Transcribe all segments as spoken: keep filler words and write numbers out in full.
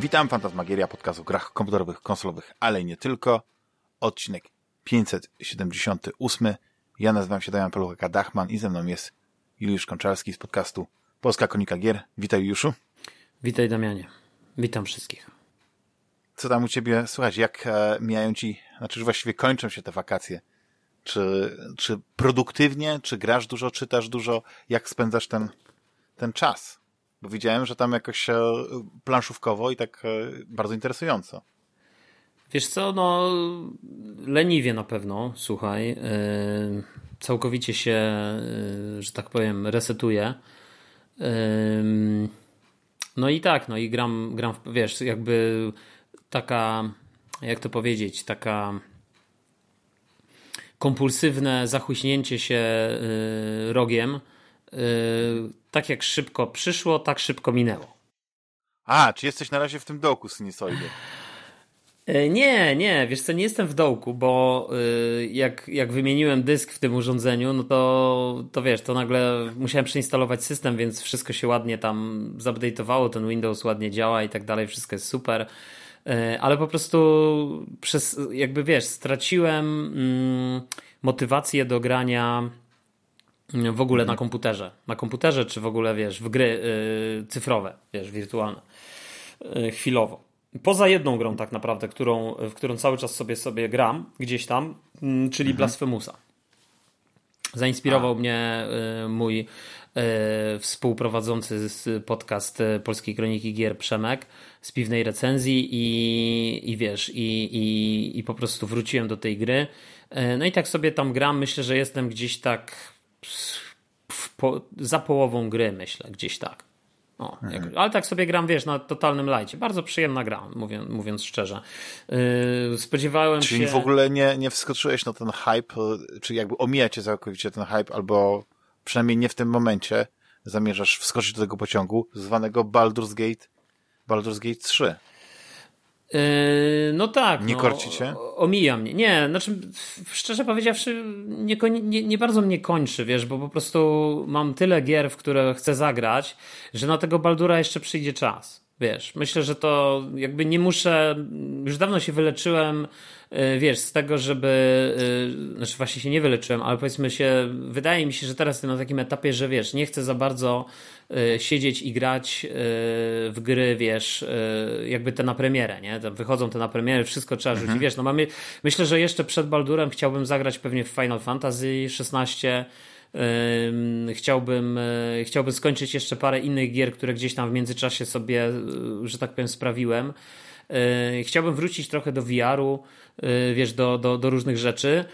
Witam, Fantasmagieria, podcast o grach komputerowych, konsolowych, ale i nie tylko. Odcinek pięćset siedemdziesiąty ósmy. Ja nazywam się Damian Peluchaka-Dachman i ze mną jest Juliusz Konczalski z podcastu Polska Kronika Gier. Witaj, Juliuszu. Witaj, Damianie. Witam wszystkich. Co tam u ciebie? Słuchaj, jak e, mijają ci, znaczy właściwie kończą się te wakacje? Czy, czy produktywnie, czy grasz dużo, czytasz dużo? Jak spędzasz ten, ten czas? Bo widziałem, że tam jakoś e, planszówkowo i tak e, bardzo interesująco. Wiesz co, no leniwie na pewno, słuchaj. Yy, całkowicie się, yy, że tak powiem, resetuję. Yy, no i tak, no i gram, gram w, wiesz, jakby taka, jak to powiedzieć, taka kompulsywne zachłyśnięcie się yy, rogiem. Yy, tak jak szybko przyszło, tak szybko minęło. A, czy jesteś na razie w tym dołku sinusoidy? Nie, nie, wiesz co, nie jestem w dołku, bo yy, jak, jak wymieniłem dysk w tym urządzeniu, no to, to wiesz, to nagle musiałem przeinstalować system, więc wszystko się ładnie tam zupdate'owało, ten Windows ładnie działa i tak dalej, wszystko jest super, yy, ale po prostu przez, jakby wiesz, straciłem yy, motywację do grania w ogóle na komputerze, na komputerze czy w ogóle, wiesz, w gry yy, cyfrowe, wiesz, wirtualne, yy, chwilowo. Poza jedną grą tak naprawdę, którą, w którą cały czas sobie sobie gram gdzieś tam, czyli mhm. Blasphemousa. Zainspirował A. mnie y, mój y, współprowadzący z podcast Polskiej Kroniki Gier Przemek z piwnej recenzji i, i wiesz, i, i, i po prostu wróciłem do tej gry. Y, no i tak sobie tam gram, myślę, że jestem gdzieś tak w, po, za połową gry, myślę, gdzieś tak. O, jak, ale tak sobie gram, wiesz, na totalnym lajcie. Bardzo przyjemna gra, mówiąc, mówiąc szczerze. Yy, spodziewałem Czyli się... Czyli w ogóle nie, nie wskoczyłeś na ten hype, czy jakby omijacie całkowicie ten hype, albo przynajmniej nie w tym momencie zamierzasz wskoczyć do tego pociągu zwanego Baldur's Gate, Baldur's Gate trzy. Yy, no tak. Nie no, korci cię? Omija mnie. Nie, znaczy szczerze powiedziawszy nie, nie, nie bardzo mnie kończy, wiesz, bo po prostu mam tyle gier, w które chcę zagrać, że na tego Baldura jeszcze przyjdzie czas. Wiesz, myślę, że to jakby nie muszę, już dawno się wyleczyłem, wiesz, z tego, żeby, znaczy właśnie się nie wyleczyłem, ale powiedzmy się, wydaje mi się, że teraz jestem na takim etapie, że wiesz, nie chcę za bardzo siedzieć i grać w gry, wiesz, jakby te na premierę, nie? Tam wychodzą te na premierę, wszystko trzeba rzucić, mhm. wiesz, no mamy, myślę, że jeszcze przed Baldurem chciałbym zagrać pewnie w Final Fantasy szesnaście. Chciałbym, chciałbym skończyć jeszcze parę innych gier, które gdzieś tam w międzyczasie sobie, że tak powiem, sprawiłem. Chciałbym wrócić trochę do V R-u, wiesz, do, do, do różnych rzeczy.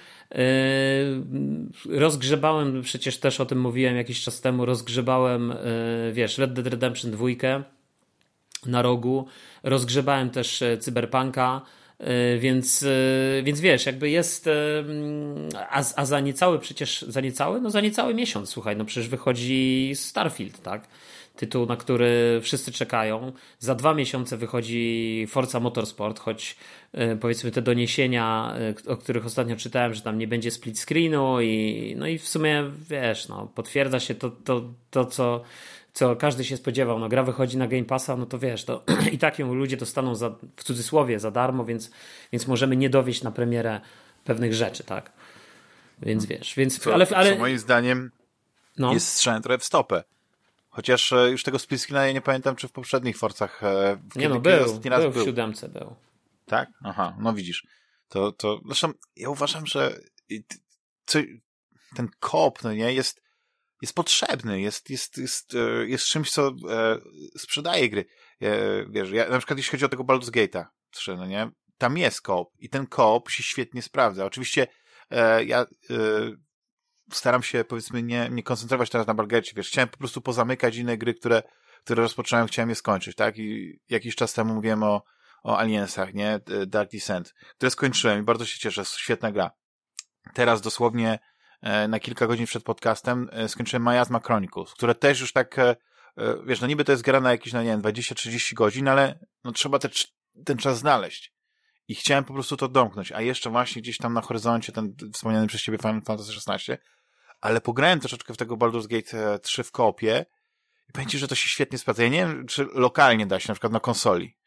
Rozgrzebałem, przecież też o tym mówiłem jakiś czas temu, rozgrzebałem, wiesz, Red Dead Redemption dwa na rogu. Rozgrzebałem też Cyberpunka. Więc, więc wiesz, jakby jest, a, a za niecały przecież, za niecały, no za niecały miesiąc, słuchaj, no przecież wychodzi Starfield, tak? Tytuł, na który wszyscy czekają. Za dwa miesiące wychodzi Forza Motorsport, choć powiedzmy te doniesienia, o których ostatnio czytałem, że tam nie będzie split screenu i no i w sumie, wiesz, no potwierdza się to, to, to co co każdy się spodziewał, no gra wychodzi na Game Passa, no to wiesz, to i tak ją ludzie dostaną za, w cudzysłowie za darmo, więc, więc możemy nie dowieść na premierę pewnych rzeczy, tak? Więc wiesz, więc... Co, ale, ale... co moim zdaniem no. jest strzałem trochę w stopę. Chociaż już tego split screena ja nie pamiętam, czy w poprzednich Forcach... Kiedy, nie no, był, był, raz był w siódemce był. Tak? Aha, no widzisz. To, to zresztą ja uważam, że co, ten koop, no nie, jest jest potrzebny, jest, jest, jest, jest czymś, co e, sprzedaje gry. E, wiesz, ja, na przykład jeśli chodzi o tego Baldur's Gate'a trzy, no nie, tam jest koop i ten koop się świetnie sprawdza. Oczywiście e, ja e, staram się, powiedzmy, nie, nie koncentrować teraz na Baldur's Gate'cie, wiesz, chciałem po prostu pozamykać inne gry, które, które rozpocząłem, chciałem je skończyć, tak, i jakiś czas temu mówiłem o, o Aliensach, nie, Dark Descent, które skończyłem i bardzo się cieszę, świetna gra. Teraz dosłownie na kilka godzin przed podcastem skończyłem Miasma Chronicles, które też już tak, wiesz, no niby to jest gra na jakieś, no nie wiem, dwadzieścia trzydzieści godzin, ale no trzeba te, ten czas znaleźć. I chciałem po prostu to domknąć, a jeszcze właśnie gdzieś tam na horyzoncie ten wspomniany przez ciebie Final Fantasy szesnaście, ale pograłem troszeczkę w tego Baldur's Gate trzy w koopie i powiem ci, że to się świetnie sprawdza. Ja nie wiem, czy lokalnie da się, na przykład na konsoli,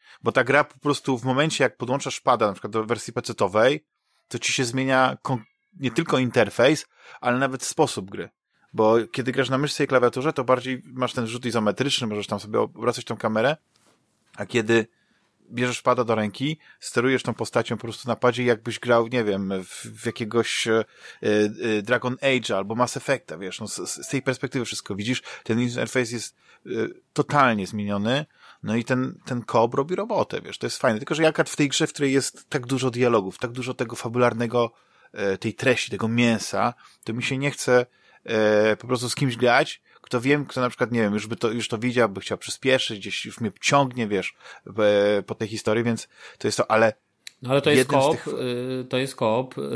Bo ta gra po prostu w momencie, jak podłączasz pada, na przykład do wersji pecetowej, to ci się zmienia kon- nie tylko interfejs, ale nawet sposób gry. Bo kiedy grasz na myszce i klawiaturze, to bardziej masz ten rzut izometryczny, możesz tam sobie obracać tą kamerę, a kiedy bierzesz pada do ręki, sterujesz tą postacią po prostu na padzie, jakbyś grał, nie wiem, w, w jakiegoś e, e, Dragon Age'a albo Mass Effecta, wiesz, no z, z tej perspektywy wszystko widzisz, ten interfejs jest e, totalnie zmieniony, no i ten, ten koop robi robotę, wiesz, to jest fajne, tylko że jak w tej grze, w której jest tak dużo dialogów, tak dużo tego fabularnego, e, tej treści, tego mięsa, to mi się nie chce e, po prostu z kimś grać, kto wiem, kto na przykład, nie wiem, już by to, już to widział, by chciał przyspieszyć, gdzieś już mnie ciągnie, wiesz, w, po tej historii, więc to jest to, ale no ale to jest koop, tych... y, to jest koop y,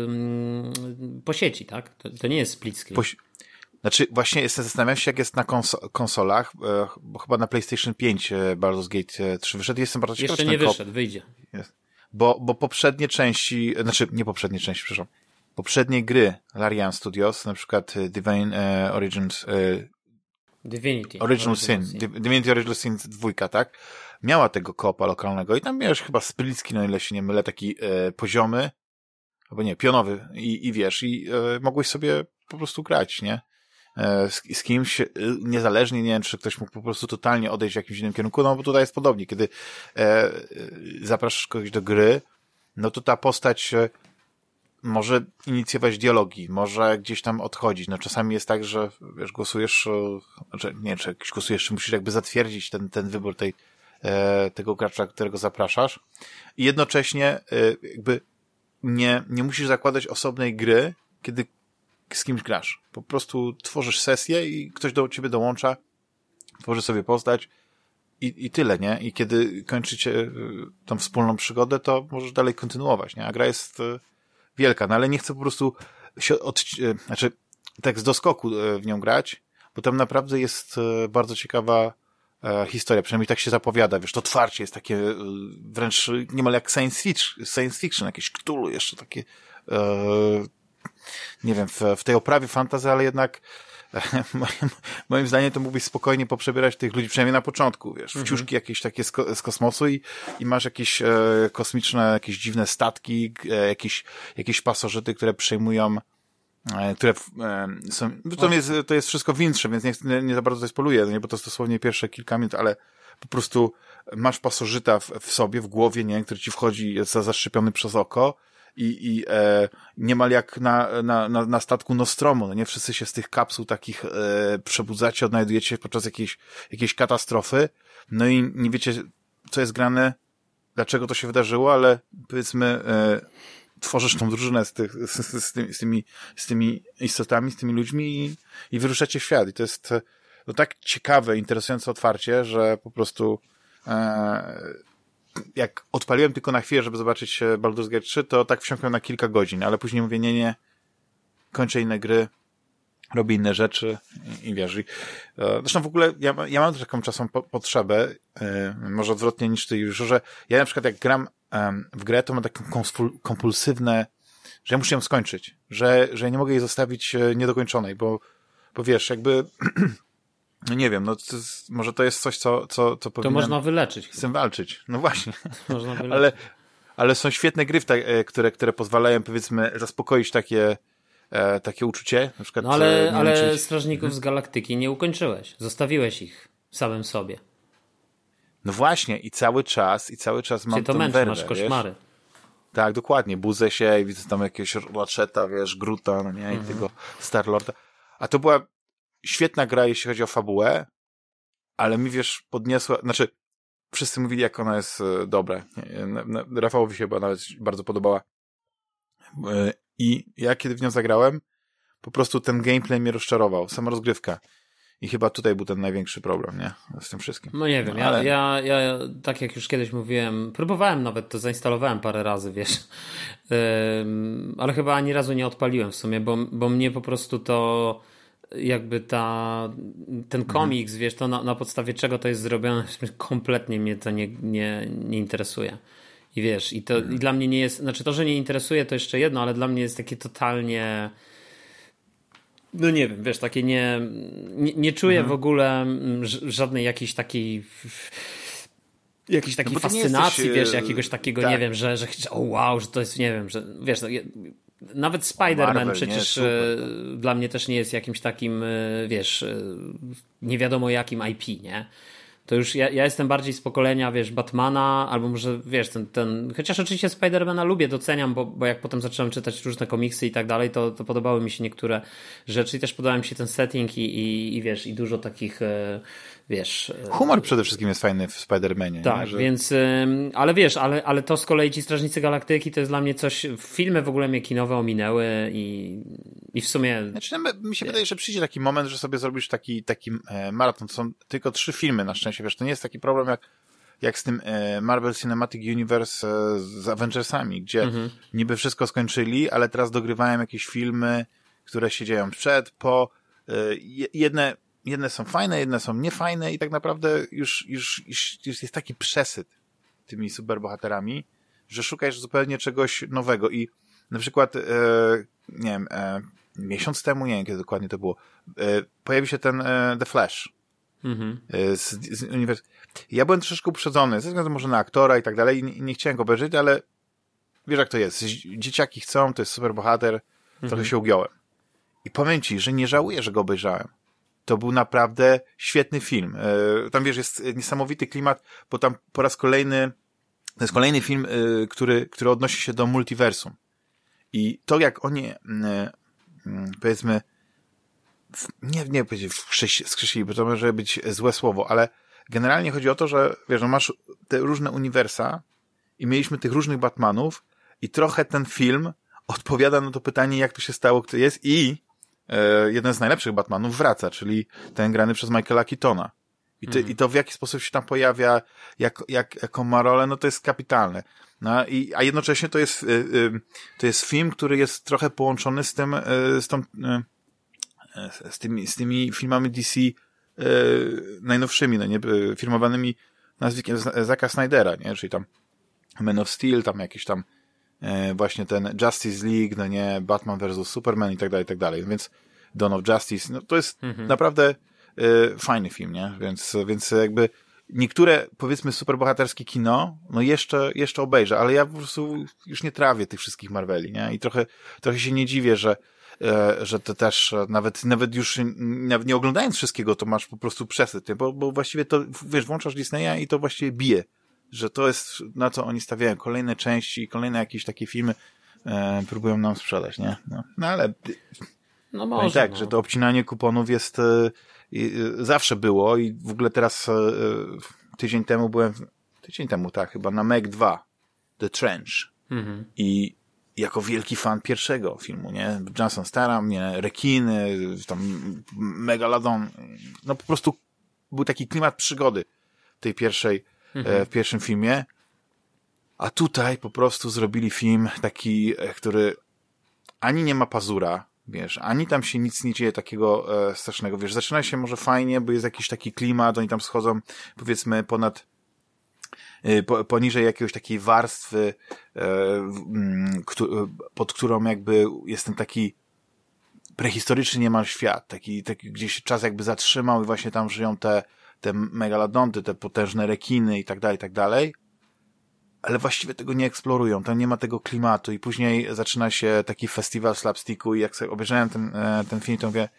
po sieci, tak? To, to nie jest split screen. Po... Znaczy, właśnie jestem, zastanawiam się, jak jest na kons- konsolach, bo chyba na PlayStation pięć Baldur's Gate trzy wyszedł i jestem bardzo ciekawy, Jeszcze nie wyszedł, koop... wyjdzie. Jest. Bo, bo poprzednie części, znaczy, nie poprzednie części, przepraszam, poprzednie gry Larian Studios, na przykład Divine e, Origins e, Divinity. Original, Original Sin, Sin. Divinity Original Sin dwa, tak? Miała tego koopa lokalnego i tam miałeś chyba splicki, no ile się nie mylę, taki e, poziomy, albo nie, pionowy i, i wiesz, i e, mogłeś sobie po prostu grać, nie? E, z, z kimś, e, niezależnie, nie wiem, czy ktoś mógł po prostu totalnie odejść w jakimś innym kierunku, no bo tutaj jest podobnie, kiedy e, zapraszasz kogoś do gry, no to ta postać e, może inicjować dialogi, może gdzieś tam odchodzić. No czasami jest tak, że wiesz, głosujesz, znaczy, nie, czy jakiś głosujesz, czy musisz jakby zatwierdzić ten, ten wybór tej, e, tego gracza, którego zapraszasz. I jednocześnie e, jakby nie, nie musisz zakładać osobnej gry, kiedy z kimś grasz. Po prostu tworzysz sesję i ktoś do ciebie dołącza, tworzy sobie postać i, i tyle, nie? I kiedy kończycie tą wspólną przygodę, to możesz dalej kontynuować, nie? A gra jest wielka, no ale nie chcę po prostu się od, znaczy tak z doskoku w nią grać, bo tam naprawdę jest bardzo ciekawa e, historia, przynajmniej tak się zapowiada, wiesz, to otwarcie jest takie e, wręcz niemal jak science fiction, science fiction jakieś Cthulhu jeszcze takie e, nie wiem, w, w tej oprawie fantasy, ale jednak e, moim, moim zdaniem to mógłbyś spokojnie poprzebierać tych ludzi, przynajmniej na początku, wiesz, wciuszki mhm. jakieś takie z, ko- z kosmosu i, i masz jakieś e, kosmiczne, jakieś dziwne statki, e, jakieś, jakieś pasożyty, które przejmują, e, które e, są, to jest, to jest wszystko winsze, więc nie, nie, nie za bardzo to spoluję, nie, bo to jest dosłownie pierwsze kilka minut, ale po prostu masz pasożyta w, w sobie, w głowie, nie, który ci wchodzi, jest zaszczepiony przez oko, i, i e, niemal jak na, na, na, na statku Nostromo, no nie? Wszyscy się z tych kapsuł takich e, przebudzacie, odnajdujecie podczas jakiejś, jakiejś katastrofy, no i nie wiecie, co jest grane, dlaczego to się wydarzyło, ale powiedzmy e, tworzysz tą drużynę z, tych, z, z, tymi, z, tymi, z tymi istotami, z tymi ludźmi i, i wyruszacie w świat. I to jest no, tak ciekawe, interesujące otwarcie, że po prostu e, jak odpaliłem tylko na chwilę, żeby zobaczyć Baldur's Gate trzy, to tak wsiąkłem na kilka godzin, ale później mówię, nie, nie, kończę inne gry, robię inne rzeczy i, i wiesz. I, e, zresztą w ogóle ja, ja mam taką czasem po, potrzebę, e, może odwrotnie niż ty już, że ja na przykład jak gram e, w grę, to mam takie kompulsywne, że ja muszę ją skończyć, że, że ja nie mogę jej zostawić niedokończonej, bo, bo wiesz, jakby no nie wiem, no to jest, może to jest coś, co, co, co powinienem... To można wyleczyć. Z tym walczyć. No właśnie. Można wyleczyć. ale, ale są świetne gry, które, które pozwalają, powiedzmy, zaspokoić takie, e, takie uczucie. Na przykład, no ale, ale wiem, czy... Strażników hmm. z Galaktyki nie ukończyłeś. Zostawiłeś ich samym sobie. No właśnie i cały czas, i cały czas mam to tą męczy, werwę, masz koszmary. Wiesz? Tak, dokładnie. Budzę się i widzę tam jakiegoś Ratcheta, wiesz, Groota, no nie, i mm-hmm. tego Star-Lorda. A to była świetna gra, jeśli chodzi o fabułę, ale mi, wiesz, podniosła, znaczy wszyscy mówili, jak ona jest e, dobra. Rafałowi się chyba nawet bardzo podobała. E, I ja, kiedy w nią zagrałem, po prostu ten gameplay mnie rozczarował, sama rozgrywka. I chyba tutaj był ten największy problem, nie? Z tym wszystkim. No nie wiem, no, ale... ja, ja, ja tak jak już kiedyś mówiłem, próbowałem nawet, to zainstalowałem parę razy, wiesz, um, ale chyba ani razu nie odpaliłem w sumie, bo, bo mnie po prostu to jakby ta ten komiks, mhm. wiesz, to na, na podstawie czego to jest zrobione, kompletnie mnie to nie, nie, nie interesuje. I wiesz, i to mhm. i dla mnie nie jest, znaczy to, że nie interesuje, to jeszcze jedno, ale dla mnie jest takie totalnie, no nie wiem, wiesz, takie nie nie, nie czuję mhm. w ogóle żadnej jakiejś takiej jakiejś takiej no fascynacji, jesteś, wiesz, jakiegoś takiego, tak. nie wiem, że, że o wow, że to jest, nie wiem, że wiesz, no, nawet Spider-Man Marvel, przecież nie, super, dla mnie też nie jest jakimś takim, wiesz, nie wiadomo jakim I P, nie? To już ja, ja jestem bardziej z pokolenia, wiesz, Batmana, albo może, wiesz, ten, ten chociaż oczywiście Spider-Mana lubię, doceniam, bo, bo jak potem zacząłem czytać różne komiksy i tak dalej, to, to podobały mi się niektóre rzeczy i też podobał mi się ten setting i, i, i wiesz, i dużo takich, wiesz... Humor przede wszystkim jest fajny w Spider-Manie. Tak, nie? Że... więc, ale wiesz, ale, ale to z kolei ci Strażnicy Galaktyki to jest dla mnie coś, filmy w ogóle mnie kinowe ominęły i, i w sumie... Znaczy, no, mi się wydaje, że przyjdzie taki moment, że sobie zrobisz taki, taki e, maraton. To są tylko trzy filmy na szczęście, wiesz, to nie jest taki problem jak, jak z tym e, Marvel Cinematic Universe e, z Avengersami, gdzie mhm. niby wszystko skończyli, ale teraz dogrywają jakieś filmy, które się dzieją przed, po, e, jedne Jedne są fajne, jedne są niefajne i tak naprawdę już, już, już, już jest taki przesyt tymi superbohaterami, że szukasz zupełnie czegoś nowego i na przykład e, nie wiem, e, miesiąc temu, nie wiem kiedy dokładnie to było, e, pojawił się ten e, The Flash mhm. e, z, z uniwers- Ja byłem troszeczkę uprzedzony, ze względu może na aktora i tak dalej i nie, nie chciałem go obejrzeć, ale wiesz jak to jest, dzieciaki chcą, to jest superbohater, mhm. trochę się ugiąłem. I powiem ci, że nie żałuję, że go obejrzałem. To był naprawdę świetny film. Tam, wiesz, jest niesamowity klimat, bo tam po raz kolejny, to jest kolejny film, który, który odnosi się do multiversum. I to, jak oni, powiedzmy, nie, nie powiedzieć skrzesili, bo to może być złe słowo, ale generalnie chodzi o to, że, wiesz, no masz te różne uniwersa i mieliśmy tych różnych Batmanów i trochę ten film odpowiada na to pytanie, jak to się stało, kto jest i jeden z najlepszych Batmanów wraca, czyli ten grany przez Michaela Keatona. I, ty, mm. i to w jaki sposób się tam pojawia, jak, jak, jaką ma rolę, no to jest kapitalne. No i, a jednocześnie to jest, y, y, to jest film, który jest trochę połączony z tym, y, z tą, y, z tymi, z tymi filmami D C y, najnowszymi, no nie, y, firmowanymi nazwiskiem Zacka Snydera, nie, czyli tam Man of Steel, tam jakieś tam właśnie ten Justice League, no nie, Batman versus Superman i tak dalej, i tak dalej. Więc Dawn of Justice, no to jest mhm. naprawdę y, fajny film, nie? Więc, więc jakby niektóre, powiedzmy, superbohaterskie kino, no jeszcze, jeszcze obejrzę, ale ja po prostu już nie trawię tych wszystkich Marveli, nie? I trochę, trochę się nie dziwię, że, y, że to też nawet, nawet już nawet nie oglądając wszystkiego, to masz po prostu przesyt, nie? Bo, bo właściwie to, wiesz, włączasz Disneya i to właściwie bije. Że to jest, na co oni stawiają. Kolejne części, kolejne jakieś takie filmy e, próbują nam sprzedać, nie? No, no ale no może, tak, no. że to obcinanie kuponów jest e, e, zawsze było i w ogóle teraz e, tydzień temu byłem, tydzień temu tak, chyba na Meg dwa, The Trench mhm. i jako wielki fan pierwszego filmu, nie? Johnson Statham, nie? Rekiny, tam Megalodon, no po prostu był taki klimat przygody tej pierwszej Mhm. w pierwszym filmie, a tutaj po prostu zrobili film taki, który ani nie ma pazura, wiesz, ani tam się nic nie dzieje takiego e, strasznego, wiesz, zaczyna się może fajnie, bo jest jakiś taki klimat, oni tam schodzą, powiedzmy, ponad e, po, poniżej jakiegoś takiej warstwy, e, m, kto, pod którą jakby jest ten taki prehistoryczny niemal świat, taki, taki gdzie się czas jakby zatrzymał i właśnie tam żyją te te megalodonty, te potężne rekiny i tak dalej, i tak dalej, ale właściwie tego nie eksplorują, tam nie ma tego klimatu i później zaczyna się taki festiwal slapsticku i jak sobie obejrzałem ten, ten film, to mówię,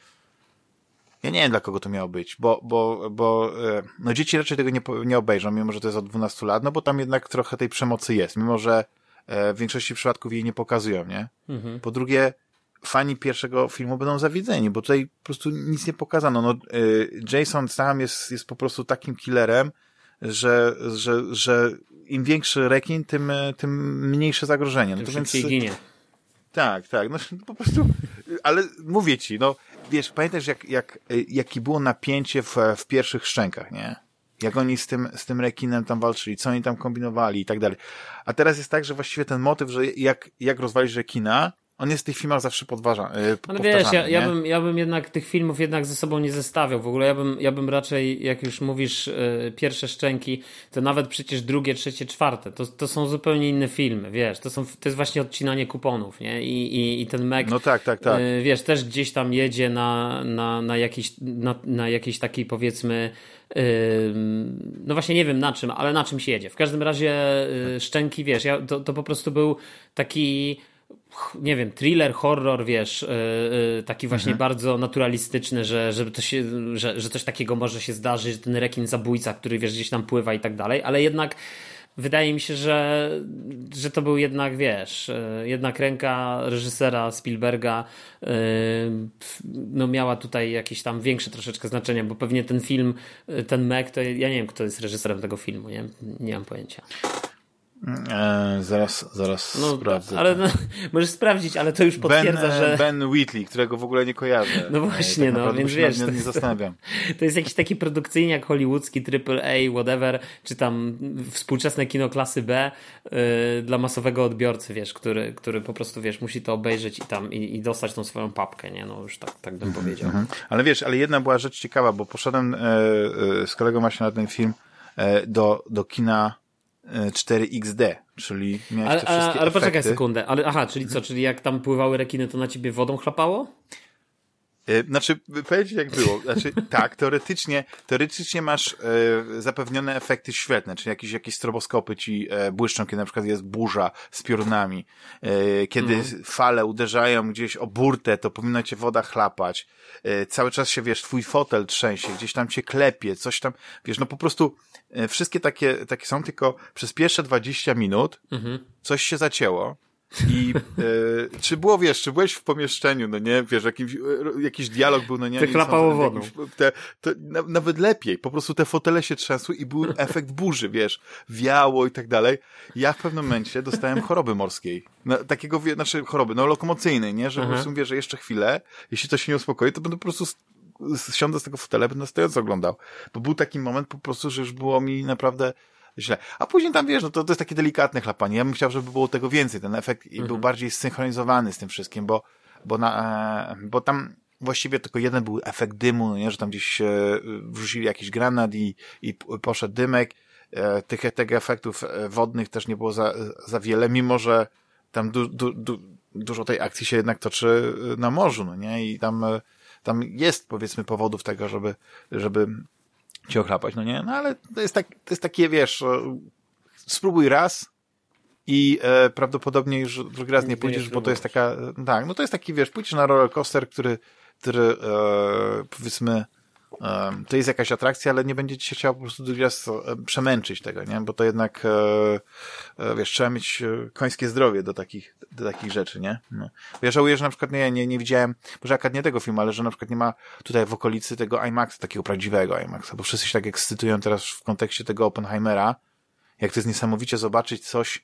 ja nie wiem, dla kogo to miało być, bo, bo, bo no dzieci raczej tego nie, nie obejrzą, mimo że to jest od dwunastu lat, no bo tam jednak trochę tej przemocy jest, mimo że w większości przypadków jej nie pokazują, nie? Mhm. Po drugie, fani pierwszego filmu będą zawiedzeni, bo tutaj po prostu nic nie pokazano. No, y, Jason sam jest, jest po prostu takim killerem, że, że, że im większy rekin, tym, tym mniejsze zagrożenie. No tym to szybciej więc, ginie. Tak, tak. No po prostu, ale mówię ci, no wiesz, pamiętasz jak, jak, jakie było napięcie w, w pierwszych Szczękach, nie? Jak oni z tym, z tym rekinem tam walczyli, co oni tam kombinowali i tak dalej. A teraz jest tak, że właściwie ten motyw, że jak, jak rozwalić rekina, on jest w tych filmach zawsze podważa, yy, Ale wiesz, ja, ja, bym, ja bym jednak tych filmów jednak ze sobą nie zestawiał. W ogóle ja bym, ja bym raczej, jak już mówisz, yy, pierwsze Szczęki, to nawet przecież drugie, trzecie, czwarte, to, to są zupełnie inne filmy, wiesz, to, są, to jest właśnie odcinanie kuponów, nie? I, i, i ten Meg, no tak, tak, tak. Yy, wiesz, też gdzieś tam jedzie na, na, na, jakiejś, na, na jakiejś takiej, powiedzmy, yy, no właśnie nie wiem na czym, ale na czymś jedzie. W każdym razie yy, Szczęki, wiesz, ja, to, to po prostu był taki, nie wiem, thriller, horror, wiesz, yy, taki właśnie mhm. bardzo naturalistyczny, że, żeby to się, że, że coś takiego może się zdarzyć, że ten rekin zabójca, który wiesz, gdzieś tam pływa i tak dalej, ale jednak wydaje mi się, że, że to był jednak, wiesz, jednak ręka reżysera Spielberga yy, no miała tutaj jakieś tam większe troszeczkę znaczenie, bo pewnie ten film, ten Meg, to ja nie wiem, kto jest reżyserem tego filmu, nie, nie mam pojęcia. Eee, zaraz, zaraz no, sprawdzę. Ale no, możesz sprawdzić, ale to już potwierdza, ben, że... Ben Wheatley, którego w ogóle nie kojarzę. No właśnie, tak no, więc wiesz... Nie, nie zastanawiam. To jest jakiś taki produkcyjniak hollywoodzki, triple A, whatever, czy tam współczesne kino klasy B yy, dla masowego odbiorcy, wiesz, który, który po prostu, wiesz, musi to obejrzeć i tam i, i dostać tą swoją papkę, nie? No już tak, tak bym mm-hmm, powiedział. Mm-hmm. Ale wiesz, ale jedna była rzecz ciekawa, bo poszedłem e, e, z kolegą właśnie na ten film e, do, do kina cztery iks de, czyli miałeś ale, te wszystkie ale, ale poczekaj efekty. sekundę, ale aha, czyli co, czyli jak tam pływały rekiny, to na ciebie wodą chlapało? Yy, znaczy, powiedzieć jak było. Znaczy, tak, teoretycznie, teoretycznie masz yy, zapewnione efekty świetne, czyli jakieś, jakieś stroboskopy ci yy, błyszczą, kiedy na przykład jest burza z piorunami, yy, kiedy mm. fale uderzają gdzieś o burtę, to powinna cię woda chlapać. Yy, cały czas się, wiesz, twój fotel trzęsie, gdzieś tam cię klepie, coś tam, wiesz, no po prostu yy, wszystkie takie, takie są, tylko przez pierwsze dwadzieścia minut mm-hmm. coś się zacięło. I e, czy było, wiesz, czy byłeś w pomieszczeniu, no nie, wiesz, jakimś, jakiś dialog był, no nie. Te chlapało wodą. Te, te, na, nawet lepiej, po prostu te fotele się trzęsły i był efekt burzy, wiesz, wiało i tak dalej. Ja w pewnym momencie dostałem choroby morskiej. No, takiego, znaczy choroby, no lokomocyjnej, nie, że Aha. po prostu mówię, że jeszcze chwilę, jeśli to się nie uspokoi, to będę po prostu siądę z tego fotela, będę stojąco oglądał. Bo był taki moment po prostu, że już było mi naprawdę źle. A później tam, wiesz, no to, to jest takie delikatne chlapanie. Ja bym chciał, żeby było tego więcej. Ten efekt mhm. był bardziej zsynchronizowany z tym wszystkim, bo, bo, na, bo tam właściwie tylko jeden był efekt dymu, no nie, że tam gdzieś e, wrzucili jakiś granat i, i poszedł dymek. E, tych, tych efektów wodnych też nie było za, za wiele, mimo że tam du, du, du, dużo tej akcji się jednak toczy na morzu, no nie? I tam, tam jest, powiedzmy, powodów tego, żeby, żeby cię ochlapać, no nie? No ale to jest tak, to jest takie, wiesz, spróbuj raz i e, prawdopodobnie już drugi raz nie pójdziesz, bo to jest taka, tak, no to jest taki, wiesz, pójdziesz na roller coaster, który, który e, powiedzmy, e, to jest jakaś atrakcja, ale nie będzie ci się chciało po prostu drugi raz e, przemęczyć tego, nie? Bo to jednak, e, e, wiesz, trzeba mieć końskie zdrowie do takich, do takich rzeczy, nie? No. Ja żałuję, że na przykład nie, nie, nie widziałem, może akurat nie tego filmu, ale że na przykład nie ma tutaj w okolicy tego IMAX, takiego prawdziwego IMAXa, bo wszyscy się tak ekscytują teraz w kontekście tego Oppenheimera, jak to jest niesamowicie zobaczyć coś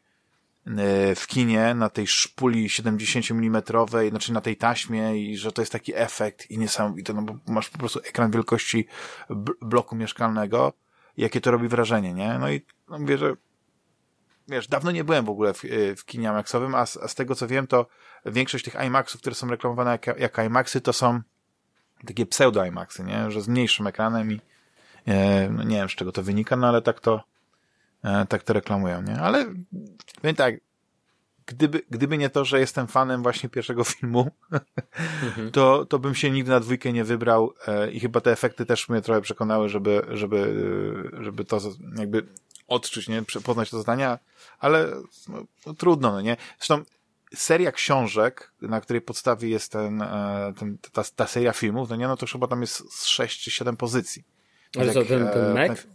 w kinie na tej szpuli siedemdziesięciomilimetrowej, znaczy na tej taśmie i że to jest taki efekt i niesamowite, no bo masz po prostu ekran wielkości bloku mieszkalnego i jakie to robi wrażenie, nie? No i no mówię, że wiesz, dawno nie byłem w ogóle w, w kinie IMAXowym, a z, a z tego co wiem, to większość tych IMAXów, które są reklamowane jak, jak IMAXy, to są takie pseudo-IMAXy, nie? Że z mniejszym ekranem i e, no nie wiem, z czego to wynika, no ale tak to tak to reklamują, nie? Ale powiem tak, gdyby, gdyby nie to, że jestem fanem właśnie pierwszego filmu, mhm. to, to bym się nigdy na dwójkę nie wybrał e, i chyba te efekty też mnie trochę przekonały, żeby, żeby, żeby to jakby odczuć, nie? Poznać to zdania, ale no, no, trudno, no nie? Zresztą seria książek, na której podstawie jest ten, ten ta, ta seria filmów, no nie? No to chyba tam jest z sześć czy siedem pozycji. Ale co, ten, ten Meg?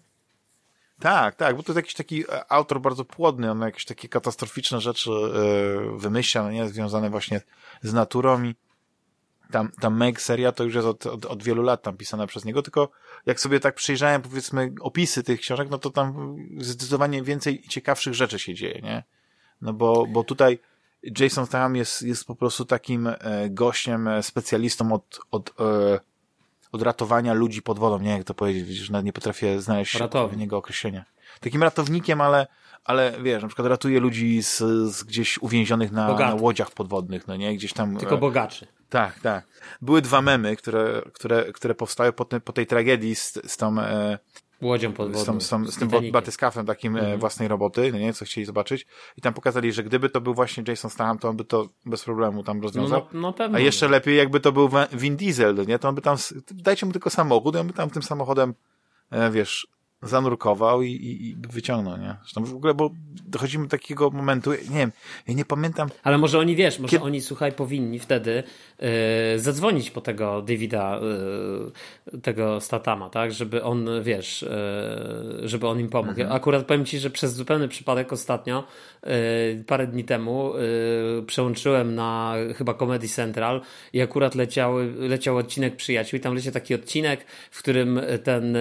Tak, tak, bo to jest jakiś taki autor bardzo płodny, on ma jakieś takie katastroficzne rzeczy yy, wymyśla, no nie, związane właśnie z naturą i tam, tam Meg seria to już jest od, od, od wielu lat tam pisana przez niego, tylko jak sobie tak przyjrzałem, powiedzmy, opisy tych książek, no to tam zdecydowanie więcej ciekawszych rzeczy się dzieje, nie? No bo, bo tutaj Jason Statham jest, jest po prostu takim e, gościem, e, specjalistą od, od, e, od ratowania ludzi pod wodą, nie jak to powiedzieć, widzisz, nawet nie potrafię znaleźć odpowiedniego określenia. Takim ratownikiem, ale, ale wiesz, na przykład ratuje ludzi z, z gdzieś uwięzionych na, na łodziach podwodnych, no nie, gdzieś tam... Tylko bogaczy. Tak, tak. Były dwa memy, które, które, które powstały po, te, po tej tragedii z, z tą... E, łodzią podwodną. Z, tą, z, z tym batyskafem takim mhm. własnej roboty, no nie, co chcieli zobaczyć. I tam pokazali, że gdyby to był właśnie Jason Statham, to on by to bez problemu tam rozwiązał. No, no pewnie. A jeszcze lepiej, jakby to był Vin Diesel, no nie, to on by tam, dajcie mu tylko samochód, on by tam tym samochodem, e, wiesz, zanurkował i, i, i wyciągnął, nie? Zresztą w ogóle, bo dochodzimy do takiego momentu, nie wiem, ja nie pamiętam... Ale może oni, wiesz, może kiedy... oni, słuchaj, powinni wtedy yy, zadzwonić po tego Davida, yy, tego Stathama, tak? Żeby on, wiesz, yy, żeby on im pomógł. Mhm. Akurat powiem ci, że przez zupełny przypadek ostatnio, yy, parę dni temu yy, przełączyłem na chyba Comedy Central i akurat leciały, leciał odcinek Przyjaciół i tam leciał taki odcinek, w którym ten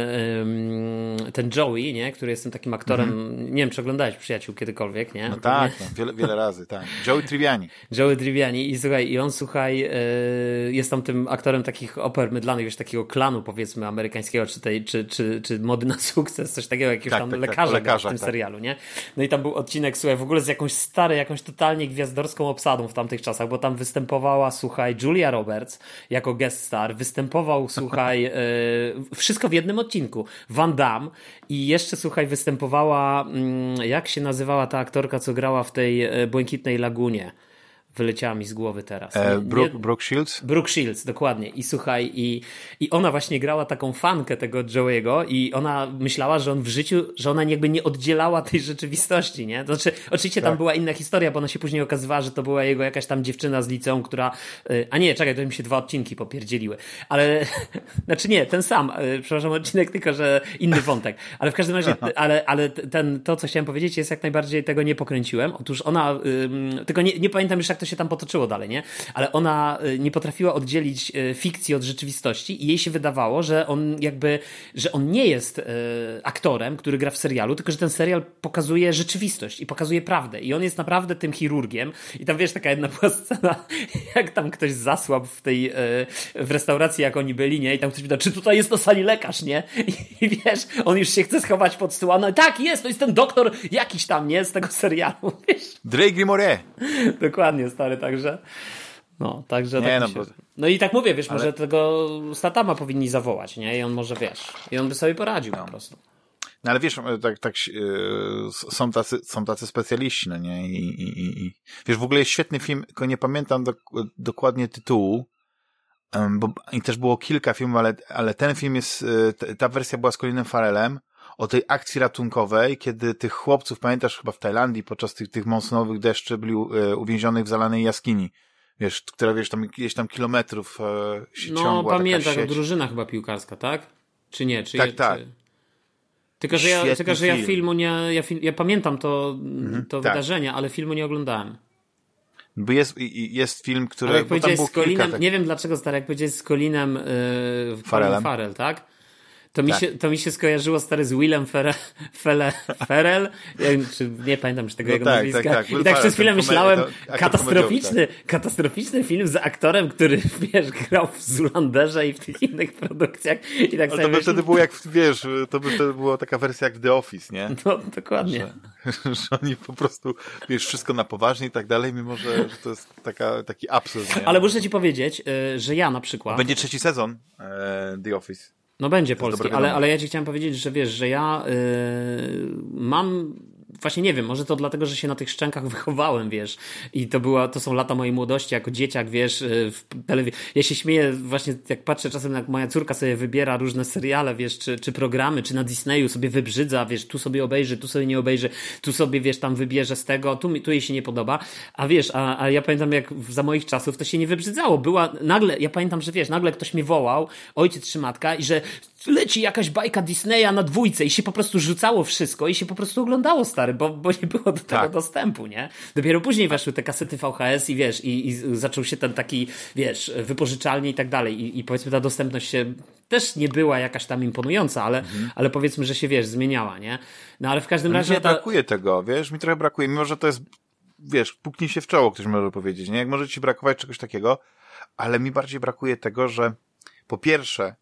yy, ten Joey, nie, który jest tym takim aktorem, mm-hmm. nie wiem, czy oglądałeś Przyjaciół kiedykolwiek, nie? No tak, no, wiele, wiele razy, tak. Joey Tribbiani. Joey Tribbiani i słuchaj, i on, słuchaj, yy, jest tam tym aktorem takich oper mydlanych, wiesz, takiego klanu, powiedzmy, amerykańskiego, czy, tej, czy, czy, czy mody na sukces, coś takiego, jakiegoś tak, tam tak, lekarza, tak, lekarza w tym tak. serialu, nie? No i tam był odcinek, słuchaj, w ogóle z jakąś stary, jakąś totalnie gwiazdorską obsadą w tamtych czasach, bo tam występowała, słuchaj, Julia Roberts jako guest star, występował, słuchaj, yy, wszystko w jednym odcinku. Van Damme i jeszcze, słuchaj, występowała, jak się nazywała ta aktorka, co grała w tej Błękitnej Lagunie? Wyleciała mi z głowy teraz. Nie, e, Brooke, Brooke Shields? Brooke Shields, dokładnie. I słuchaj, i, i ona właśnie grała taką fankę tego Joey'ego i ona myślała, że on w życiu, że ona jakby nie oddzielała tej rzeczywistości, nie? To znaczy, oczywiście tak. Tam była inna historia, bo ona się później okazywała, że to była jego jakaś tam dziewczyna z liceum, która... A nie, czekaj, to mi się dwa odcinki popierdzieliły. Ale, znaczy nie, ten sam, przepraszam, odcinek, tylko że inny wątek. Ale w każdym razie, ale, ale ten, to, co chciałem powiedzieć, jest jak najbardziej, tego nie pokręciłem. Otóż ona, ym, tylko nie, nie pamiętam już, jak to się tam potoczyło dalej, nie? Ale ona nie potrafiła oddzielić fikcji od rzeczywistości i jej się wydawało, że on jakby, że on nie jest e, aktorem, który gra w serialu, tylko że ten serial pokazuje rzeczywistość i pokazuje prawdę i on jest naprawdę tym chirurgiem i tam, wiesz, taka jedna była scena, jak tam ktoś zasłabł w tej, e, w restauracji, jak oni byli, nie? I tam ktoś pyta, czy tutaj jest na sali lekarz, nie? I, i wiesz, on już się chce schować pod stół, a no tak, jest, to jest ten doktor jakiś tam, nie? Z tego serialu, wiesz? Drake Grimoire. Dokładnie, stary, także no, także nie, tak no, się... bo... no i tak mówię, wiesz, ale... może tego Stathama powinni zawołać, nie? I on może, wiesz, i on by sobie poradził no. po prostu. No ale wiesz, tak, tak yy, są, tacy, są tacy specjaliści, no nie? I, i, i... Wiesz, w ogóle jest świetny film, tylko nie pamiętam dok dokładnie tytułu, um, bo i też było kilka filmów, ale, ale ten film jest, yy, ta wersja była z Colinem Farrellem, o tej akcji ratunkowej, kiedy tych chłopców, pamiętasz, chyba w Tajlandii podczas tych, tych monsunowych deszczy byli e, uwięzionych w zalanej jaskini. Wiesz, która, wiesz, tam gdzieś tam kilometrów e, się no, ciągła. No, pamiętam, drużyna chyba piłkarska, tak? Czy nie? Czy tak, je, tak. Czy... Tylko, że ja, tylko, że ja film. filmu nie, ja, film, ja pamiętam to, mhm, to tak. wydarzenie, ale filmu nie oglądałem. Bo jest, jest film, który... Ale jak powiedziałeś z Colinem, tak... nie wiem dlaczego, stary, jak powiedziałeś z Colinem yy, Farrellem, Farrell, tak? To mi, tak. się, to mi się skojarzyło, stary, z Willem Ferrell, Ferrell, Ferrell czy nie pamiętam już tego no jego tak, nazwiska. Tak, tak. I tak przez chwilę myślałem, katastroficzny, tak. katastroficzny film z aktorem, który, wiesz, grał w Zulanderze i w tych innych produkcjach. I tak ale to by myśl... wtedy było jak, wiesz, to by wtedy była taka wersja jak The Office, nie? No, dokładnie. Że, że oni po prostu, wiesz, wszystko na poważnie i tak dalej, mimo że, że to jest taka, taki absurd. Nie? Ale muszę ci powiedzieć, że ja na przykład... Będzie trzeci sezon e, The Office. No będzie polski, ale, ale ja ci chciałem powiedzieć, że wiesz, że ja yy, mam... Właśnie nie wiem, może to dlatego, że się na tych szczękach wychowałem, wiesz, i to była, to są lata mojej młodości, jako dzieciak, wiesz, w telewizji. Ja się śmieję właśnie, jak patrzę czasem, jak moja córka sobie wybiera różne seriale, wiesz, czy, czy programy, czy na Disneyu sobie wybrzydza, wiesz, tu sobie obejrzy, tu sobie nie obejrzy, tu sobie, wiesz, tam wybierze z tego, tu, tu jej się nie podoba, a wiesz, a, a ja pamiętam, jak za moich czasów to się nie wybrzydzało, była, nagle, ja pamiętam, że wiesz, nagle ktoś mnie wołał, ojciec czy matka, i że leci jakaś bajka Disneya na dwójce i się po prostu rzucało wszystko i się po prostu oglądało, stary, bo, bo nie było do tego tak. dostępu, nie? Dopiero później weszły te kasety V H S i wiesz, i, i zaczął się ten taki, wiesz, wypożyczalnie i tak dalej i, i powiedzmy ta dostępność się też nie była jakaś tam imponująca, ale, mhm. ale powiedzmy, że się, wiesz, zmieniała, nie? No ale w każdym no, razie... Mi to... brakuje tego, wiesz, mi trochę brakuje, mimo że to jest, wiesz, puknij się w czoło, ktoś może powiedzieć, nie? Jak może ci brakować czegoś takiego, ale mi bardziej brakuje tego, że po pierwsze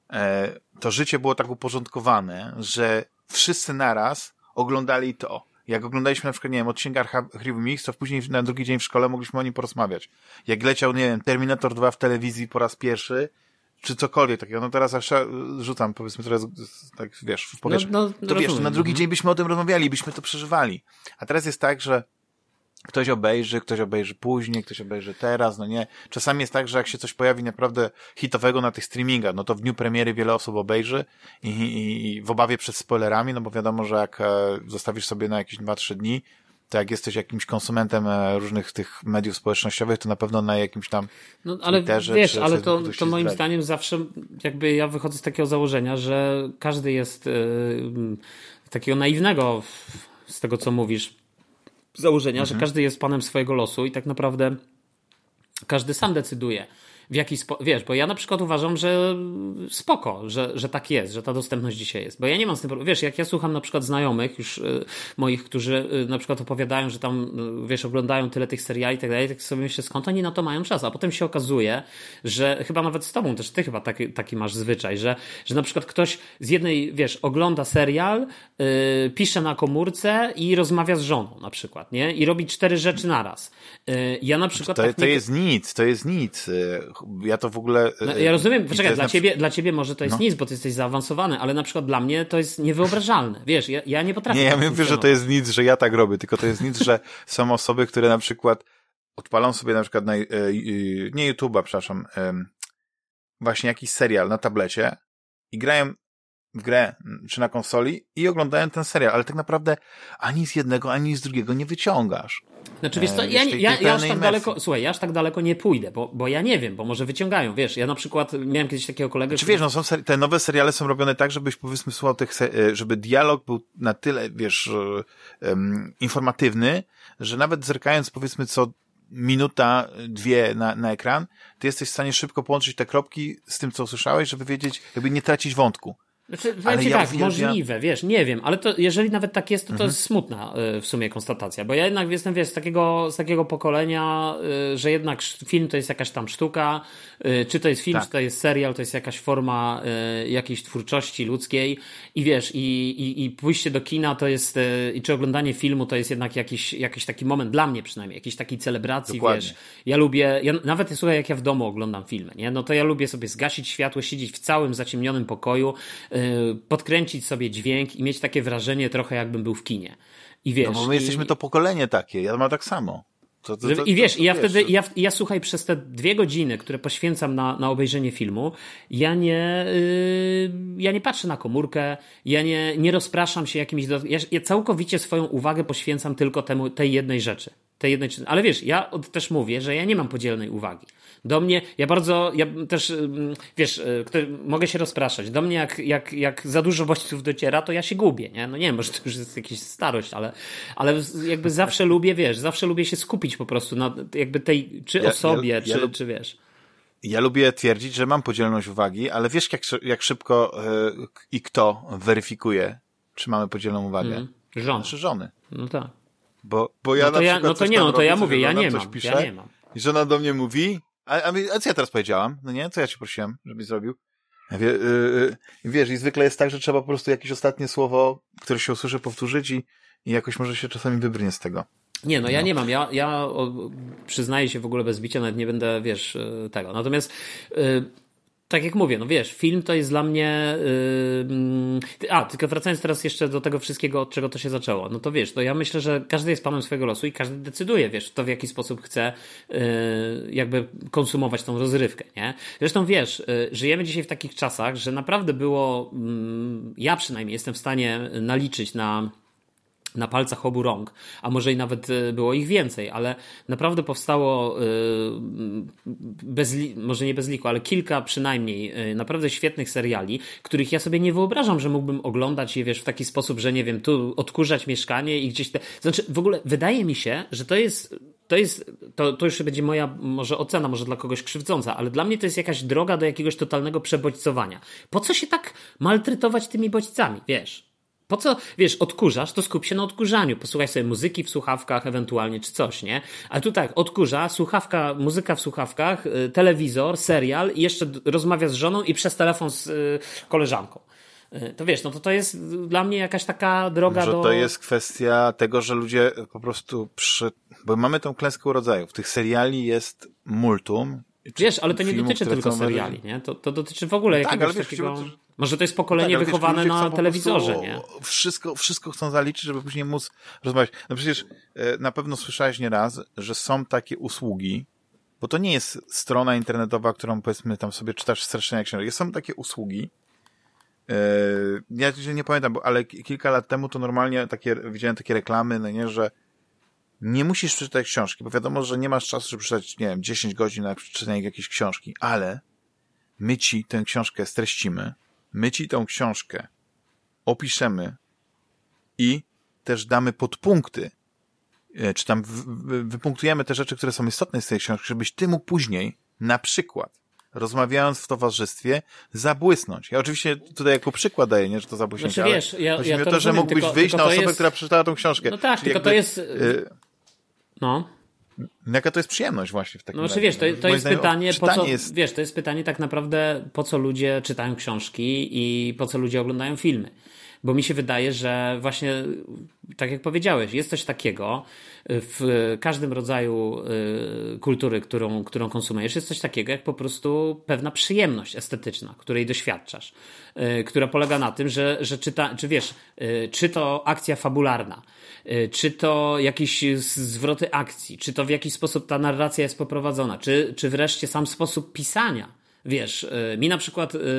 e, to życie było tak uporządkowane, że wszyscy naraz oglądali to. Jak oglądaliśmy na przykład, nie wiem, odcinek Archiwum Mix, to później na drugi dzień w szkole mogliśmy o nim porozmawiać. Jak leciał, nie wiem, Terminator dwa w telewizji po raz pierwszy, czy cokolwiek takiego, no teraz aż rzucam, powiedzmy teraz, tak wiesz, w powietrze. No, no, to wiesz, to na drugi dzień byśmy o tym rozmawiali, byśmy to przeżywali. A teraz jest tak, że ktoś obejrzy, ktoś obejrzy później, ktoś obejrzy teraz, no nie. Czasami jest tak, że jak się coś pojawi naprawdę hitowego na tych streamingach, no to w dniu premiery wiele osób obejrzy i, i, i w obawie przed spoilerami, no bo wiadomo, że jak e, zostawisz sobie na jakieś dwa trzy dni, to jak jesteś jakimś konsumentem e, różnych tych mediów społecznościowych, to na pewno na jakimś tam no, ale Twitterze, wiesz, czy ale to, to moim zdradzi. zdaniem zawsze jakby ja wychodzę z takiego założenia, że każdy jest e, takiego naiwnego z tego, co mówisz, założenia, mhm. że każdy jest panem swojego losu i tak naprawdę każdy sam decyduje, w jaki sposób, wiesz, bo ja na przykład uważam, że spoko, że, że tak jest, że ta dostępność dzisiaj jest, bo ja nie mam z tym, wiesz, jak ja słucham na przykład znajomych już y, moich, którzy y, na przykład opowiadają, że tam, y, wiesz, oglądają tyle tych seriali i tak dalej, tak sobie myślę, skąd oni na to mają czas, a potem się okazuje, że chyba nawet z tobą też, ty chyba taki, taki masz zwyczaj, że, że na przykład ktoś z jednej, wiesz, ogląda serial, y, pisze na komórce i rozmawia z żoną na przykład, nie? I robi cztery rzeczy naraz. Y, ja na przykład... To, tak to nie... jest nic, to jest nic. Ja to w ogóle... No, ja rozumiem, poczekaj, dla, na... ciebie, dla ciebie może to jest no. nic, bo ty jesteś zaawansowany, ale na przykład dla mnie to jest niewyobrażalnie. Wiesz, ja, ja nie potrafię... Nie, ja mówię, że to jest nic, że ja tak robię, tylko to jest nic, że są osoby, które na przykład odpalą sobie na przykład na, nie YouTube'a, przepraszam, właśnie jakiś serial na tablecie i grają w grę czy na konsoli i oglądają ten serial, ale tak naprawdę ani z jednego, ani z drugiego nie wyciągasz. Znaczy, wiesz co, ja, tej, ja, tej ja aż tak daleko, słuchaj, ja aż tak daleko nie pójdę, bo, bo ja nie wiem, bo może wyciągają, wiesz, ja na przykład miałem kiedyś takiego kolegę... Czy wiesz, no są ser- te nowe seriale są robione tak, żebyś powiedzmy słuchał tych, se- żeby dialog był na tyle, wiesz, um, informatywny, że nawet zerkając powiedzmy co minuta, dwie na, na ekran, ty jesteś w stanie szybko połączyć te kropki z tym, co usłyszałeś, żeby wiedzieć, jakby nie tracić wątku. Znaczy, ale ja tak, uwielbiam... możliwe, wiesz, nie wiem, ale to jeżeli nawet tak jest, to mhm. to jest smutna y, w sumie konstatacja, bo ja jednak jestem, wiesz, z takiego, z takiego pokolenia, y, że jednak film to jest jakaś tam sztuka, y, czy to jest film, tak. czy to jest serial, to jest jakaś forma y, jakiejś twórczości ludzkiej i wiesz, i, i, i pójście do kina to jest, y, czy oglądanie filmu to jest jednak jakiś, jakiś taki moment, dla mnie przynajmniej, jakiejś takiej celebracji, Dokładnie. wiesz, ja lubię, ja, nawet słuchaj, jak ja w domu oglądam filmy, nie, no to ja lubię sobie zgasić światło, siedzieć w całym zaciemnionym pokoju, podkręcić sobie dźwięk i mieć takie wrażenie trochę jakbym był w kinie. I wiesz, no bo my i... jesteśmy to pokolenie takie, ja mam tak samo. To, to, to, I wiesz, to, i ja wiesz. wtedy, ja, ja słuchaj, przez te dwie godziny, które poświęcam na, na obejrzenie filmu, ja nie, yy, ja nie patrzę na komórkę, ja nie, nie rozpraszam się jakimiś, do... ja, ja całkowicie swoją uwagę poświęcam tylko temu, tej jednej rzeczy. Tej jednej, ale wiesz, ja też mówię, że ja nie mam podzielnej uwagi. Do mnie, ja bardzo, ja też, wiesz, mogę się rozpraszać. Do mnie jak, jak, jak za dużo bodźców dociera, to ja się gubię, nie? No nie wiem, może to już jest jakaś starość, ale, ale jakby zawsze lubię, wiesz, zawsze lubię się skupić po prostu na jakby tej, czy ja, osobie, ja, czy, ja lub... czy wiesz. Ja lubię twierdzić, że mam podzielność uwagi, ale wiesz jak, jak szybko yy, i kto weryfikuje, czy mamy podzielną uwagę? Mm, żony. Nasze żony. No tak. Bo, bo ja no to na ja, przykład no to nie, no to robię, ja mówię, ja nie coś mam, piszę, ja nie mam. I żona do mnie mówi, a, a, a co ja teraz powiedziałam? No nie? Co ja cię prosiłem, żebyś zrobił? Ja wie, yy, yy, wiesz, i zwykle jest tak, że trzeba po prostu jakieś ostatnie słowo, które się usłyszy, powtórzyć i, i jakoś może się czasami wybrnie z tego. Nie, no ja no. nie mam. Ja, ja o, przyznaję się w ogóle bez bicia, nawet nie będę, wiesz, tego. Natomiast yy, tak jak mówię, no wiesz, film to jest dla mnie... Yy... A, tylko wracając teraz jeszcze do tego wszystkiego, od czego to się zaczęło. No to wiesz, to ja myślę, że każdy jest panem swojego losu i każdy decyduje, wiesz, to w jaki sposób chce yy, jakby konsumować tą rozrywkę, nie? Zresztą wiesz, yy, żyjemy dzisiaj w takich czasach, że naprawdę było... Yy, ja przynajmniej jestem w stanie naliczyć na... na palcach obu rąk, a może i nawet było ich więcej, ale naprawdę powstało bez, może nie bez liku, ale kilka przynajmniej naprawdę świetnych seriali, których ja sobie nie wyobrażam, że mógłbym oglądać je, wiesz, w taki sposób, że nie wiem, tu odkurzać mieszkanie i gdzieś te... Znaczy, w ogóle wydaje mi się, że to jest to jest, to, to już będzie moja może ocena, może dla kogoś krzywdząca, ale dla mnie to jest jakaś droga do jakiegoś totalnego przebodźcowania. Po co się tak maltretować tymi bodźcami, wiesz? Po co, wiesz, odkurzasz, to skup się na odkurzaniu. Posłuchaj sobie muzyki w słuchawkach ewentualnie, czy coś, nie? A tu tak, odkurza, słuchawka, muzyka w słuchawkach, y, telewizor, serial i jeszcze d- rozmawia z żoną i przez telefon z y, koleżanką. Y, to wiesz, no to to jest dla mnie jakaś taka droga że do... to jest kwestia tego, że ludzie po prostu przy... Bo mamy tą klęskę urodzajów. Tych seriali jest multum. Wiesz, ale to nie filmów, dotyczy które tylko są- seriali, nie? To, to dotyczy w ogóle No tak, jakiegoś ale wiesz, takiego... chciałbym też- Może to jest pokolenie Tak, ale wiesz, wychowane ludzie chcą na po telewizorze, prostu nie? Wszystko, wszystko chcą zaliczyć, żeby później móc rozmawiać. No przecież e, na pewno słyszałeś nieraz, że są takie usługi, bo to nie jest strona internetowa, którą powiedzmy tam sobie czytasz streszczenia książek. Są takie usługi, e, ja się nie pamiętam, bo, ale ki- kilka lat temu to normalnie takie, widziałem takie reklamy, no nie, że nie musisz przeczytać książki, bo wiadomo, że nie masz czasu, żeby przeczytać, nie wiem, dziesięć godzin na przeczytanie jakiejś książki, ale my ci tę książkę streścimy, my ci tą książkę opiszemy i też damy podpunkty, e, czy tam w, w, wypunktujemy te rzeczy, które są istotne z tej książki, żebyś ty mógł później, na przykład, rozmawiając w towarzystwie, zabłysnąć. Ja oczywiście tutaj jako przykład daję, nie, że to zabłyśnięcie, Znaczy, wiesz, ale ja- chodzi ja mi o to to, że rozumiem, mógłbyś tylko- wyjść tylko na to osobę, jest- która przeczytała tą książkę. No tak, Czyli tylko jakby, to jest... e, No... jaka to jest przyjemność właśnie w takim No, znaczy, razie. wiesz, to, to Moim jest zdaniem pytanie, po co, czytanie jest... wiesz, to jest pytanie tak naprawdę, po co ludzie czytają książki i po co ludzie oglądają filmy. Bo mi się wydaje, że właśnie, tak jak powiedziałeś, jest coś takiego w każdym rodzaju y, kultury, którą, którą konsumujesz, jest coś takiego jak po prostu pewna przyjemność estetyczna, której doświadczasz, y, która polega na tym, że, że czyta, czy wiesz, y, czy to akcja fabularna, y, czy to jakieś zwroty akcji, czy to w jakiś sposób ta narracja jest poprowadzona, czy, czy wreszcie sam sposób pisania. Wiesz, mi na przykład yy,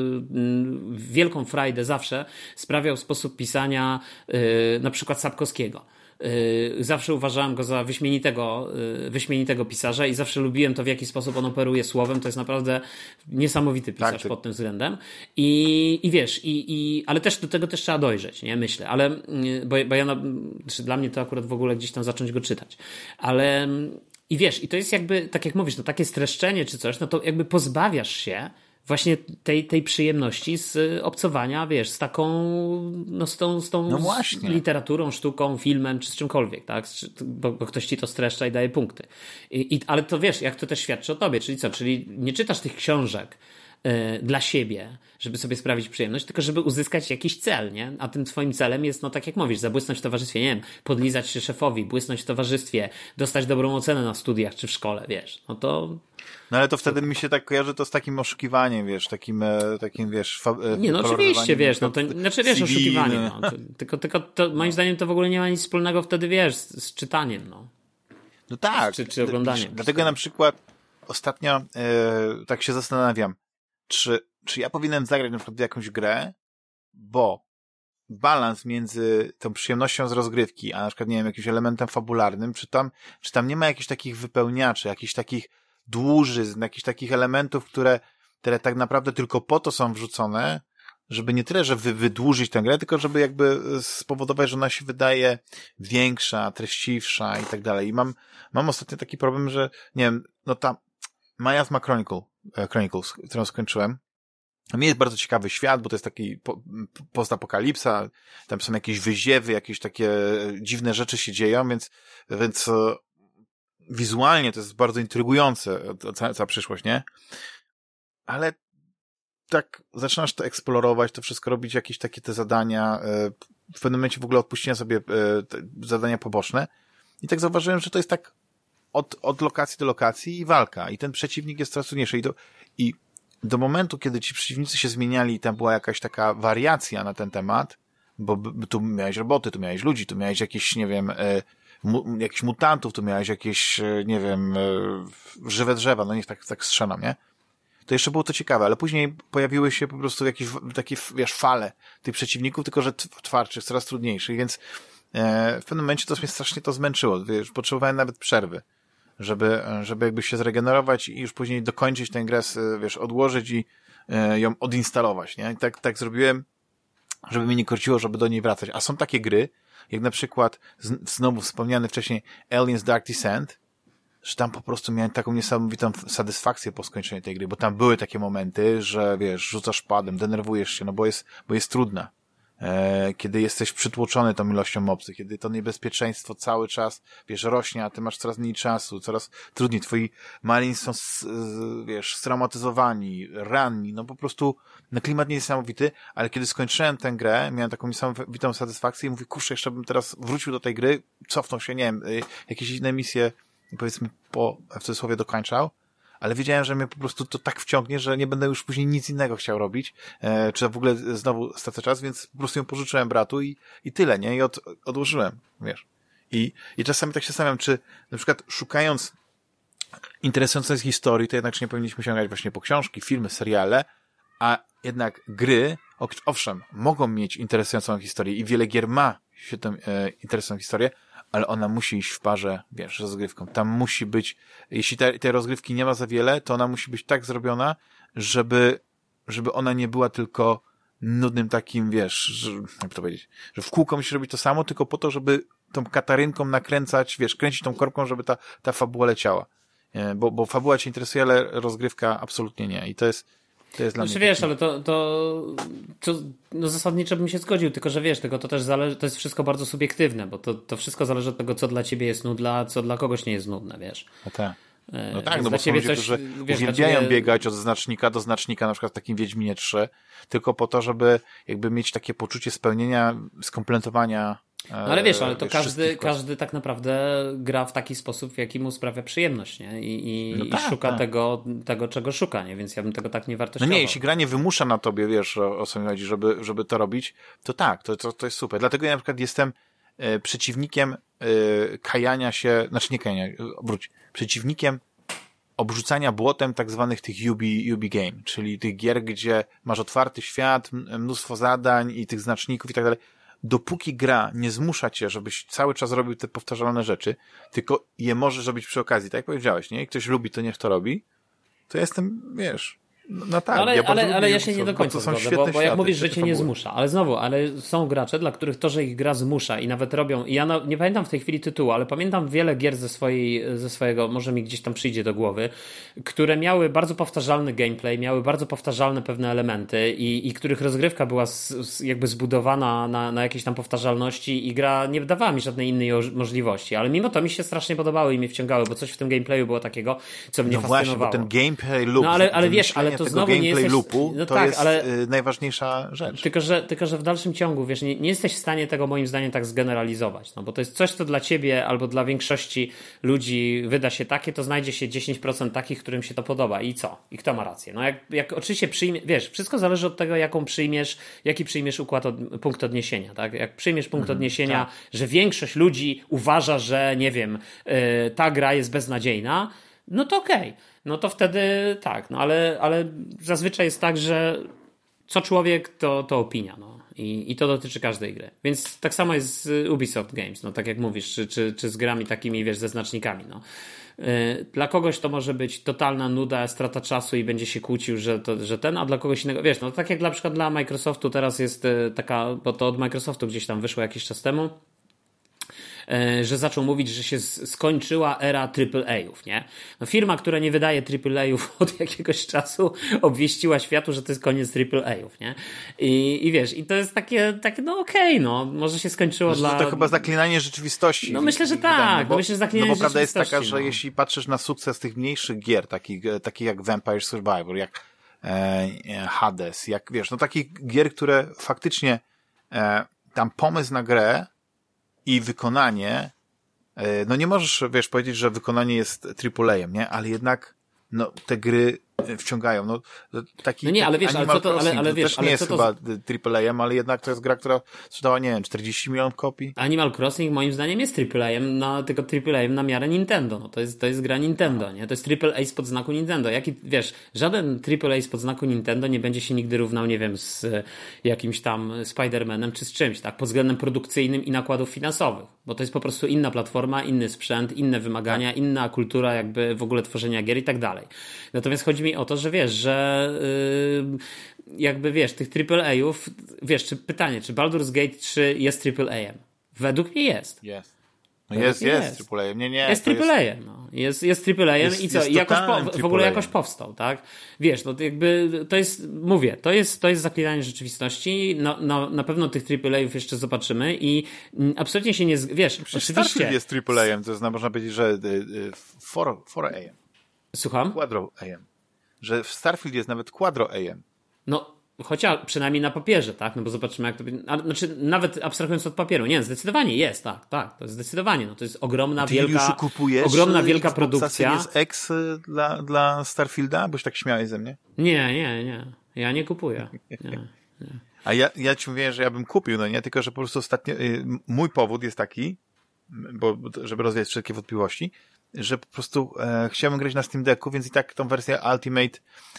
wielką frajdę zawsze sprawiał sposób pisania yy, na przykład Sapkowskiego. Yy, zawsze uważałem go za wyśmienitego, yy, wyśmienitego pisarza i zawsze lubiłem to, w jaki sposób on operuje słowem. To jest naprawdę niesamowity pisarz Tak, ty... pod tym względem. I, i wiesz, i, i, ale też do tego też trzeba dojrzeć, nie? Myślę. Ale, yy, bo, bo ja, na, czy dla mnie to akurat w ogóle gdzieś tam zacząć go czytać. Ale... I wiesz, i to jest jakby, tak jak mówisz, no takie streszczenie czy coś, no to jakby pozbawiasz się właśnie tej, tej przyjemności z obcowania, wiesz, z taką, no z tą, z tą no właśnie. literaturą, sztuką, filmem, czy z czymkolwiek, tak? Bo, bo ktoś ci to streszcza i daje punkty. I, i, ale to wiesz, jak to też świadczy o tobie, czyli co? Czyli nie czytasz tych książek dla siebie, żeby sobie sprawić przyjemność, tylko żeby uzyskać jakiś cel, nie? A tym twoim celem jest, no tak jak mówisz, zabłysnąć w towarzystwie, nie wiem, podlizać się szefowi, błysnąć w towarzystwie, dostać dobrą ocenę na studiach czy w szkole, wiesz, no to... No ale to wtedy mi się tak kojarzy to z takim oszukiwaniem, wiesz, takim, takim wiesz... Fa- nie, no oczywiście, wiesz, no to, znaczy wiesz, C V, oszukiwanie, no. To, tylko, tylko to, moim zdaniem to w ogóle nie ma nic wspólnego wtedy, wiesz, z, z czytaniem, no. No tak. Czy, czy oglądaniem. Dlatego ja na przykład ostatnio e, tak się zastanawiam, Czy, czy ja powinienem zagrać na przykład w jakąś grę, bo balans między tą przyjemnością z rozgrywki, a na przykład, nie wiem, jakimś elementem fabularnym, czy tam, czy tam nie ma jakichś takich wypełniaczy, jakichś takich dłużyzn, jakichś takich elementów, które, które tak naprawdę tylko po to są wrzucone, żeby nie tyle, że wy, wydłużyć tę grę, tylko żeby jakby spowodować, że ona się wydaje większa, treściwsza i tak dalej. I mam, mam ostatnio taki problem, że, nie wiem, no ta Miasma Chronicle, Chronicles, którą skończyłem. Mnie jest bardzo ciekawy świat, bo to jest taki po, postapokalipsa, tam są jakieś wyziewy, jakieś takie dziwne rzeczy się dzieją, więc, więc wizualnie to jest bardzo intrygujące, cała, cała przyszłość, nie? Ale tak zaczynasz to eksplorować, to wszystko robić, jakieś takie te zadania, w pewnym momencie w ogóle odpuściłem sobie te zadania poboczne i tak zauważyłem, że to jest tak Od, od lokacji do lokacji i walka. I ten przeciwnik jest coraz trudniejszy. I do, I do momentu, kiedy ci przeciwnicy się zmieniali i tam była jakaś taka wariacja na ten temat, bo b, tu miałeś roboty, tu miałeś ludzi, tu miałeś jakieś, nie wiem, e, mu, jakichś mutantów, tu miałeś jakieś, e, nie wiem, e, żywe drzewa, no niech tak, tak strzelam, nie? To jeszcze było to ciekawe, ale później pojawiły się po prostu jakieś takie, wiesz, fale tych przeciwników, tylko że twardszych, coraz trudniejszych, więc e, w pewnym momencie to mnie strasznie to zmęczyło. Wiesz, potrzebowałem nawet przerwy. żeby, żeby jakby się zregenerować i już później dokończyć tę grę, wiesz, odłożyć i y, ją odinstalować, nie? I tak, tak zrobiłem, żeby mnie nie korciło, żeby do niej wracać. A są takie gry, jak na przykład z, znowu wspomniany wcześniej Aliens Dark Descent, że tam po prostu miałem taką niesamowitą satysfakcję po skończeniu tej gry, bo tam były takie momenty, że wiesz, rzucasz padem, denerwujesz się, no bo jest, bo jest trudna. e, kiedy jesteś przytłoczony tą ilością mobsów, kiedy to niebezpieczeństwo cały czas, wiesz, rośnie, a ty masz coraz mniej czasu, coraz trudniej, twoi marines są, s, wiesz, straumatyzowani, ranni, no po prostu, no klimat nie jest niesamowity, ale kiedy skończyłem tę grę, miałem taką niesamowitą satysfakcję i mówię, kurczę, jeszcze bym teraz wrócił do tej gry, cofnął się, nie wiem, y, jakieś inne misje, powiedzmy, po, w cudzysłowie dokończał, ale wiedziałem, że mnie po prostu to tak wciągnie, że nie będę już później nic innego chciał robić, e, czy w ogóle znowu stracę czas, więc po prostu ją pożyczyłem bratu i, i tyle, nie? I od, odłożyłem, wiesz. I, I czasami tak się zastanawiam, czy na przykład szukając interesującej historii, to jednak czy nie powinniśmy sięgać właśnie po książki, filmy, seriale, a jednak gry, owszem, mogą mieć interesującą historię i wiele gier ma świetną, e, interesującą historię, ale ona musi iść w parze, wiesz, z rozgrywką. Tam musi być, jeśli te, tej rozgrywki nie ma za wiele, to ona musi być tak zrobiona, żeby, żeby ona nie była tylko nudnym takim, wiesz, że, jak to powiedzieć, że w kółko musisz robić to samo, tylko po to, żeby tą katarynką nakręcać, wiesz, kręcić tą korbką, żeby ta, ta fabuła leciała. Bo, bo fabuła cię interesuje, ale rozgrywka absolutnie nie. I to jest, to jest dla znaczy, mnie... wiesz, taki... ale to, to, to no zasadniczo bym się zgodził, tylko że wiesz, tylko to też zależy, to jest wszystko bardzo subiektywne, bo to, to wszystko zależy od tego, co dla ciebie jest nudne, a co dla kogoś nie jest nudne, wiesz. No tak. No tak, Więc no bo są ludzie, którzy uwielbiają ciebie... biegać od znacznika do znacznika, na przykład w takim Wiedźminie trzy, tylko po to, żeby jakby mieć takie poczucie spełnienia, skompletowania. No ale wiesz, ale to każdy, każdy tak naprawdę gra w taki sposób, w jaki mu sprawia przyjemność, nie? I, i, no tak, i szuka tak. tego, tego, czego szuka, nie? Więc ja bym tego tak nie wartościował. No nie, jeśli gra nie wymusza na tobie, wiesz, o, o co mi chodzi, żeby, żeby to robić, to tak, to, to, to jest super. Dlatego ja na przykład jestem e, przeciwnikiem e, kajania się, znaczy nie kajania, wróć, przeciwnikiem obrzucania błotem tak zwanych tych Ubi, Ubi Game, czyli tych gier, gdzie masz otwarty świat, mnóstwo zadań i tych znaczników i tak dalej. Dopóki gra nie zmusza cię, żebyś cały czas robił te powtarzalne rzeczy, tylko je możesz robić przy okazji, tak jak powiedziałeś, nie? I ktoś lubi, to niech to robi, to jestem, wiesz, no tak. Ale ja, ale, ale ja się nie do końca zgodzę, bo, bo jak mówisz, że cię nie zmusza, ale znowu, ale są gracze, dla których to, że ich gra zmusza i nawet robią, ja no, nie pamiętam w tej chwili tytułu, ale pamiętam wiele gier ze, swojej, ze swojego, może mi gdzieś tam przyjdzie do głowy, które miały bardzo powtarzalny gameplay, miały bardzo powtarzalne pewne elementy i, i których rozgrywka była z, z, jakby zbudowana na, na jakiejś tam powtarzalności i gra nie dawała mi żadnej innej możliwości, ale mimo to mi się strasznie podobały i mnie wciągały, bo coś w tym gameplayu było takiego, co mnie no fascynowało. Właśnie, bo ten gameplay loop, no ale, ale wiesz, ale to znowu nie jesteś... loopu, no to tak, jest ale... najważniejsza rzecz. Tylko że, tylko, że w dalszym ciągu, wiesz, nie, nie jesteś w stanie tego moim zdaniem tak zgeneralizować, no bo to jest coś, co dla ciebie albo dla większości ludzi wyda się takie, to znajdzie się dziesięć procent takich, którym się to podoba i co? I kto ma rację? No jak, jak oczywiście przyjmie, wiesz, wszystko zależy od tego, jaką przyjmiesz, jaki przyjmiesz układ, od, punkt odniesienia, tak? Jak przyjmiesz punkt mhm, odniesienia, tak. że większość ludzi uważa, że nie wiem, yy, ta gra jest beznadziejna, no to okej. Okay. No to wtedy tak, no ale, ale zazwyczaj jest tak, że co człowiek, to, to opinia, no. I, I to dotyczy każdej gry. Więc tak samo jest z Ubisoft Games, no tak jak mówisz, czy, czy, czy z grami takimi, wiesz, ze znacznikami, no. Yy, dla kogoś to może być totalna nuda, strata czasu i będzie się kłócił, że, to, że ten, a dla kogoś innego, wiesz, no tak jak na przykład dla Microsoftu teraz jest yy, taka, bo to od Microsoftu gdzieś tam wyszło jakiś czas temu, że zaczął mówić, że się skończyła era triple A-ów, nie? No firma, która nie wydaje triple A-ów od jakiegoś czasu, obwieściła światu, że to jest koniec triple A-ów, nie? I, i wiesz, i to jest takie, takie no okej, okay, no, może się skończyło no, dla... To chyba zaklinanie rzeczywistości. No myślę, że tak, bo, myślę, że zaklinanie no bo prawda jest taka, no. że jeśli patrzysz na sukces tych mniejszych gier, takich, takich jak Vampire Survivor, jak e, Hades, jak wiesz, no takich gier, które faktycznie e, tam pomysł na grę i wykonanie, no nie możesz, wiesz, powiedzieć, że wykonanie jest triple A-em, nie? Ale jednak, no, te gry wciągają. No, taki, no nie, ale wiesz, Animal ale co to, ale, ale to wiesz, też ale nie jest to... chyba triple A-em, ale jednak to jest gra, która sprzedała, nie wiem, czterdzieści milionów kopii. Animal Crossing moim zdaniem jest triple A-em, no, tylko triple A-em na miarę Nintendo. No, to jest, to jest gra Nintendo, nie? To jest triple A spod znaku Nintendo. Jaki, wiesz, żaden triple A spod znaku Nintendo nie będzie się nigdy równał, nie wiem, z jakimś tam Spider-Manem czy z czymś, tak? Pod względem produkcyjnym i nakładów finansowych. Bo to jest po prostu inna platforma, inny sprzęt, inne wymagania, tak. Inna kultura jakby w ogóle tworzenia gier i tak dalej. Natomiast chodzi mi o to, że wiesz, że yy, jakby wiesz, tych triple A-ów, wiesz, czy pytanie, czy Baldur's Gate trzy jest triple A-em? Według mnie jest. Jest. No jest, jest, jest triple A. Nie, nie. Jest triple A, no. Jest, jest triple A i co? I jakoś po, w ogóle jakoś powstał, tak? Wiesz, no to jakby to jest, mówię, to jest, to jest zaklinanie rzeczywistości. No, no, na pewno tych triple A'ów jeszcze zobaczymy i absolutnie się nie, wiesz, Przecież oczywiście. Starfield jest triple A, to jest, można powiedzieć, że four A. Słucham? Quadro A. Że w Starfield jest nawet Quadro A. No, chociaż przynajmniej na papierze, tak? No bo zobaczymy, jak to będzie. Znaczy, nawet abstrahując od papieru, nie, zdecydowanie jest, tak, tak. To jest zdecydowanie, no to jest ogromna, Ty wielka. już kupujesz ogromna, wielka Xboxa produkcja. Series X dla, dla Starfielda? Boś tak śmiałeś ze mnie? Nie, nie, nie. Ja nie kupuję. Nie, nie. A ja, ja ci mówię, że ja bym kupił, no nie? Tylko, że po prostu ostatnio, y, mój powód jest taki, bo, żeby rozwiać wszelkie wątpliwości, że po prostu e, chciałbym grać na Steam Decku, więc i tak tą wersję Ultimate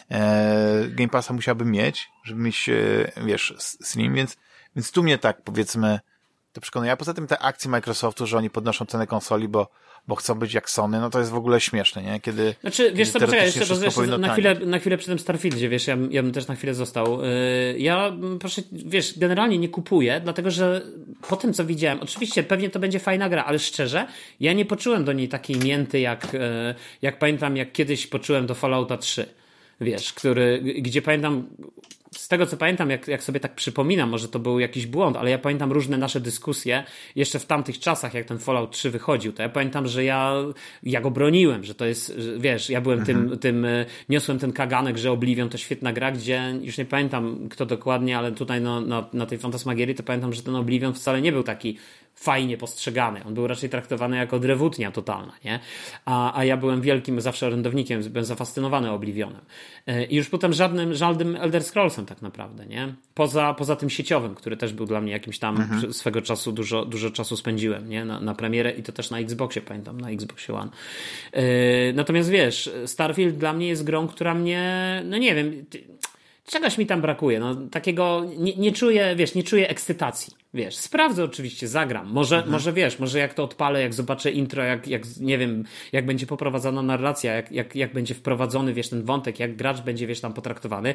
e, Game Passa musiałbym mieć, żeby mieć, e, wiesz, Slim, więc, więc tu mnie tak, powiedzmy, to przekonuje. A poza tym te akcje Microsoftu, że oni podnoszą cenę konsoli, bo, bo chcą być jak Sony, no to jest w ogóle śmieszne, nie? Kiedy, znaczy, wiesz co, poczekaj, jeszcze, to, jeszcze na, chwilę, na chwilę przy tym Starfieldzie, wiesz, ja, ja bym też na chwilę został. Yy, ja, proszę, wiesz, generalnie nie kupuję, dlatego, że po tym, co widziałem, oczywiście pewnie to będzie fajna gra, ale szczerze, ja nie poczułem do niej takiej mięty, jak, yy, jak pamiętam, jak kiedyś poczułem do Fallouta trzy. Wiesz, który, gdzie pamiętam, z tego co pamiętam, jak, jak sobie tak przypominam, może to był jakiś błąd, ale ja pamiętam różne nasze dyskusje jeszcze w tamtych czasach, jak ten Fallout trzy wychodził, to ja pamiętam, że ja, ja go broniłem, że to jest, że, wiesz, ja byłem mhm. tym, tym, niosłem ten kaganek, że Oblivion to świetna gra, gdzie już nie pamiętam kto dokładnie, ale tutaj no, na, na tej Fantasmagierii to pamiętam, że ten Oblivion wcale nie był taki fajnie postrzegany. On był raczej traktowany jako drewutnia totalna, nie? A, a ja byłem wielkim zawsze orędownikiem, byłem zafascynowany Oblivionem. I już potem żadnym, żadnym Elder Scrollsem tak naprawdę, nie? Poza, poza tym sieciowym, który też był dla mnie jakimś tam mhm. swego czasu, dużo, dużo czasu spędziłem, nie? Na, na premierę i to też na Xboxie, pamiętam, na Xboxie One. Yy, natomiast wiesz, Starfield dla mnie jest grą, która mnie, no nie wiem, czegoś mi tam brakuje, no takiego, nie, nie czuję, wiesz, nie czuję ekscytacji, wiesz, sprawdzę oczywiście, zagram, może, mhm. może wiesz, może jak to odpalę, jak zobaczę intro, jak, jak nie wiem, jak będzie poprowadzona narracja, jak, jak, jak będzie wprowadzony, wiesz, ten wątek, jak gracz będzie, wiesz, tam potraktowany,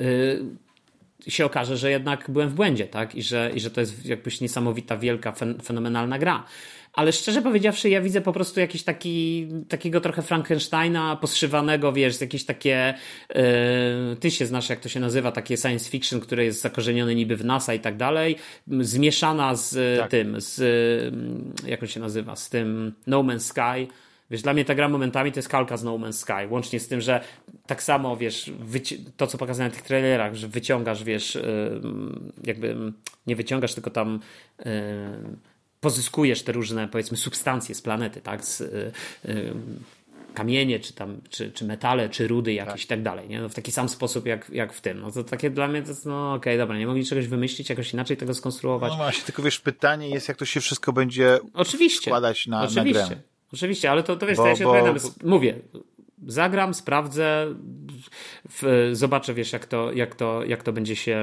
yy, się okaże, że jednak byłem w błędzie, tak, i że, i że to jest jakbyś niesamowita, wielka, fen, fenomenalna gra. Ale szczerze powiedziawszy, ja widzę po prostu jakiś taki, takiego trochę Frankensteina poszywanego, wiesz, jakieś takie, yy, ty się znasz, jak to się nazywa, takie science fiction, które jest zakorzenione niby w NASA i tak dalej, zmieszana z tak. tym, z, jak on się nazywa, z tym No Man's Sky. Wiesz, dla mnie ta gra momentami to jest kalka z No Man's Sky, łącznie z tym, że tak samo, wiesz, wyci- to co pokazane w tych trailerach, że wyciągasz, wiesz, yy, jakby nie wyciągasz, tylko tam yy, pozyskujesz te różne, powiedzmy, substancje z planety, tak, z y, y, kamienie, czy tam, czy, czy metale, czy rudy jakieś tak. i tak dalej, nie? No w taki sam sposób jak, jak w tym. No to takie dla mnie to jest, no okej, okay, dobra, nie mogli czegoś wymyślić, jakoś inaczej tego skonstruować. No właśnie, tylko wiesz, pytanie jest, jak to się wszystko będzie oczywiście, składać na, oczywiście, na grę. Oczywiście, ale to, to wiesz, bo, to ja się bo... odpowiadam, mówię, zagram, sprawdzę, w, zobaczę, wiesz, jak to, jak to, jak to będzie się,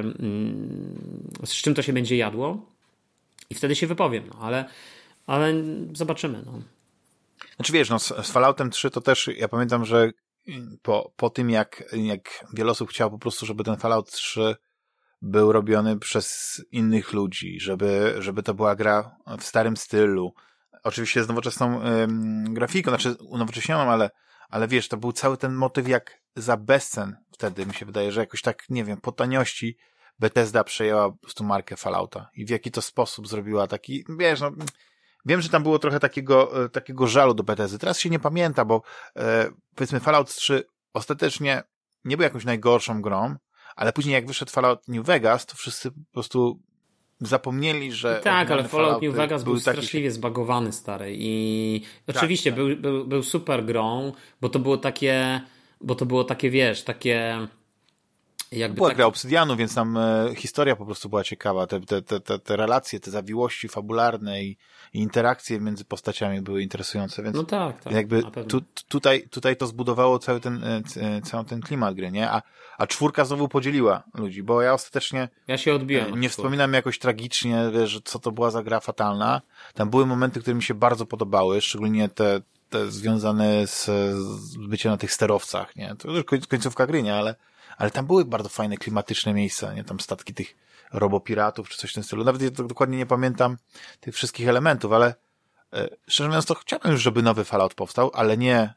mm, z czym to się będzie jadło. I wtedy się wypowiem, no, ale, ale zobaczymy. No. Znaczy wiesz, no, z, z Falloutem trzy to też, ja pamiętam, że po, po tym jak, jak wiele osób chciało po prostu, żeby ten Fallout trzy był robiony przez innych ludzi, żeby, żeby to była gra w starym stylu, oczywiście z nowoczesną ym, grafiką, znaczy unowocześnioną, ale, ale wiesz, to był cały ten motyw jak za bezcen wtedy, mi się wydaje, że jakoś tak, nie wiem, po taniości Bethesda przejęła po prostu markę Fallouta i w jaki to sposób zrobiła taki, wiesz, no, wiem, że tam było trochę takiego, takiego żalu do Bethesdy. Teraz się nie pamięta, bo e, powiedzmy Fallout trzy ostatecznie nie był jakąś najgorszą grą, ale później jak wyszedł Fallout New Vegas, to wszyscy po prostu zapomnieli, że... Tak, ale Fallout New Vegas był straszliwie taki... zbagowany, stary. I tak, oczywiście tak. Był, był, był super grą, bo to było takie, bo to było takie, wiesz, takie... Jakby była tak... gra Obsydianu, więc tam e, historia po prostu była ciekawa. Te, te, te, te, te relacje, te zawiłości fabularne i, i interakcje między postaciami były interesujące, więc no tak, tak, jakby tu, tutaj, tutaj to zbudowało cały ten, e, cały ten klimat gry, nie? A, a czwórka znowu podzieliła ludzi, bo ja ostatecznie ja się odbiłem e, nie wspominam jakoś tragicznie, wiesz, co to była za gra fatalna. Tam były momenty, które mi się bardzo podobały, szczególnie te, te związane z, z byciem na tych sterowcach, nie? To już końcówka gry, nie? Ale Ale tam były bardzo fajne, klimatyczne miejsca, nie? Tam statki tych robopiratów, czy coś w tym stylu. Nawet ja dokładnie nie pamiętam tych wszystkich elementów, ale, Szczerze mówiąc, to chciałbym już, żeby nowy Fallout powstał, ale nie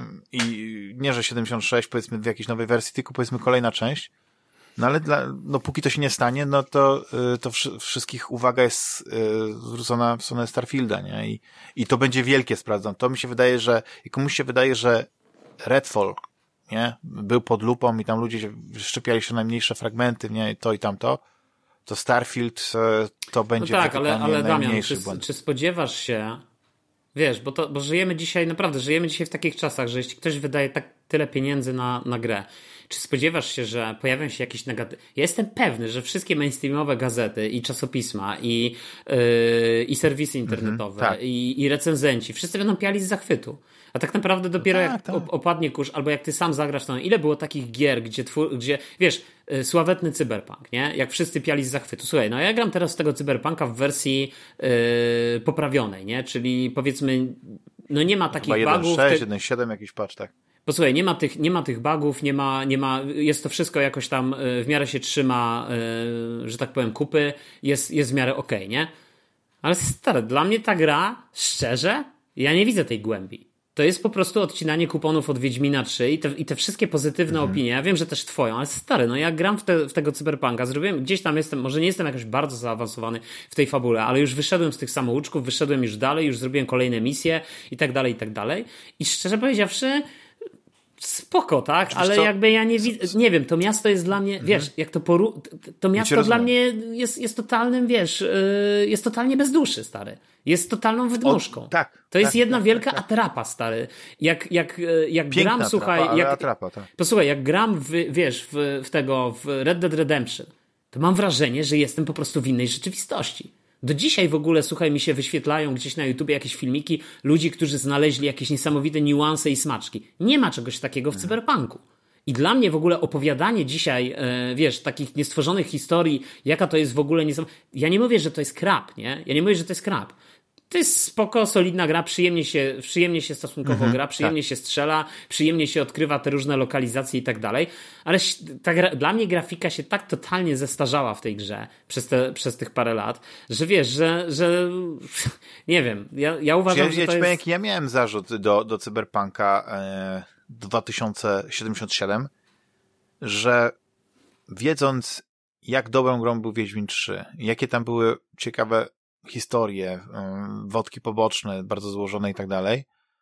i nie, że siedemdziesiąt sześć powiedzmy w jakiejś nowej wersji, tylko powiedzmy kolejna część. No ale dla, no póki to się nie stanie, no to, to wszy, wszystkich uwaga jest zwrócona w stronę Starfielda, nie? I, i to będzie wielkie, sprawdzam. To mi się wydaje, że i komuś się wydaje, że Redfall, nie? Był pod lupą i tam ludzie się szczepiali się na najmniejsze fragmenty, nie? To i tamto. To Starfield to będzie no tak, ale, ale Damian, czy, błąd. czy spodziewasz się, wiesz, bo, to, bo żyjemy dzisiaj, naprawdę, żyjemy dzisiaj w takich czasach, że jeśli ktoś wydaje tak tyle pieniędzy na, na grę, czy spodziewasz się, że pojawią się jakieś negatywne... Ja jestem pewny, że wszystkie mainstreamowe gazety i czasopisma i, yy, i serwisy internetowe mm-hmm, tak. i, i recenzenci, wszyscy będą piali z zachwytu. A tak naprawdę dopiero no tak, jak tak. opadnie kurz, albo jak ty sam zagrasz, to ile było takich gier, gdzie, twór, gdzie wiesz, yy, sławetny cyberpunk, nie? Jak wszyscy piali z zachwytu. Słuchaj, no ja gram teraz z tego cyberpunka w wersji yy, poprawionej, nie? Czyli powiedzmy, no nie ma takich Chyba bugów. jeden sześć, jeden siedem jakiś patch, tak. Posłuchaj, nie ma tych, nie ma tych bugów, nie ma, nie ma, jest to wszystko jakoś tam w miarę się trzyma, yy, że tak powiem, kupy, jest, jest w miarę okej, okay, nie? Ale stary, dla mnie ta gra, szczerze, ja nie widzę tej głębi. To jest po prostu odcinanie kuponów od Wiedźmina trzy i te, i te wszystkie pozytywne mhm. opinie, ja wiem, że też twoją, ale stary, no ja gram w, te, w tego cyberpunka, zrobiłem, gdzieś tam jestem, może nie jestem jakoś bardzo zaawansowany w tej fabule, ale już wyszedłem z tych samouczków, wyszedłem już dalej, już zrobiłem kolejne misje i tak dalej, i tak dalej. I szczerze powiedziawszy, spoko, tak? Ale co? jakby ja nie widzę, nie wiem, to miasto jest dla mnie, mhm. wiesz, jak to poru... to miasto dla mnie jest, jest totalnym, wiesz, yy, jest totalnie bez duszy, stary. Jest totalną wydmuszką. O, tak. To jest tak, jedna tak, wielka tak, tak. atrapa, stary. Jak, jak, jak Piękna gram, atrapa, słuchaj, ale jak, atrapa, tak. posłuchaj, jak gram, w, wiesz, w, w tego, w Red Dead Redemption, to mam wrażenie, że jestem po prostu w innej rzeczywistości. Do dzisiaj w ogóle, słuchaj, mi się wyświetlają gdzieś na YouTubie jakieś filmiki ludzi, którzy znaleźli jakieś niesamowite niuanse i smaczki. Nie ma czegoś takiego w mhm. cyberpunku. I dla mnie w ogóle opowiadanie dzisiaj, e, wiesz, takich niestworzonych historii, jaka to jest w ogóle niesamowita... Ja nie mówię, że to jest krap, nie? Ja nie mówię, że to jest krap. To jest spoko, solidna gra, przyjemnie się, przyjemnie się stosunkowo mhm, gra, przyjemnie tak. się strzela, przyjemnie się odkrywa te różne lokalizacje i tak dalej, ale ta gra, dla mnie grafika się tak totalnie zestarzała w tej grze przez, te, przez tych parę lat, że wiesz, że, że nie wiem, ja, ja uważam, ja, że to ja jest... Ja miałem zarzut do, do Cyberpunka e, dwa tysiące siedemdziesiąt siedem, że wiedząc jak dobrą grą był Wiedźmin trzy, jakie tam były ciekawe historie, wątki poboczne, bardzo złożone i tak dalej.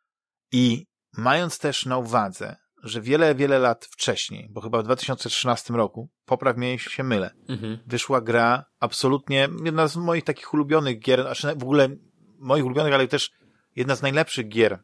I mając też na uwadze, że wiele, wiele lat wcześniej, bo chyba w dwa tysiące trzynastym roku, popraw mnie, jeśli się mylę, mhm. wyszła gra absolutnie, jedna z moich takich ulubionych gier, znaczy w ogóle moich ulubionych, ale też jedna z najlepszych gier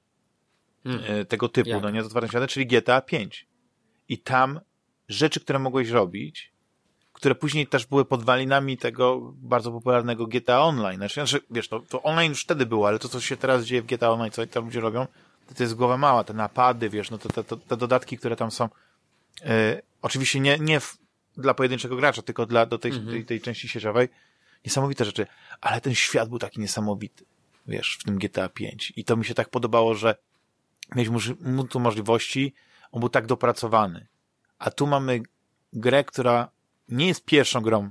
mhm. tego typu, Jak? no nie, z otwartym światem, czyli G T A pięć. I tam rzeczy, które mogłeś robić, które później też były podwalinami tego bardzo popularnego G T A Online. Znaczy, wiesz, to, to online już wtedy było, ale to, co się teraz dzieje w G T A Online, co tam ludzie robią, to, to jest głowa mała, te napady, wiesz, no to, to, to, te dodatki, które tam są. Yy, oczywiście nie, nie w, dla pojedynczego gracza, tylko dla do tej, mhm. tej, tej części sieciowej. Niesamowite rzeczy. Ale ten świat był taki niesamowity, wiesz, w tym G T A pięć. I to mi się tak podobało, że mieliśmy multum możliwości, on był tak dopracowany. A tu mamy grę, która nie jest pierwszą grą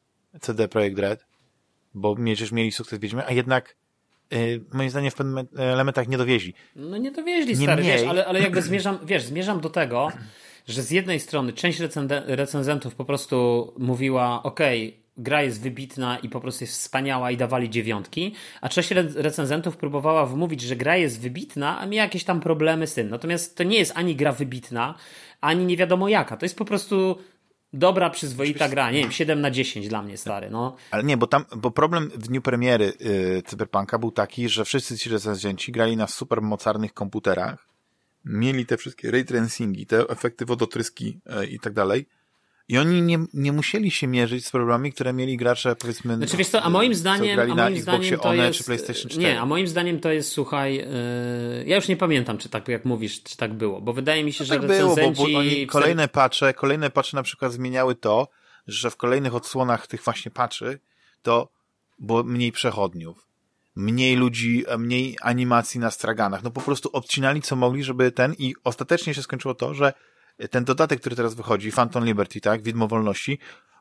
C D Projekt Red, bo przecież mieli sukces Wiedźmina, a jednak yy, moim zdaniem w pewnych elementach nie dowieźli. No nie dowieźli, stary, wiesz, ale, ale jakby zmierzam, wiesz, zmierzam do tego, że z jednej strony część recenzent, recenzentów po prostu mówiła, okej, okay, gra jest wybitna i po prostu jest wspaniała i dawali dziewiątki, a część recenzentów próbowała wmówić, że gra jest wybitna, a miała jakieś tam problemy z tym. Natomiast to nie jest ani gra wybitna, ani nie wiadomo jaka. To jest po prostu dobra, przyzwoita gra, nie wiem, siedem na dziesięć dla mnie, stary, no. Ale nie, bo tam, bo problem w dniu premiery yy, Cyberpunka był taki, że wszyscy ci recenzenci grali na super mocarnych komputerach, mieli te wszystkie ray tracingi, te efekty wodotryski yy, i tak dalej. I oni nie, nie musieli się mierzyć z problemami, które mieli gracze, powiedzmy, znaczy, wiesz co, a moim zdaniem, a moim zdaniem to One, jest, czy PlayStation cztery. Nie, a moim zdaniem to jest, słuchaj, yy, ja już nie pamiętam, czy tak jak mówisz, czy tak było, bo wydaje mi się, no że tak recenzenci... Było, bo, bo oni kolejne patche, kolejne patche na przykład zmieniały to, że w kolejnych odsłonach tych właśnie patchy to było mniej przechodniów, mniej ludzi, mniej animacji na straganach. No po prostu odcinali co mogli, żeby ten i ostatecznie się skończyło to, że ten dodatek, który teraz wychodzi, Phantom Liberty, tak, Widmo Wolności,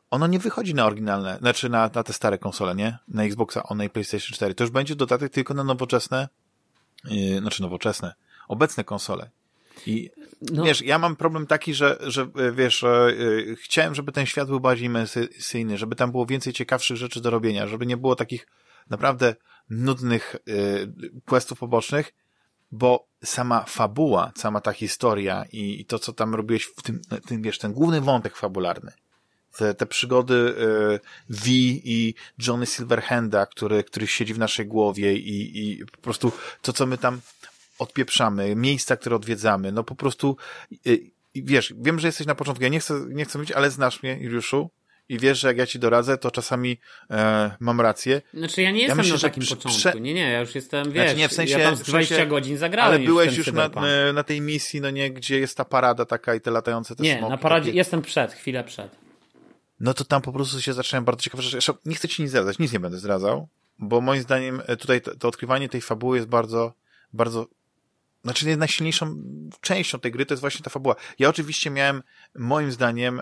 ono nie wychodzi na oryginalne, znaczy na, na te stare konsole, nie? Na Xboxa One i PlayStation cztery. To już będzie dodatek tylko na nowoczesne, yy, znaczy nowoczesne, obecne konsole. I no. wiesz, ja mam problem taki, że, że wiesz, yy, chciałem, żeby ten świat był bardziej imersyjny, żeby tam było więcej ciekawszych rzeczy do robienia, żeby nie było takich naprawdę nudnych yy, questów pobocznych, bo sama fabuła, sama ta historia i, i to, co tam robiłeś w tym, tym, wiesz, ten główny wątek fabularny, te, te przygody y, V i Johnny Silverhanda, który, który siedzi w naszej głowie i, i po prostu to, co my tam odpieprzamy, miejsca, które odwiedzamy, no po prostu y, wiesz, wiem, że jesteś na początku, ja nie chcę, nie chcę mówić, ale znasz mnie, Juliuszu, i wiesz, że jak ja ci doradzę, to czasami e, mam rację. Znaczy ja nie jestem ja myślę, na takim prze... początku. Nie, nie, ja już jestem, wiesz, znaczy nie, w sensie, ja tam z dwadzieścia w sensie, godzin zagrałem. Ale byłeś już na, na tej misji, no nie, gdzie jest ta parada taka i te latające te nie, smoki. Nie, na paradzie takie... jestem przed, chwilę przed. No to tam po prostu się zaczynają bardzo ciekawe rzeczy. Nie chcę ci nic zdradzać, nic nie będę zdradzał, bo moim zdaniem tutaj to, to odkrywanie tej fabuły jest bardzo, bardzo znaczy najsilniejszą częścią tej gry to jest właśnie ta fabuła. Ja oczywiście miałem, moim zdaniem,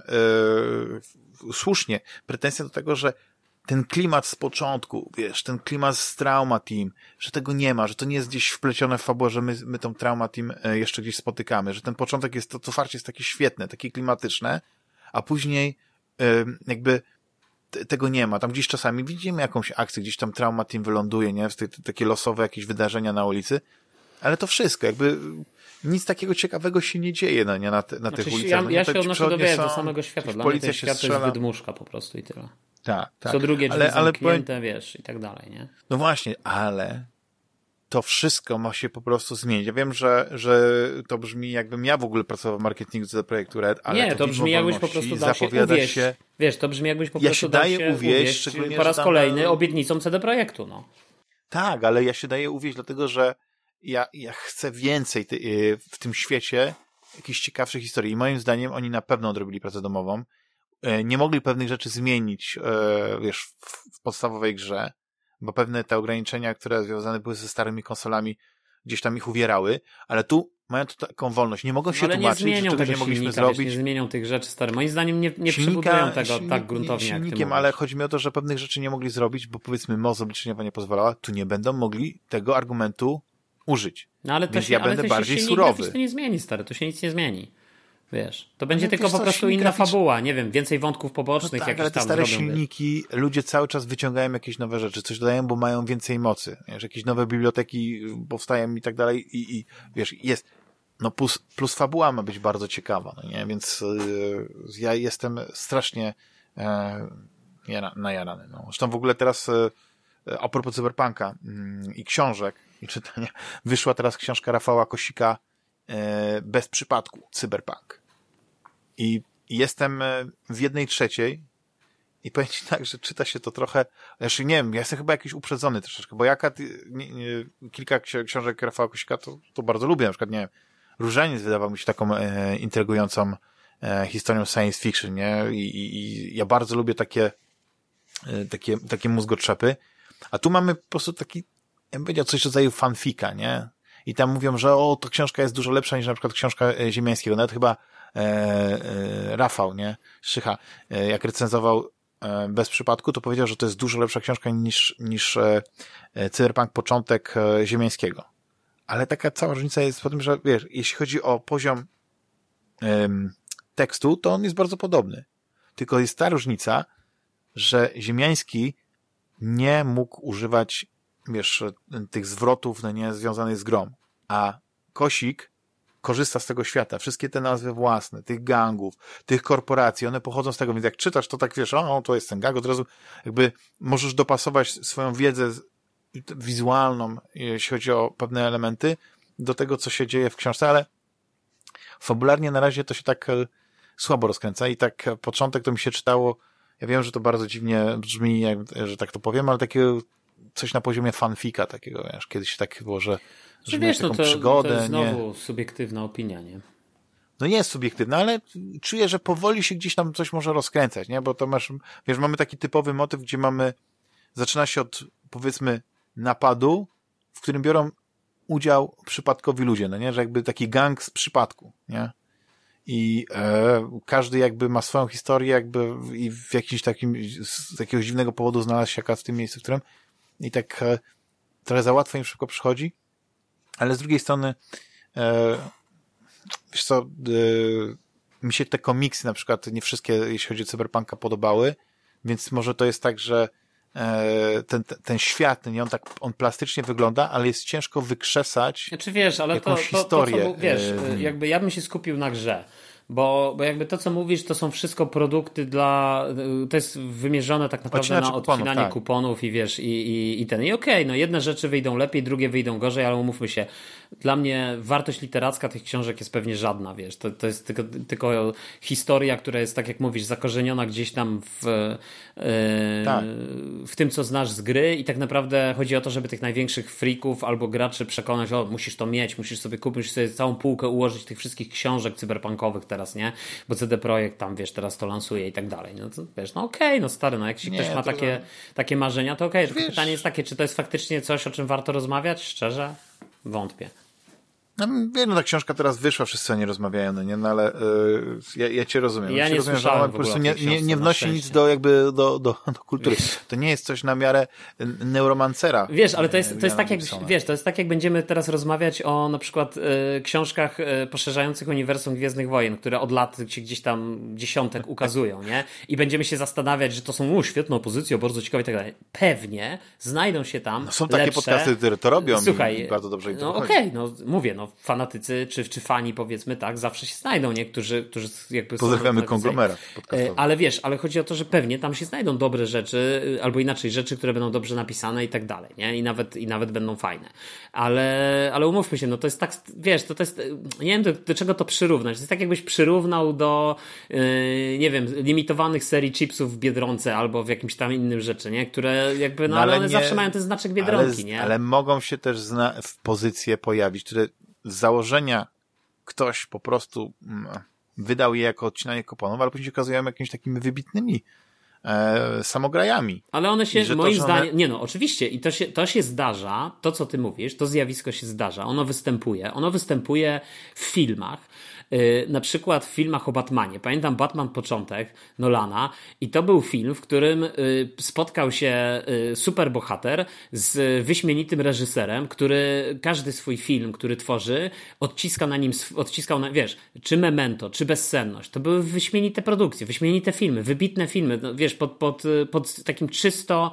yy, słusznie, pretensje do tego, że ten klimat z początku, wiesz, ten klimat z Trauma Team, że tego nie ma, że to nie jest gdzieś wplecione w fabułę, że my, my tą Trauma Team jeszcze gdzieś spotykamy, że ten początek jest, to, to otwarcie jest takie świetne, takie klimatyczne, a później yy, jakby t- tego nie ma. Tam gdzieś czasami widzimy jakąś akcję, gdzieś tam Trauma Team wyląduje, nie? Te, te, takie losowe jakieś wydarzenia na ulicy, ale to wszystko, jakby nic takiego ciekawego się nie dzieje no, nie, na, te, na znaczy, tych ulicach. Ja, no, ja się odnoszę do, wiesz, do samego świata. Dla mnie ten świat strzela. to jest wydmuszka po prostu i tyle. Tak, tak. Co drugie drzwi ale, ale zamknięte, powiem... wiesz, i tak dalej, nie? No właśnie, ale to wszystko ma się po prostu zmienić. Ja wiem, że, że to brzmi jakbym ja w ogóle pracował w marketingu do projektu Red, ale nie, to, to brzmi jakbyś po prostu dał się uwieść. Się... Wiesz, to brzmi jakbyś po ja prostu się dał daję się uwieść, uwieść po raz kolejny obietnicą C D Projektu, no. Tak, ale ja się daję uwieść, dlatego że ja, ja chcę więcej ty, w tym świecie jakichś ciekawszych historii. I moim zdaniem oni na pewno odrobili pracę domową. Nie mogli pewnych rzeczy zmienić, wiesz, w, w podstawowej grze, bo pewne te ograniczenia, które związane były ze starymi konsolami, gdzieś tam ich uwierały, ale tu mają tu taką wolność. Nie mogą się ale tłumaczyć, nie że czegoś nie mogliśmy silnika, zrobić. Wiesz, nie zmienią tych rzeczy stare. Moim zdaniem nie, nie silnika, przebudują tego silnik, tak gruntownie silnikiem, jak ty ale chodzi mi o to, że pewnych rzeczy nie mogli zrobić, bo powiedzmy moc obliczeniowa nie pozwalała, tu nie będą mogli tego argumentu użyć. No ale to Więc się, ja ale będę to bardziej się surowy. To nie zmieni, stary, to się nic nie zmieni. Wiesz, to będzie ale tylko wiesz, po co, prostu inna graficz... fabuła, nie wiem, więcej wątków pobocznych no tak, jakieś ale te tam stare zrobią, silniki, wiesz. Ludzie cały czas wyciągają jakieś nowe rzeczy, coś dodają, bo mają więcej mocy, wiesz, jakieś nowe biblioteki powstają i tak dalej i, i wiesz, jest, no plus, plus fabuła ma być bardzo ciekawa, no nie, więc yy, ja jestem strasznie yy, najarany, no. Zresztą w ogóle teraz yy, a propos cyberpunka yy, i książek i czytania, wyszła teraz książka Rafała Kosika yy, Bez przypadku, cyberpunk. I jestem w jednej trzeciej i powiem ci tak, że czyta się to trochę, znaczy nie wiem, ja jestem chyba jakiś uprzedzony troszeczkę, bo jaka nie, nie, kilka książek Rafała Kosika to, to bardzo lubię, na przykład nie wiem, Różaniec wydawał mi się taką e, intrygującą e, historią science fiction, nie? I, i, i ja bardzo lubię takie e, takie, takie mózgotrzepy, a tu mamy po prostu taki, ja bym powiedział, coś w rodzaju fanfika, nie? I tam mówią, że o, to książka jest dużo lepsza niż na przykład książka Ziemiańskiego. Nawet chyba e, e, Rafał, nie? Szycha, e, jak recenzował e, Bez przypadku, to powiedział, że to jest dużo lepsza książka niż, niż e, Cyberpunk Początek e, Ziemiańskiego. Ale taka cała różnica jest po tym, że wiesz, jeśli chodzi o poziom e, tekstu, to on jest bardzo podobny. Tylko jest ta różnica, że Ziemiański nie mógł używać wiesz, tych zwrotów, no nie, związanych z grą. A Kosik korzysta z tego świata. Wszystkie te nazwy własne, tych gangów, tych korporacji, one pochodzą z tego, więc jak czytasz, to tak wiesz, o, to jest ten gang, od razu jakby możesz dopasować swoją wiedzę wizualną, jeśli chodzi o pewne elementy, do tego, co się dzieje w książce, ale fabularnie na razie to się tak słabo rozkręca i tak początek to mi się czytało, ja wiem, że to bardzo dziwnie brzmi, jak, że tak to powiem, ale takiego coś na poziomie fanfika takiego, wiesz, kiedyś tak było, że, że wiesz, taką no to, przygodę. To jest znowu nie... subiektywna opinia, nie? No nie jest subiektywna, ale czuję, że powoli się gdzieś tam coś może rozkręcać, nie? Bo to masz, wiesz, mamy taki typowy motyw, gdzie mamy, zaczyna się od, powiedzmy, napadu, w którym biorą udział przypadkowi ludzie, no nie? Że jakby taki gang z przypadku, nie? i e, każdy jakby ma swoją historię jakby i w jakimś takim, z jakiegoś dziwnego powodu znalazł się akurat w tym miejscu, w którym i tak e, trochę za łatwo im szybko przychodzi, ale z drugiej strony e, wiesz co, e, mi się te komiksy na przykład nie wszystkie, jeśli chodzi o Cyberpunka, podobały, więc może to jest tak, że ten, ten, ten świat, nie, on tak, on plastycznie wygląda, ale jest ciężko wykrzesać znaczy, wiesz, ale to, jakąś to, historię. To, co, wiesz, jakby ja bym się skupił na grze. Bo, bo jakby to, co mówisz, to są wszystko produkty dla... To jest wymierzone tak naprawdę Odcinaczy na odcinanie kuponów, tak. kuponów i wiesz, i, i, i ten. I okej, okay, no jedne rzeczy wyjdą lepiej, drugie wyjdą gorzej, ale umówmy się, dla mnie wartość literacka tych książek jest pewnie żadna, wiesz. To, to jest tylko, tylko historia, która jest, tak jak mówisz, zakorzeniona gdzieś tam w, yy, tak. w tym, co znasz z gry i tak naprawdę chodzi o to, żeby tych największych freaków albo graczy przekonać, o, musisz to mieć, musisz sobie kupić, musisz sobie całą półkę ułożyć tych wszystkich książek cyberpunkowych teraz, nie? Bo C D Projekt tam, wiesz, teraz to lansuje i tak dalej. No to wiesz, no okej, okay, no stary, no jak się ktoś ma to... takie, takie marzenia, to okej. Okay. Pytanie jest takie, czy to jest faktycznie coś, o czym warto rozmawiać? Szczerze? Wątpię. No, wiem, no ta książka teraz wyszła, wszyscy o niej rozmawiają, no nie, no ale yy, ja, ja cię rozumiem. Ja, ja cię nie rozumiem, słyszałem że ona po prostu nie, nie, nie wnosi nic do jakby do, do, do kultury. To nie jest coś na miarę neuromancera. Wiesz, ale to jest, to jest tak jak, wiesz, to jest tak jak będziemy teraz rozmawiać o na przykład y, książkach y, poszerzających uniwersum Gwiezdnych Wojen, które od lat się gdzieś tam dziesiątek ukazują, nie? I będziemy się zastanawiać, że to są u, świetne opozycje, bardzo ciekawe i tak dalej. Pewnie znajdą się tam no, są takie lepsze... podcasty, które to robią. Słuchaj, i bardzo dobrze im to no okej, okay, no mówię, no fanatycy czy, czy fani, powiedzmy tak, zawsze się znajdą niektórzy, którzy jakby... Pozdrawiamy konglomerat podcastowy. Ale wiesz, ale chodzi o to, że pewnie tam się znajdą dobre rzeczy, albo inaczej rzeczy, które będą dobrze napisane i tak dalej, nie? I nawet, i nawet będą fajne. Ale, ale umówmy się, no to jest tak, wiesz, to, to jest, nie wiem do, do czego to przyrównać. To jest tak jakbyś przyrównał do, yy, nie wiem, limitowanych serii chipsów w Biedronce albo w jakimś tam innym rzeczy, nie? Które jakby, no, no ale one nie, zawsze mają ten znaczek Biedronki, ale, nie? Ale mogą się też zna- w pozycje pojawić, które z założenia ktoś po prostu mm, wydał je jako odcinanie kuponów, ale później się okazują jakimiś takimi wybitnymi e, samograjami. Ale one się, moim to, zdaniem, one... nie no, oczywiście i to się, to się zdarza, to co ty mówisz, to zjawisko się zdarza, ono występuje, ono występuje w filmach, yy, na przykład w filmach o Batmanie. Pamiętam Batman Początek Nolana i to był film, w którym yy, spotkał się yy, superbohater z wyśmienitym reżyserem, który każdy swój film, który tworzy, odciska na nim, odciskał na, wiesz, czy Memento, czy Bezsenność. To były wyśmienite produkcje, wyśmienite filmy, wybitne filmy, no, wiesz, pod, pod, pod takim czysto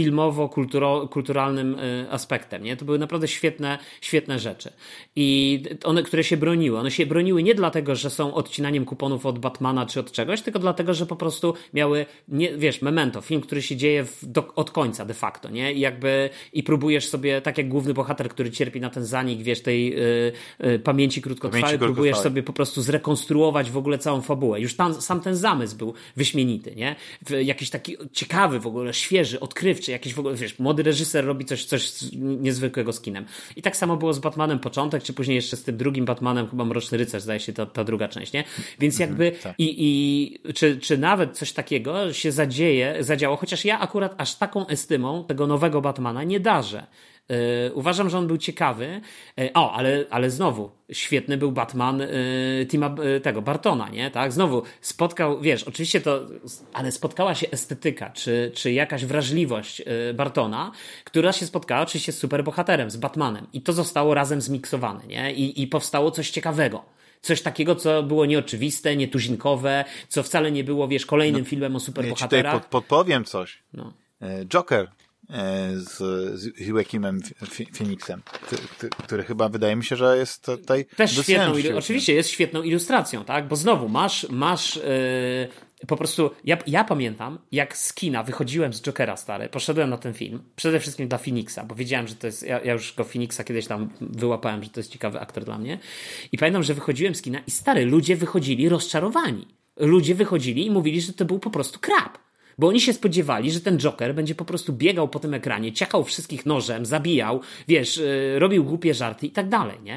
filmowo-kulturalnym aspektem, nie? To były naprawdę świetne, świetne rzeczy. I one, które się broniły. One się broniły nie dlatego, że są odcinaniem kuponów od Batmana czy od czegoś, tylko dlatego, że po prostu miały, nie, wiesz, Memento, film, który się dzieje w, do, od końca de facto, nie? I jakby, i próbujesz sobie, tak jak główny bohater, który cierpi na ten zanik, wiesz, tej y, y, pamięci krótkotrwałej, pamięci próbujesz krótkotrwałej. sobie po prostu zrekonstruować w ogóle całą fabułę. Już tam, sam ten zamysł był wyśmienity, nie? Jakiś taki ciekawy w ogóle, świeży, odkrywczy, jakiś w ogóle, wiesz, młody reżyser robi coś, coś niezwykłego z kinem. I tak samo było z Batmanem Początek, czy później jeszcze z tym drugim Batmanem, chyba Mroczny Rycerz, zdaje się, ta, ta druga część, nie? Więc jakby mhm, tak. i, i czy, czy nawet coś takiego się zadzieje, zadziało, chociaż ja akurat aż taką estymą tego nowego Batmana nie darzę. Yy, uważam, że on był ciekawy. Yy, o, ale, ale znowu, świetny był Batman yy, Tima yy, tego, Bartona, nie? Tak? Znowu spotkał, wiesz, oczywiście to, ale spotkała się estetyka, czy, czy jakaś wrażliwość yy, Bartona, która się spotkała oczywiście z superbohaterem, z Batmanem. I to zostało razem zmiksowane, nie? I, i powstało coś ciekawego. Coś takiego, co było nieoczywiste, nietuzinkowe, co wcale nie było, wiesz, kolejnym no, filmem o superbohaterach. Ja ci tutaj pod, podpowiem coś. No. Joker z, z Joaquinem Phoenixem, który chyba wydaje mi się, że jest tutaj też świetną, ilu- oczywiście jest świetną ilustracją, tak? Bo znowu masz, masz yy, po prostu, ja, ja pamiętam, jak z kina wychodziłem z Jokera, stary, poszedłem na ten film, przede wszystkim dla Phoenixa, bo wiedziałem, że to jest, ja, ja już go Phoenixa kiedyś tam wyłapałem, że to jest ciekawy aktor dla mnie i pamiętam, że wychodziłem z kina i stary, ludzie wychodzili rozczarowani. Ludzie wychodzili i mówili, że to był po prostu krap. Bo oni się spodziewali, że ten Joker będzie po prostu biegał po tym ekranie, ciakał wszystkich nożem, zabijał, wiesz, yy, robił głupie żarty i tak dalej, nie?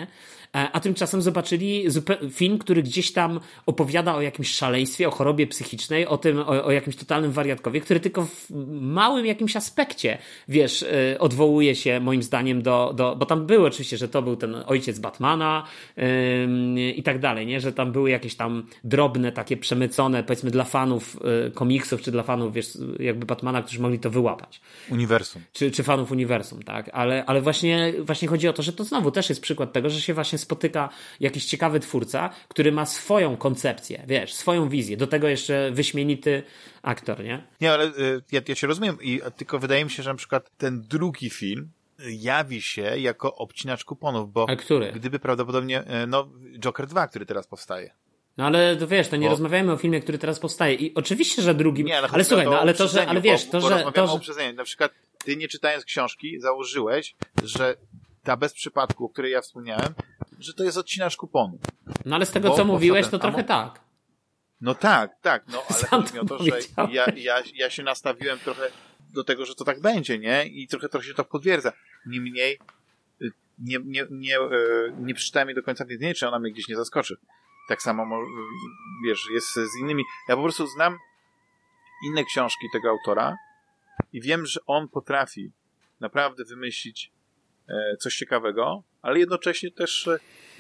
a tymczasem zobaczyli film, który gdzieś tam opowiada o jakimś szaleństwie, o chorobie psychicznej, o tym, o, o jakimś totalnym wariatkowie, który tylko w małym jakimś aspekcie, wiesz, odwołuje się moim zdaniem do, do bo tam było oczywiście, że to był ten ojciec Batmana yy, i tak dalej, nie, że tam były jakieś tam drobne, takie przemycone, powiedzmy dla fanów yy, komiksów, czy dla fanów, wiesz, jakby Batmana, którzy mogli to wyłapać. Uniwersum. Czy, czy fanów uniwersum, tak, ale, ale właśnie, właśnie chodzi o to, że to znowu też jest przykład tego, że się właśnie spotyka jakiś ciekawy twórca, który ma swoją koncepcję, wiesz, swoją wizję, do tego jeszcze wyśmienity aktor, nie? Nie, ale y, ja, ja się rozumiem, i tylko wydaje mi się, że na przykład ten drugi film jawi się jako obcinacz kuponów, bo A który? gdyby prawdopodobnie, no, Joker dwa, który teraz powstaje. No ale to wiesz, to nie bo... rozmawiamy o filmie, który teraz powstaje. I oczywiście, że drugim. Nie, ale, ale słuchaj, no ale to, że. Ale wiesz, bo, to, bo że. rozmawiamy to, że... o uprzedzeniu. Na przykład ty, nie czytając książki, założyłeś, że ta bez przypadku, o której ja wspomniałem, że to jest odcinacz kuponu. No ale z tego, bo, co mówiłeś, to ten, trochę mo... tak. No tak, tak, no ale Sam chodzi mi o to, że ja, ja, ja się nastawiłem trochę do tego, że to tak będzie, nie? I trochę, trochę się to potwierdza. Niemniej nie, nie, nie, nie przeczytałem jej do końca, nie wiem, czy ona mnie gdzieś nie zaskoczy. Tak samo, wiesz, jest z innymi. Ja po prostu znam inne książki tego autora i wiem, że on potrafi naprawdę wymyślić coś ciekawego, ale jednocześnie też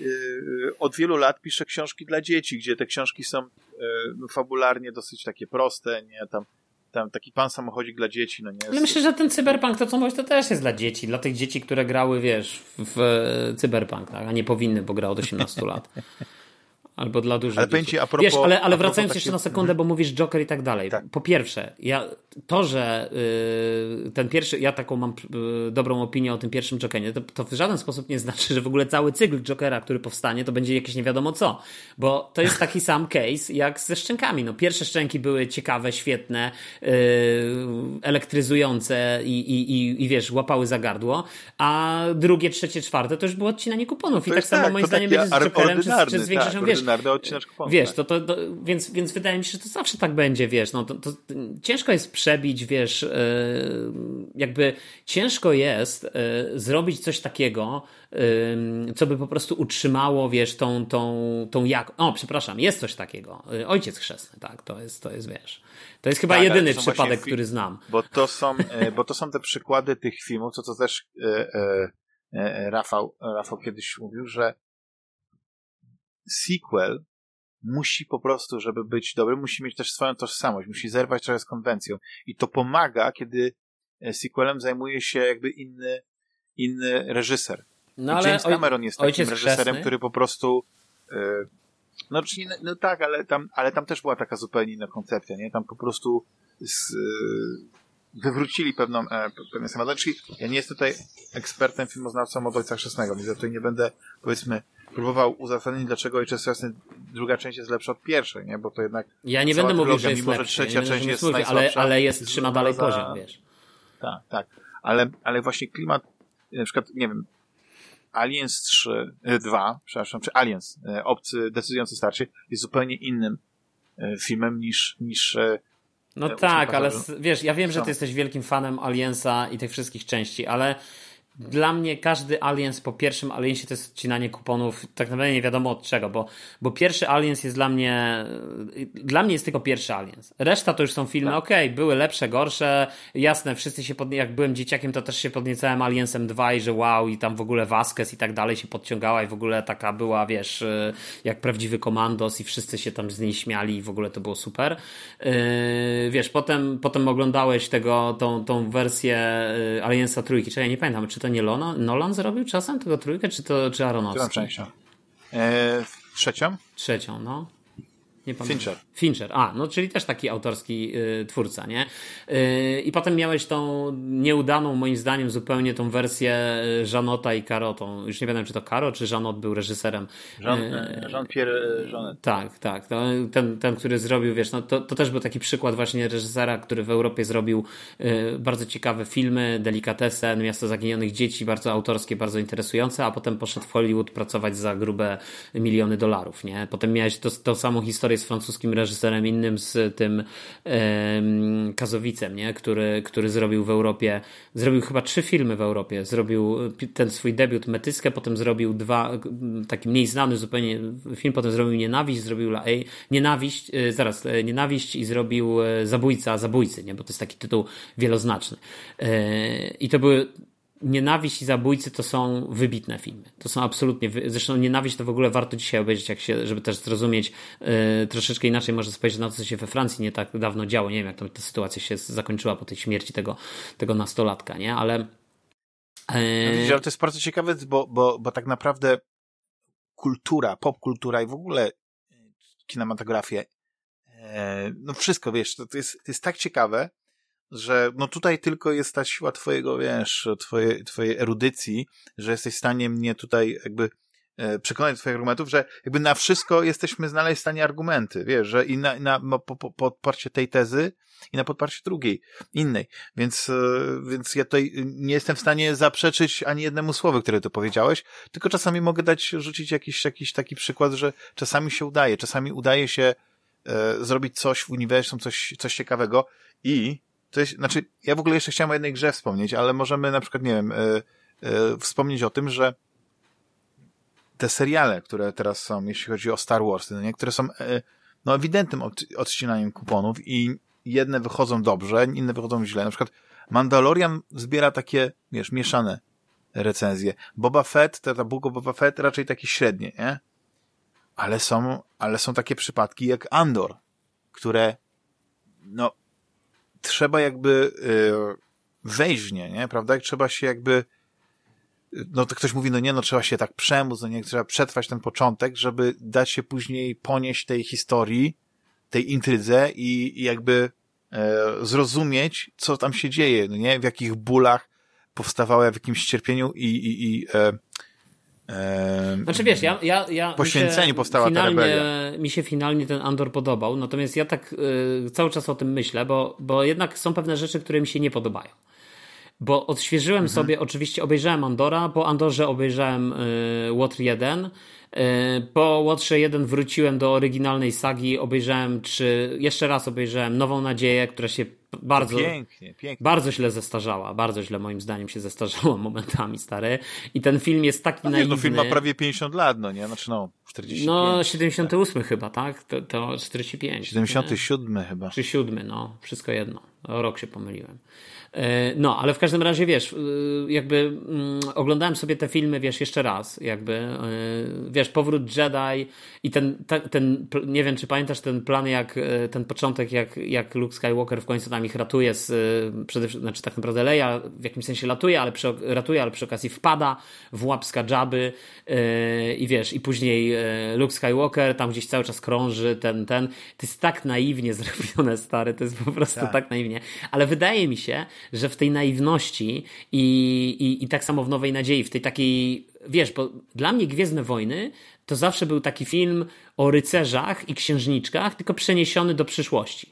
od wielu lat pisze książki dla dzieci, gdzie te książki są fabularnie dosyć takie proste, nie? Tam, tam taki pan samochodzik dla dzieci, no nie? Ale myślę, że ten Cyberpunk, to co mówisz, to też jest dla dzieci, dla tych dzieci, które grały, wiesz, w, w Cyberpunk, tak? A nie powinny, bo gra od osiemnastu lat. Albo dla dużych ale dzieci. A propos, Wiesz, ale, ale a wracając takie... jeszcze na sekundę, bo mówisz Joker i tak dalej. Tak. Po pierwsze, ja, to, że yy, ten pierwszy, ja taką mam yy, dobrą opinię o tym pierwszym Jokerze, to, to w żaden sposób nie znaczy, że w ogóle cały cykl Jokera, który powstanie, to będzie jakieś nie wiadomo co. Bo to jest taki sam case jak ze szczękami. No, pierwsze szczęki były ciekawe, świetne, yy, elektryzujące i, i, i, i wiesz, łapały za gardło, a drugie, trzecie, czwarte to już było odcinanie kuponów. I tak samo tak, moim zdaniem będzie z Jokerem, czy, czy z większością, tak, wiesz, odcinacz kuponów, wiesz, tak. to, to, to, więc, więc wydaje mi się, że to zawsze tak będzie, wiesz, no to, to ciężko jest przebić, wiesz, yy, jakby ciężko jest yy, zrobić coś takiego, yy, co by po prostu utrzymało, wiesz, tą, tą, tą jak... O, przepraszam, jest coś takiego. Yy, Ojciec Chrzestny, tak, to jest, to jest, wiesz, to jest chyba tak, jedyny przypadek, który znam. Bo to są, bo to są te przykłady tych filmów, co to też yy, yy, Rafał, Rafał kiedyś mówił, że sequel musi po prostu, żeby być dobry, musi mieć też swoją tożsamość, musi zerwać trochę z konwencją. I to pomaga, kiedy sequelem zajmuje się jakby inny, inny reżyser. No, ale James Cameron jest takim reżyserem, chrzestny? który po prostu yy, no, czyli, no tak, ale tam, ale tam też była taka zupełnie inna koncepcja, nie? Tam po prostu z, yy, wywrócili pewną, e, pewien temat. Czyli ja nie jestem tutaj ekspertem, filmoznawcą od Ojca Chrzestnego, więc ja tutaj nie będę, powiedzmy, próbował uzasadnić, dlaczego Ojciec Chrzestny druga część jest lepsza od pierwszej, nie? Bo to jednak... Ja nie będę mówił, że jest mimo, lepszy, że trzecia ja część jest mówić, ale, ale jest, trzyma dalej za... poziom, wiesz. Tak, tak. Ale, ale właśnie klimat, na przykład, nie wiem, Aliens trzy, dwa, przepraszam, czy Aliens, Obcy Decydujący Starczy, jest zupełnie innym filmem niż... niż no tak, ale wiesz, ja wiem, że ty jesteś wielkim fanem Aliensa i tych wszystkich części, ale dla mnie każdy Aliens po pierwszym Aliensie to jest odcinanie kuponów, tak naprawdę nie wiadomo od czego, bo, bo pierwszy Aliens jest dla mnie, dla mnie jest tylko pierwszy Aliens. Reszta to już są filmy, tak. okej, okay, były lepsze, gorsze, jasne, wszyscy się, pod, jak byłem dzieciakiem, to też się podniecałem Aliensem dwa i że wow, i tam w ogóle Vasquez i tak dalej się podciągała i w ogóle taka była, wiesz, jak prawdziwy komandos i wszyscy się tam z niej śmiali i w ogóle to było super. Yy, wiesz, potem, potem oglądałeś tego, tą, tą wersję Aliensa trójki, czy ja nie pamiętam, czy to nie Nolan, Nolan zrobił czasem tego trójkę, czy to czy Aronofsky? Którą częścią? Eee, trzecią? Trzecią, no. Nie pamiętam. Fincher. Fincher, a, no czyli też taki autorski y, twórca, nie? Y, I potem miałeś tą nieudaną, moim zdaniem, zupełnie tą wersję Janota i Carotą. Już nie wiem, czy to Caro, czy Janot był reżyserem. Jean, y, Jean-Pierre Jeunet. Tak, tak. To, ten, ten, który zrobił, wiesz, no to, to też był taki przykład właśnie reżysera, który w Europie zrobił y, bardzo ciekawe filmy, Delikatesen, Miasto Zaginionych Dzieci, bardzo autorskie, bardzo interesujące, a potem poszedł w Hollywood pracować za grube miliony dolarów, nie? Potem miałeś to, tą samą historię jest francuskim reżyserem, innym z tym um, Kazowicem, nie? Który, który zrobił w Europie, zrobił chyba trzy filmy w Europie. Zrobił ten swój debiut Metyskę, potem zrobił dwa, taki mniej znany zupełnie film, potem zrobił Nienawiść, zrobił La Haye, Nienawiść, zaraz, Nienawiść i zrobił Zabójca, Zabójcy, nie? Bo to jest taki tytuł wieloznaczny. I to były Nienawiść i Zabójcy to są wybitne filmy. To są absolutnie, zresztą Nienawiść to w ogóle warto dzisiaj obejrzeć, jak się, żeby też zrozumieć yy, troszeczkę inaczej, może spojrzeć na to, co się we Francji nie tak dawno działo. Nie wiem, jak tam ta sytuacja się zakończyła po tej śmierci tego, tego nastolatka, nie? Ale yy... no widzisz, ale to jest bardzo ciekawe, bo, bo, bo tak naprawdę kultura, popkultura i w ogóle kinematografia, yy, no wszystko, wiesz, to, to, jest, to jest tak ciekawe, że no tutaj tylko jest ta siła twojego, wiesz, twoje, twojej erudycji, że jesteś w stanie mnie tutaj jakby e, przekonać do twoich argumentów, że jakby na wszystko jesteśmy znaleźć w stanie argumenty, wiesz, że i na, na po, po, podparcie tej tezy i na podparcie drugiej, innej. Więc, e, więc ja tutaj nie jestem w stanie zaprzeczyć ani jednemu słowu, które tu powiedziałeś, tylko czasami mogę dać, rzucić jakiś, jakiś taki przykład, że czasami się udaje, czasami udaje się e, zrobić coś w uniwersum, coś, coś ciekawego i to jest, znaczy, ja w ogóle jeszcze chciałem o jednej grze wspomnieć, ale możemy na przykład, nie wiem, y, y, wspomnieć o tym, że te seriale, które teraz są, jeśli chodzi o Star Wars, no nie, które są y, no, ewidentnym od, odcinaniem kuponów i jedne wychodzą dobrze, inne wychodzą źle. Na przykład Mandalorian zbiera takie, wiesz, mieszane recenzje. Boba Fett, ta, ta Book of Boba Fett raczej takie średnie, nie? Ale są, ale są takie przypadki jak Andor, które, no, trzeba jakby y, wejść w nie, nie, prawda? Jak trzeba się jakby, no to ktoś mówi, no nie, no trzeba się tak przemóc, no nie, trzeba przetrwać ten początek, żeby dać się później ponieść tej historii, tej intrydze i, i jakby e, zrozumieć, co tam się dzieje, no nie, w jakich bólach powstawała, w jakimś cierpieniu i, i, i e, Eee, znaczy wiesz, ja, ja, ja poświęceniu powstała finalnie, ta rebelia. Mi się finalnie ten Andor podobał, natomiast ja tak y, cały czas o tym myślę, bo, bo jednak są pewne rzeczy, które mi się nie podobają. Bo odświeżyłem mhm. sobie, oczywiście obejrzałem Andora, po Andorze obejrzałem y, Łotr jeden, y, po Łotrze jeden wróciłem do oryginalnej sagi, obejrzałem, czy jeszcze raz obejrzałem Nową Nadzieję, która się bardzo, pięknie, pięknie. bardzo źle zestarzała, bardzo źle moim zdaniem się zestarzała momentami, stary. I ten film jest taki no, naiwny. No film ma prawie pięćdziesiąt lat, no nie? Znaczy no, czterdzieści pięć. No, siedemdziesiąty ósmy tak. chyba, tak? To, to czterdzieści pięć. siedemdziesiąty siódmy chyba. Czy siódmy, no. Wszystko jedno. O rok się pomyliłem. No, ale w każdym razie, wiesz, jakby mm, oglądałem sobie te filmy, wiesz, jeszcze raz, jakby, wiesz, Powrót Jedi i ten, ten, ten, nie wiem, czy pamiętasz ten plan, jak, ten początek, jak, jak Luke Skywalker w końcu tam ich ratuje z, przede wszystkim, znaczy tak naprawdę Leia w jakimś sensie latuje, ale przy, ratuje, ale przy okazji wpada w łapska Jabby yy, i wiesz, i później Luke Skywalker tam gdzieś cały czas krąży, ten, ten, to jest tak naiwnie zrobione, stary, to jest po prostu tak, tak naiwnie, ale wydaje mi się, że w tej naiwności i, i, i tak samo w Nowej Nadziei, w tej takiej, wiesz, bo dla mnie Gwiezdne Wojny to zawsze był taki film o rycerzach i księżniczkach, tylko przeniesiony do przyszłości.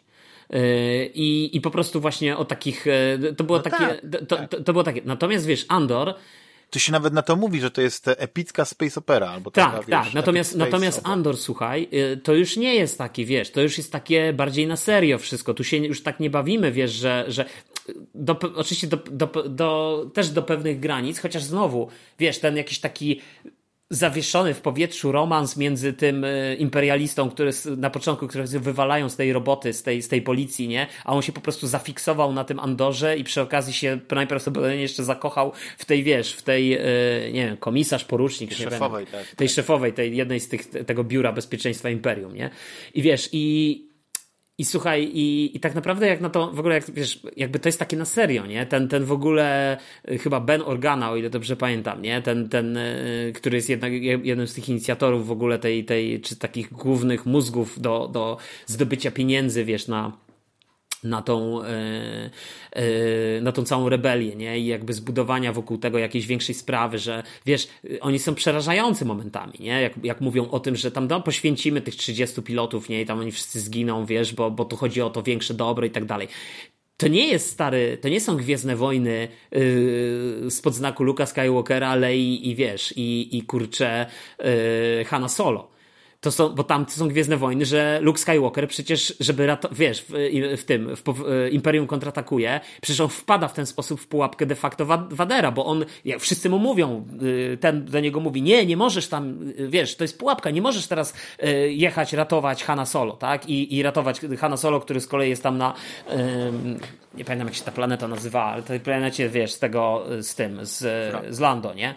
I, i po prostu właśnie o takich, to było no takie, tak, to, tak. To, to było takie, natomiast wiesz, Andor, to się nawet na to mówi, że to jest epicka space opera. Albo tak, taka, tak. Wiesz, natomiast, natomiast Andor, słuchaj, to już nie jest taki, wiesz, to już jest takie bardziej na serio wszystko. Tu się już tak nie bawimy, wiesz, że, że do, oczywiście do, do, do, też do pewnych granic, chociaż znowu, wiesz, ten jakiś taki zawieszony w powietrzu romans między tym imperialistą, który na początku, których wywalają z tej roboty, z tej, z tej policji, nie? A on się po prostu zafiksował na tym Andorze i przy okazji się najprawdopodobniej jeszcze zakochał w tej, wiesz, w tej, nie wiem, komisarz, porucznik, szefowej, nie wiem, tak, tej tak. szefowej, tej jednej z tych, tego biura bezpieczeństwa Imperium, nie? I wiesz, i I słuchaj, i, i tak naprawdę jak na to, w ogóle jak, wiesz, jakby to jest takie na serio, nie? Ten, ten w ogóle, chyba Ben Organa, o ile dobrze pamiętam, nie? Ten, ten, który jest jednak jednym z tych inicjatorów w ogóle tej, tej czy takich głównych mózgów do, do zdobycia pieniędzy, wiesz, na na tą, yy, yy, na tą całą rebelię, nie? I jakby zbudowania wokół tego jakiejś większej sprawy, że wiesz, oni są przerażający momentami, nie? Jak, jak mówią o tym, że tam no, poświęcimy tych trzydziestu pilotów, nie? I tam oni wszyscy zginą, wiesz, bo, bo tu chodzi o to większe dobro i tak dalej. To nie jest stary, to nie są Gwiezdne Wojny yy, spod znaku Luka Skywalkera, Lei i wiesz, i, i kurczę yy, Hanna Solo. To to są, bo tam to są Gwiezdne Wojny, że Luke Skywalker przecież, żeby ratować, wiesz, w, w tym, w, w Imperium kontratakuje, przecież on wpada w ten sposób w pułapkę de facto Vadera, bo on, jak wszyscy mu mówią, ten do niego mówi, nie, nie możesz tam, wiesz, to jest pułapka, nie możesz teraz jechać, ratować Hanna Solo, tak? I, i ratować Hanna Solo, który z kolei jest tam na, nie pamiętam jak się ta planeta nazywa, ale tej planecie, wiesz, z tego, z tym, z, z Lando, nie?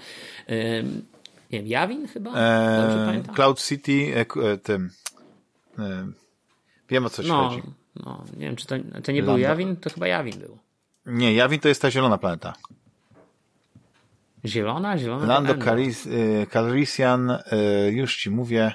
Nie wiem, Yavin chyba? Dobrze pamiętam? Cloud City, e, tym. E, wiem o co ci no, chodzi. No, nie wiem, czy to, to nie był Yavin? To chyba Yavin był. Nie, Yavin to jest ta zielona planeta. Zielona? Zielona? Lando Caris, e, Calrissian, e, już ci mówię,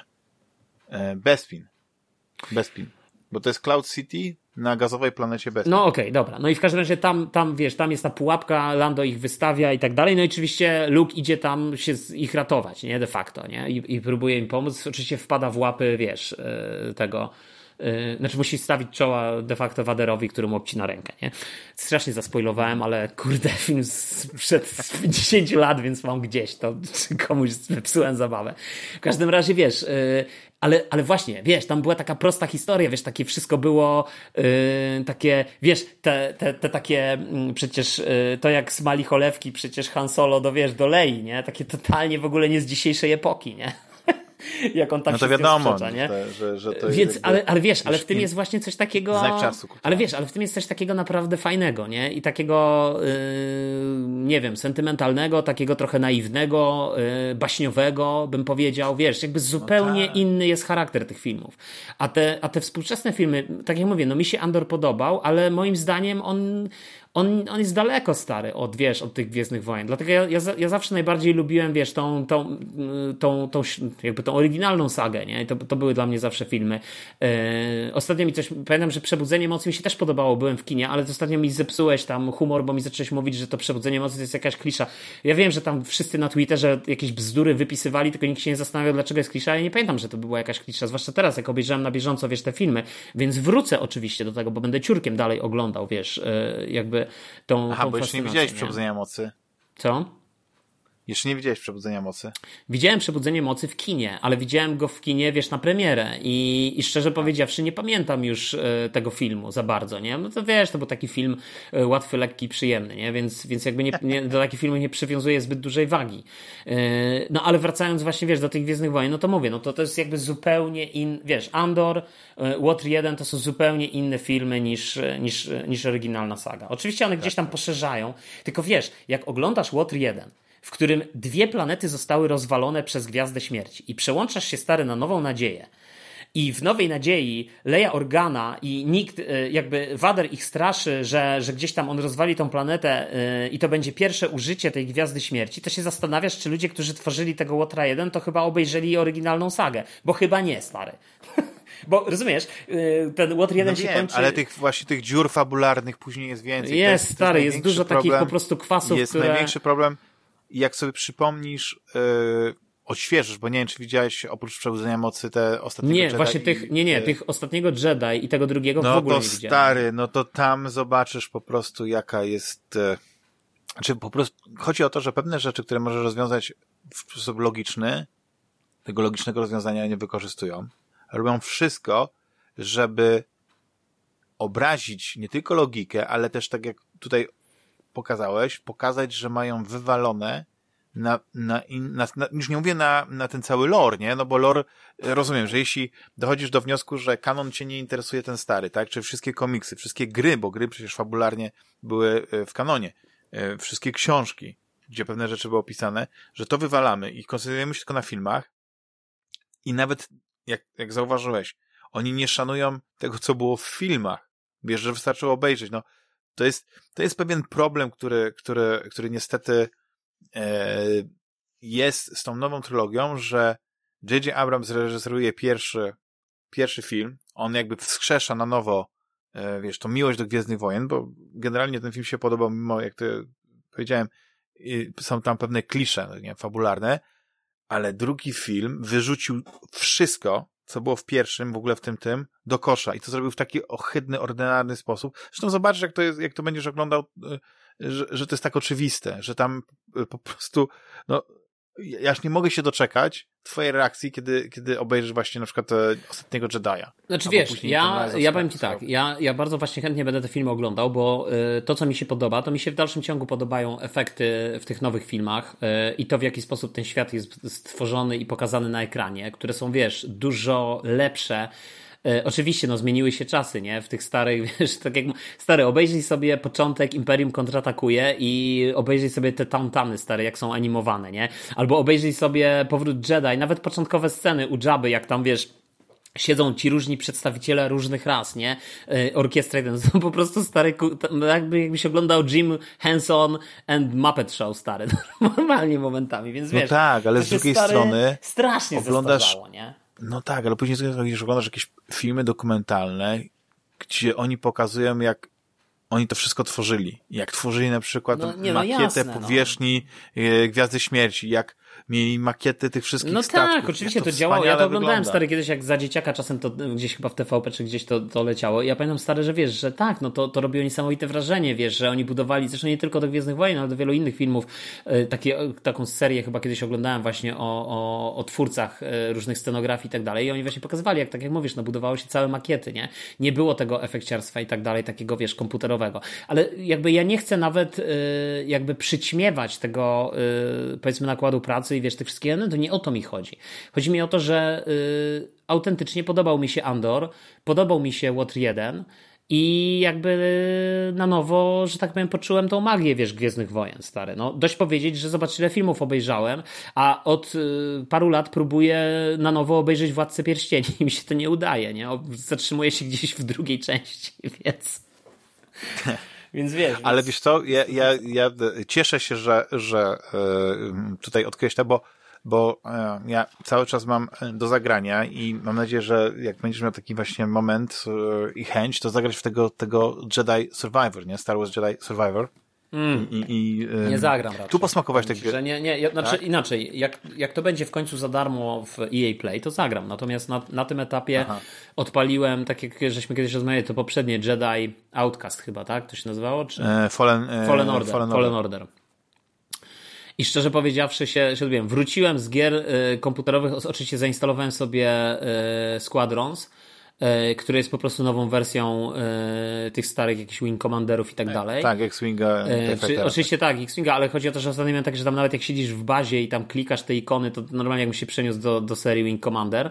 e, Bespin. Bespin. Bo to jest Cloud City na gazowej planecie Bespin. No okej, okay, dobra. No i w każdym razie tam, tam, wiesz, tam jest ta pułapka, Lando ich wystawia i tak dalej. No i oczywiście Luke idzie tam się z ich ratować, nie? De facto, nie? I, i próbuje im pomóc. Oczywiście wpada w łapy, wiesz, yy, tego... Yy, znaczy musi stawić czoła de facto Vaderowi, który mu obcina rękę, nie? Strasznie zaspoilowałem, ale kurde, film sprzed dziesięciu lat, więc mam gdzieś to komuś zepsułem zabawę. W każdym razie, wiesz... Yy, Ale, ale właśnie, wiesz, tam była taka prosta historia, wiesz, takie wszystko było yy, takie, wiesz, te, te, te takie yy, przecież yy, to jak smali cholewki przecież Han Solo do, wiesz, do Lei, nie? Takie totalnie w ogóle nie z dzisiejszej epoki, nie? Jak on tak no to wiadomo, sprzecza, nie? Że, że, że to Więc, jest ale, ale wiesz, ale w tym jest właśnie coś takiego... Znak czasu. Ale wiesz, ale w tym jest coś takiego naprawdę fajnego, nie? I takiego, yy, nie wiem, sentymentalnego, takiego trochę naiwnego, yy, baśniowego, bym powiedział, wiesz, jakby zupełnie no tak. inny jest charakter tych filmów. A te, a te współczesne filmy, tak jak mówię, no mi się Andor podobał, ale moim zdaniem on... On, on jest daleko stary od, wiesz, od tych Gwiezdnych Wojen. Dlatego ja, ja, ja zawsze najbardziej lubiłem, wiesz, tą, tą, tą, tą, jakby tą oryginalną sagę, nie? I to, to były dla mnie zawsze filmy. Yy, ostatnio mi coś, pamiętam, że Przebudzenie Mocy mi się też podobało, byłem w kinie, ale ostatnio mi zepsułeś tam humor, bo mi zacząłeś mówić, że to Przebudzenie Mocy to jest jakaś klisza. Ja wiem, że tam wszyscy na Twitterze jakieś bzdury wypisywali, tylko nikt się nie zastanawiał, dlaczego jest klisza. Ja nie pamiętam, że to była jakaś klisza, zwłaszcza teraz, jak obejrzałem na bieżąco, wiesz, te filmy, więc wrócę oczywiście do tego, bo będę ciurkiem dalej oglądał, wiesz, yy, jakby tą Aha, tą bo jeszcze nie widziałeś nie? Przebudzenia Mocy. Co? Jeszcze nie widziałeś Przebudzenia Mocy? Widziałem Przebudzenie Mocy w kinie, ale widziałem go w kinie, wiesz, na premierę i, i szczerze powiedziawszy nie pamiętam już e, tego filmu za bardzo, nie? No to wiesz, to był taki film e, łatwy, lekki, przyjemny, nie? Więc, więc jakby nie, nie, do takich filmów nie przywiązuję zbyt dużej wagi. E, no ale wracając właśnie, wiesz, do tych Gwiezdnych Wojen, no to mówię, no to to jest jakby zupełnie in, wiesz, Andor, e, Łotr jeden to są zupełnie inne filmy niż, niż, niż oryginalna saga. Oczywiście one gdzieś tam poszerzają, tylko wiesz, jak oglądasz Łotr jeden, w którym dwie planety zostały rozwalone przez Gwiazdę Śmierci i przełączasz się, stary, na Nową Nadzieję i w Nowej Nadziei Leia Organa i nikt, jakby Vader ich straszy, że, że gdzieś tam on rozwali tą planetę i to będzie pierwsze użycie tej Gwiazdy Śmierci, to się zastanawiasz, czy ludzie, którzy tworzyli tego Łotra jeden, to chyba obejrzeli oryginalną sagę, bo chyba nie, stary. Bo rozumiesz, ten Łotr jeden no się wiem, kończy... ale tych właśnie tych dziur fabularnych później jest więcej. Jest, jest stary, jest dużo problem, takich po prostu kwasów, jest które... największy problem. I jak sobie przypomnisz, yy, odświeżysz, bo nie wiem, czy widziałeś oprócz Przebudzenia Mocy te ostatnie Nie, Jedi właśnie i, tych, nie, nie, tych ostatniego Jedi i tego drugiego no w ogóle to nie widziałem. stary, no to tam zobaczysz po prostu jaka jest, e, znaczy po prostu chodzi o to, że pewne rzeczy, które możesz rozwiązać w sposób logiczny, tego logicznego rozwiązania nie wykorzystują. Robią wszystko, żeby obrazić nie tylko logikę, ale też tak jak tutaj pokazałeś, pokazać, że mają wywalone na, na, na, na już nie mówię na, na ten cały lore, nie? No bo lore, rozumiem, że jeśli dochodzisz do wniosku, że kanon cię nie interesuje ten stary, tak? Czy wszystkie komiksy, wszystkie gry, bo gry przecież fabularnie były w kanonie, wszystkie książki, gdzie pewne rzeczy były opisane, że to wywalamy i koncentrujemy się tylko na filmach i nawet, jak, jak zauważyłeś, oni nie szanują tego, co było w filmach. Wiesz, że wystarczyło obejrzeć, no To jest, to jest pewien problem, który, który, który niestety e, jest z tą nową trylogią, że J J Abrams reżyseruje pierwszy, pierwszy film, on jakby wskrzesza na nowo, e, wiesz, tą miłość do Gwiezdnych Wojen, bo generalnie ten film się podobał, mimo, jak to powiedziałem, i są tam pewne klisze, nie, fabularne, ale drugi film wyrzucił wszystko, co było w pierwszym, w ogóle w tym tym, do kosza. I to zrobił w taki ohydny, ordynarny sposób. Zresztą zobaczysz, jak to jest, jak to będziesz oglądał, że, że to jest tak oczywiste, że tam po prostu, no, ja aż nie mogę się doczekać twojej reakcji, kiedy, kiedy obejrzysz właśnie na przykład e, Ostatniego Jedi'a. Znaczy wiesz, ja, ja powiem ci tak, ja, ja bardzo właśnie chętnie będę te filmy oglądał, bo y, to, co mi się podoba, to mi się w dalszym ciągu podobają efekty w tych nowych filmach y, i to, w jaki sposób ten świat jest stworzony i pokazany na ekranie, które są, wiesz, dużo lepsze. E, oczywiście, no zmieniły się czasy, nie? W tych starych, wiesz, tak jak stary, obejrzyj sobie początek Imperium kontratakuje i obejrzyj sobie te tauntany stare, jak są animowane, nie? Albo obejrzyj sobie Powrót Jedi, nawet początkowe sceny u Jabby, jak tam, wiesz, siedzą ci różni przedstawiciele różnych ras, nie? E, orkiestra jeden, są po prostu stary, jakby, jakbyś oglądał Jim Henson and Muppet Show, stary, normalnie momentami, więc wiesz. No tak, ale z drugiej stary, strony strasznie oglądasz, zestarzało, nie? No tak, ale później jak oglądasz jakieś filmy dokumentalne, gdzie oni pokazują, jak oni to wszystko tworzyli. Jak tworzyli na przykład no, nie, no makietę jasne, powierzchni no. Gwiazdy Śmierci, jak mieli makiety tych wszystkich no statków. tak, oczywiście to, to działało. Ja to oglądałem, wygląda. stary, kiedyś jak za dzieciaka czasem to gdzieś chyba w T V P czy gdzieś to, to leciało. Ja pamiętam, stary, że wiesz, że tak, no to, to robiło niesamowite wrażenie, wiesz, że oni budowali, zresztą nie tylko do Gwiezdnych Wojen, ale do wielu innych filmów. Takie, taką serię chyba kiedyś oglądałem właśnie o, o, o twórcach różnych scenografii i tak dalej i oni właśnie pokazywali, jak tak jak mówisz, no budowało się całe makiety, nie? Nie było tego efekciarstwa i tak dalej, takiego, wiesz, komputerowego. Ale jakby ja nie chcę nawet jakby przyćmiewać tego, powiedzmy, nakładu pracy i wiesz, tych wszystkich, no to nie o to mi chodzi. Chodzi mi o to, że y, autentycznie podobał mi się Andor, podobał mi się Łotr jeden i jakby na nowo, że tak powiem, poczułem tą magię, wiesz, Gwiezdnych Wojen, stary. No, dość powiedzieć, że zobacz, ile filmów obejrzałem, a od y, paru lat próbuję na nowo obejrzeć Władcę Pierścieni i mi się to nie udaje, nie? Zatrzymuję się gdzieś w drugiej części, więc... Więc wiesz. Ale więc... wiesz co, ja, ja, ja cieszę się, że, że y, tutaj odkreślę, bo bo e, ja cały czas mam do zagrania i mam nadzieję, że jak będziesz miał taki właśnie moment e, i chęć, to zagrać w tego, tego Jedi Survivor, nie? Star Wars Jedi Survivor. Mm. I, i, e, nie zagram raczej. Tu posmakować tej gry. Nie, nie, ja, znaczy tak? inaczej, jak, jak to będzie w końcu za darmo w E A Play, to zagram. Natomiast na, na tym etapie Aha. odpaliłem, tak jak żeśmy kiedyś rozmawiali, to poprzednie Jedi Outcast chyba, tak? To się nazywało? Czy... E, Fallen, e, Fallen Order. Fallen Fallen Order. Order. I szczerze powiedziawszy się, się odbiłem. Wróciłem z gier y, komputerowych, oczywiście zainstalowałem sobie y, Squadrons, y, który jest po prostu nową wersją y, tych starych jakichś Wing Commanderów i tak dalej. Tak, X-Winga. Y, czy, oczywiście tak, X-Winga, ale chodzi o to, że ostatnio miałem tak, że tam nawet jak siedzisz w bazie i tam klikasz te ikony, to normalnie jakbym się przeniósł do, do serii Wing Commander.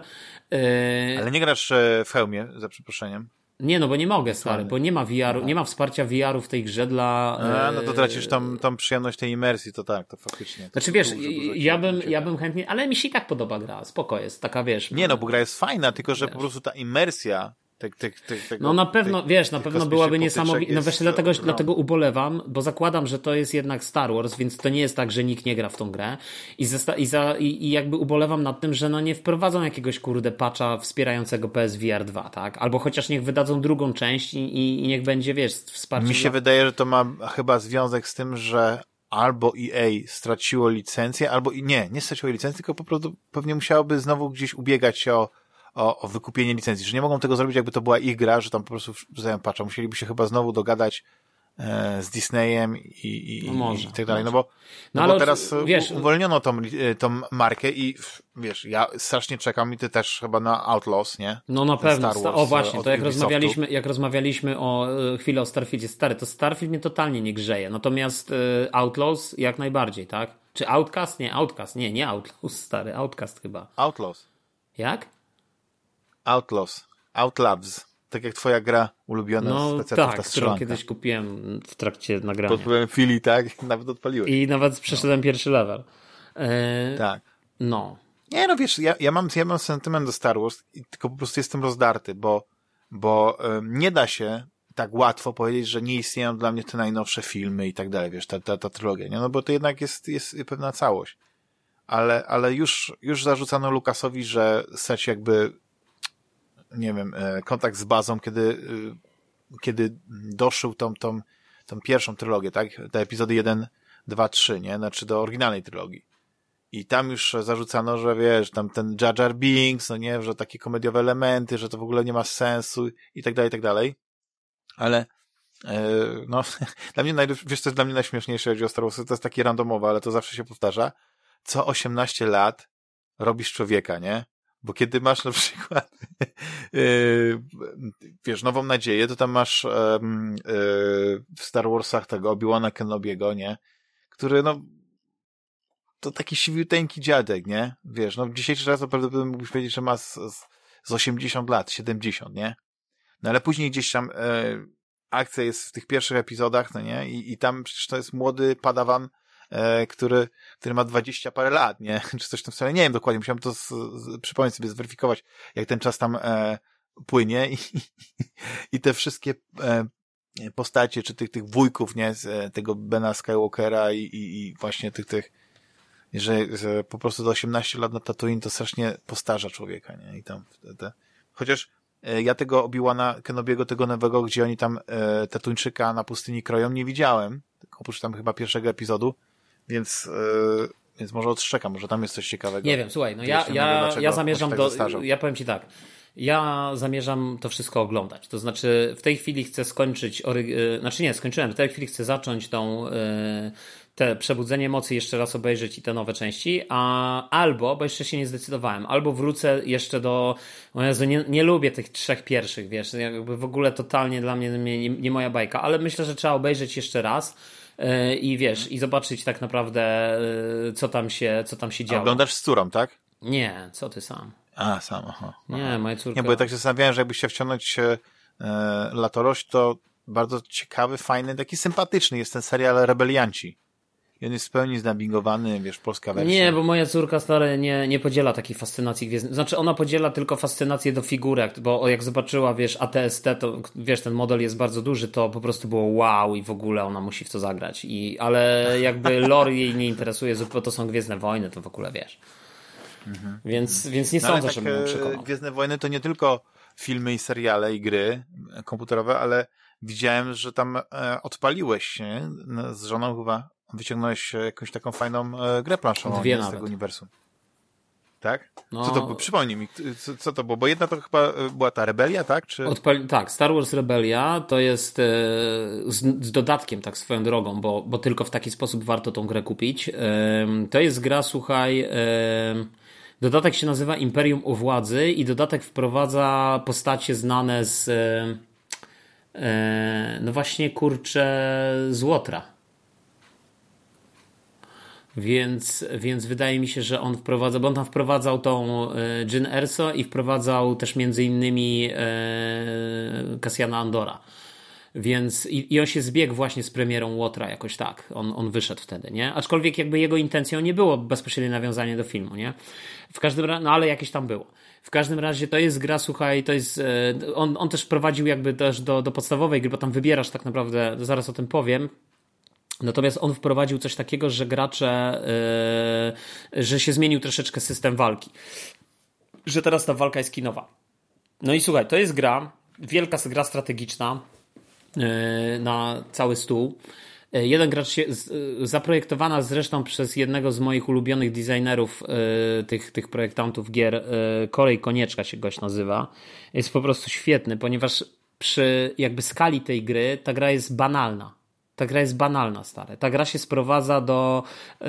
Y, ale nie grasz w hełmie, za przeproszeniem. Nie, no bo nie mogę, stary, bo nie ma V R-u, nie ma wsparcia V R-u w tej grze dla... A, no to tracisz tą, tą przyjemność tej imersji, to tak, to faktycznie. To znaczy wiesz, dużo, dużo ja, bym, ja bym chętnie, ale mi się i tak podoba gra, spoko jest, taka wiesz... Nie no, bo gra jest fajna, tylko że wiesz. Po prostu ta imersja... Te, te, te, tego, no na pewno, te, wiesz, na pewno byłaby niesamowita. No wiesz, dlatego, no. dlatego ubolewam, bo zakładam, że to jest jednak Star Wars, więc to nie jest tak, że nikt nie gra w tą grę. I, zesta- i, za- i, i jakby ubolewam nad tym, że no nie wprowadzą jakiegoś kurde patcha wspierającego P S V R dwa, tak? Albo chociaż niech wydadzą drugą część i, i, i niech będzie, wiesz, wsparcie. Mi się dla... wydaje, że to ma chyba związek z tym, że albo E A straciło licencję, albo i nie, nie straciło licencji, tylko po prostu pewnie musiałoby znowu gdzieś ubiegać się o O, o wykupienie licencji, że nie mogą tego zrobić, jakby to była ich gra, że tam po prostu wrzucają patcha. Musieliby się chyba znowu dogadać e, z Disneyem i, i, no może, i tak dalej. No może. bo, no no bo ale teraz wiesz, uwolniono tą, tą markę i wiesz, ja strasznie czekam i ty też chyba na Outlaws, nie? No na Ten pewno. Star Wars, o właśnie, to jak Ubisoftu. rozmawialiśmy, jak rozmawialiśmy o y, chwilę o Starfieldzie, stary, to Starfield mnie totalnie nie grzeje. Natomiast y, Outlaws jak najbardziej, tak? Czy Outcast? Nie, Outcast, nie, nie Outlaws, stary, Outcast chyba. Outlaws. Jak? Outlaws. Outlaws. Tak jak twoja gra ulubiona no, z tak, którą kiedyś kupiłem w trakcie nagrania. Pod wpływem chwili, tak? Nawet odpaliłeś. I nawet przeszedłem no. pierwszy level. E... Tak. No. Nie, no wiesz, ja, ja, mam, ja mam sentyment do Star Wars, tylko po prostu jestem rozdarty, bo, bo um, nie da się tak łatwo powiedzieć, że nie istnieją dla mnie te najnowsze filmy i tak dalej, wiesz, ta, ta, ta trylogia, nie? No bo to jednak jest, jest pewna całość. Ale, ale już, już zarzucano Lucasowi, że straci jakby, nie wiem, kontakt z bazą, kiedy, kiedy doszył tą, tą, tą pierwszą trylogię, tak? Te epizody jeden, dwa, trzy, nie? Znaczy do oryginalnej trylogii. I tam już zarzucano, że wiesz, tam ten Jar Jar Binks, no nie, że takie komediowe elementy, że to w ogóle nie ma sensu i tak dalej, i tak dalej. Ale yy, no, dla mnie, naj, wiesz, co jest dla mnie najśmieszniejsze, jeżeli o Star Wars, to jest takie randomowe, ale to zawsze się powtarza. co osiemnaście lat robisz człowieka, nie? Bo kiedy masz na przykład yy, wiesz, Nową Nadzieję, to tam masz yy, yy, w Star Warsach tego Obi-Wana Kenobiego, nie? Który, no, to taki siwiuteńki dziadek, nie? Wiesz, no, dzisiejszy czas to prawdopodobnie mógłbyś powiedzieć, że ma z, z, z osiemdziesiąt lat, siedemdziesiąt, nie? No, ale później gdzieś tam yy, akcja jest w tych pierwszych epizodach, no nie? I, i tam przecież to jest młody padawan, E, który, który ma dwadzieścia parę lat, nie? Czy coś w tym stylu. Nie wiem dokładnie, musiałem to z, z, przypomnieć sobie, zweryfikować, jak ten czas tam e, płynie i, i te wszystkie e, postacie, czy tych, tych wujków, nie? Z e, tego Bena Skywalkera i, i, i właśnie tych, tych, że, że po prostu do osiemnastu lat na Tatooine to strasznie postarza człowieka, nie? I tam te, te. Chociaż e, ja tego Obi-Wana Kenobiego, tego nowego, gdzie oni tam e, Tatuńczyka na pustyni kroją, nie widziałem, oprócz tam chyba pierwszego epizodu. Więc, yy, więc może odszczekam, może tam jest coś ciekawego. Nie wiem, słuchaj, no ja, ja, ja zamierzam tak do, zastarzał. ja powiem ci tak, ja zamierzam to wszystko oglądać, to znaczy w tej chwili chcę skończyć, ory... znaczy nie, skończyłem, w tej chwili chcę zacząć tą, yy, te Przebudzenie Mocy jeszcze raz obejrzeć i te nowe części, a albo, bo jeszcze się nie zdecydowałem, albo wrócę jeszcze do, o Jezu, nie, nie lubię tych trzech pierwszych, wiesz, jakby w ogóle totalnie dla mnie nie, nie moja bajka, ale myślę, że trzeba obejrzeć jeszcze raz. I wiesz, i zobaczyć tak naprawdę, co tam się, co tam się działo. A oglądasz z córą, tak? Nie, co ty sam? A, sam, aha. aha. Nie, moja córka. Nie, bo ja tak się zastanawiałem, że jakbyś się wciągnąć e, Latorość, to bardzo ciekawy, fajny, taki sympatyczny jest ten serial Rebelianci. I on jest w pełni znabingowany, wiesz, polska wersja. Nie, bo moja córka stary nie, nie podziela takiej fascynacji gwiezdnej. Znaczy ona podziela tylko fascynację do figurek, bo jak zobaczyła, wiesz, A T S T, to wiesz, ten model jest bardzo duży, to po prostu było wow i w ogóle ona musi w to zagrać. I, ale jakby lore jej nie interesuje, bo to są Gwiezdne Wojny, to w ogóle wiesz. Mhm. Więc, więc nie no, sądzę, tak, że mnie przekonał. Gwiezdne Wojny to nie tylko filmy i seriale i gry komputerowe, ale widziałem, że tam e, odpaliłeś, nie? Z żoną chyba wyciągnąłeś jakąś taką fajną e, grę planszową nie, z tego uniwersum. Tak? No, co to było? Przypomnij mi, co, co to było? Bo jedna to chyba była ta Rebelia, tak? Czy... Odpali... Tak, Star Wars Rebelia to jest e, z, z dodatkiem, tak swoją drogą, bo, bo tylko w taki sposób warto tą grę kupić. E, to jest gra, słuchaj, e, dodatek się nazywa Imperium o Władzy i dodatek wprowadza postacie znane z e, e, no właśnie, kurczę, z Łotra. Więc, więc wydaje mi się, że on wprowadza, bo on tam wprowadzał tą Jyn Erso i wprowadzał też między innymi e, Cassiana Andora. Więc i, i on się zbiegł właśnie z premierą Łotra jakoś tak. On, on wyszedł wtedy, nie? Aczkolwiek jakby jego intencją nie było bezpośrednie nawiązanie do filmu, nie? W każdym razie, no ale jakieś tam było. W każdym razie to jest gra, słuchaj, to jest, on, on też wprowadził jakby też do, do podstawowej gry, bo tam wybierasz tak naprawdę, zaraz o tym powiem. Natomiast on wprowadził coś takiego, że gracze, yy, że się zmienił troszeczkę system walki. Że teraz ta walka jest kinowa. No i słuchaj, to jest gra, wielka gra strategiczna yy, na cały stół. Yy, jeden gracz się, z, yy, zaprojektowana zresztą przez jednego z moich ulubionych designerów, yy, tych, tych projektantów gier, yy, Korej Konieczka się gość nazywa. Jest po prostu świetny, ponieważ przy jakby skali tej gry ta gra jest banalna. Ta gra jest banalna, stary. Ta gra się sprowadza do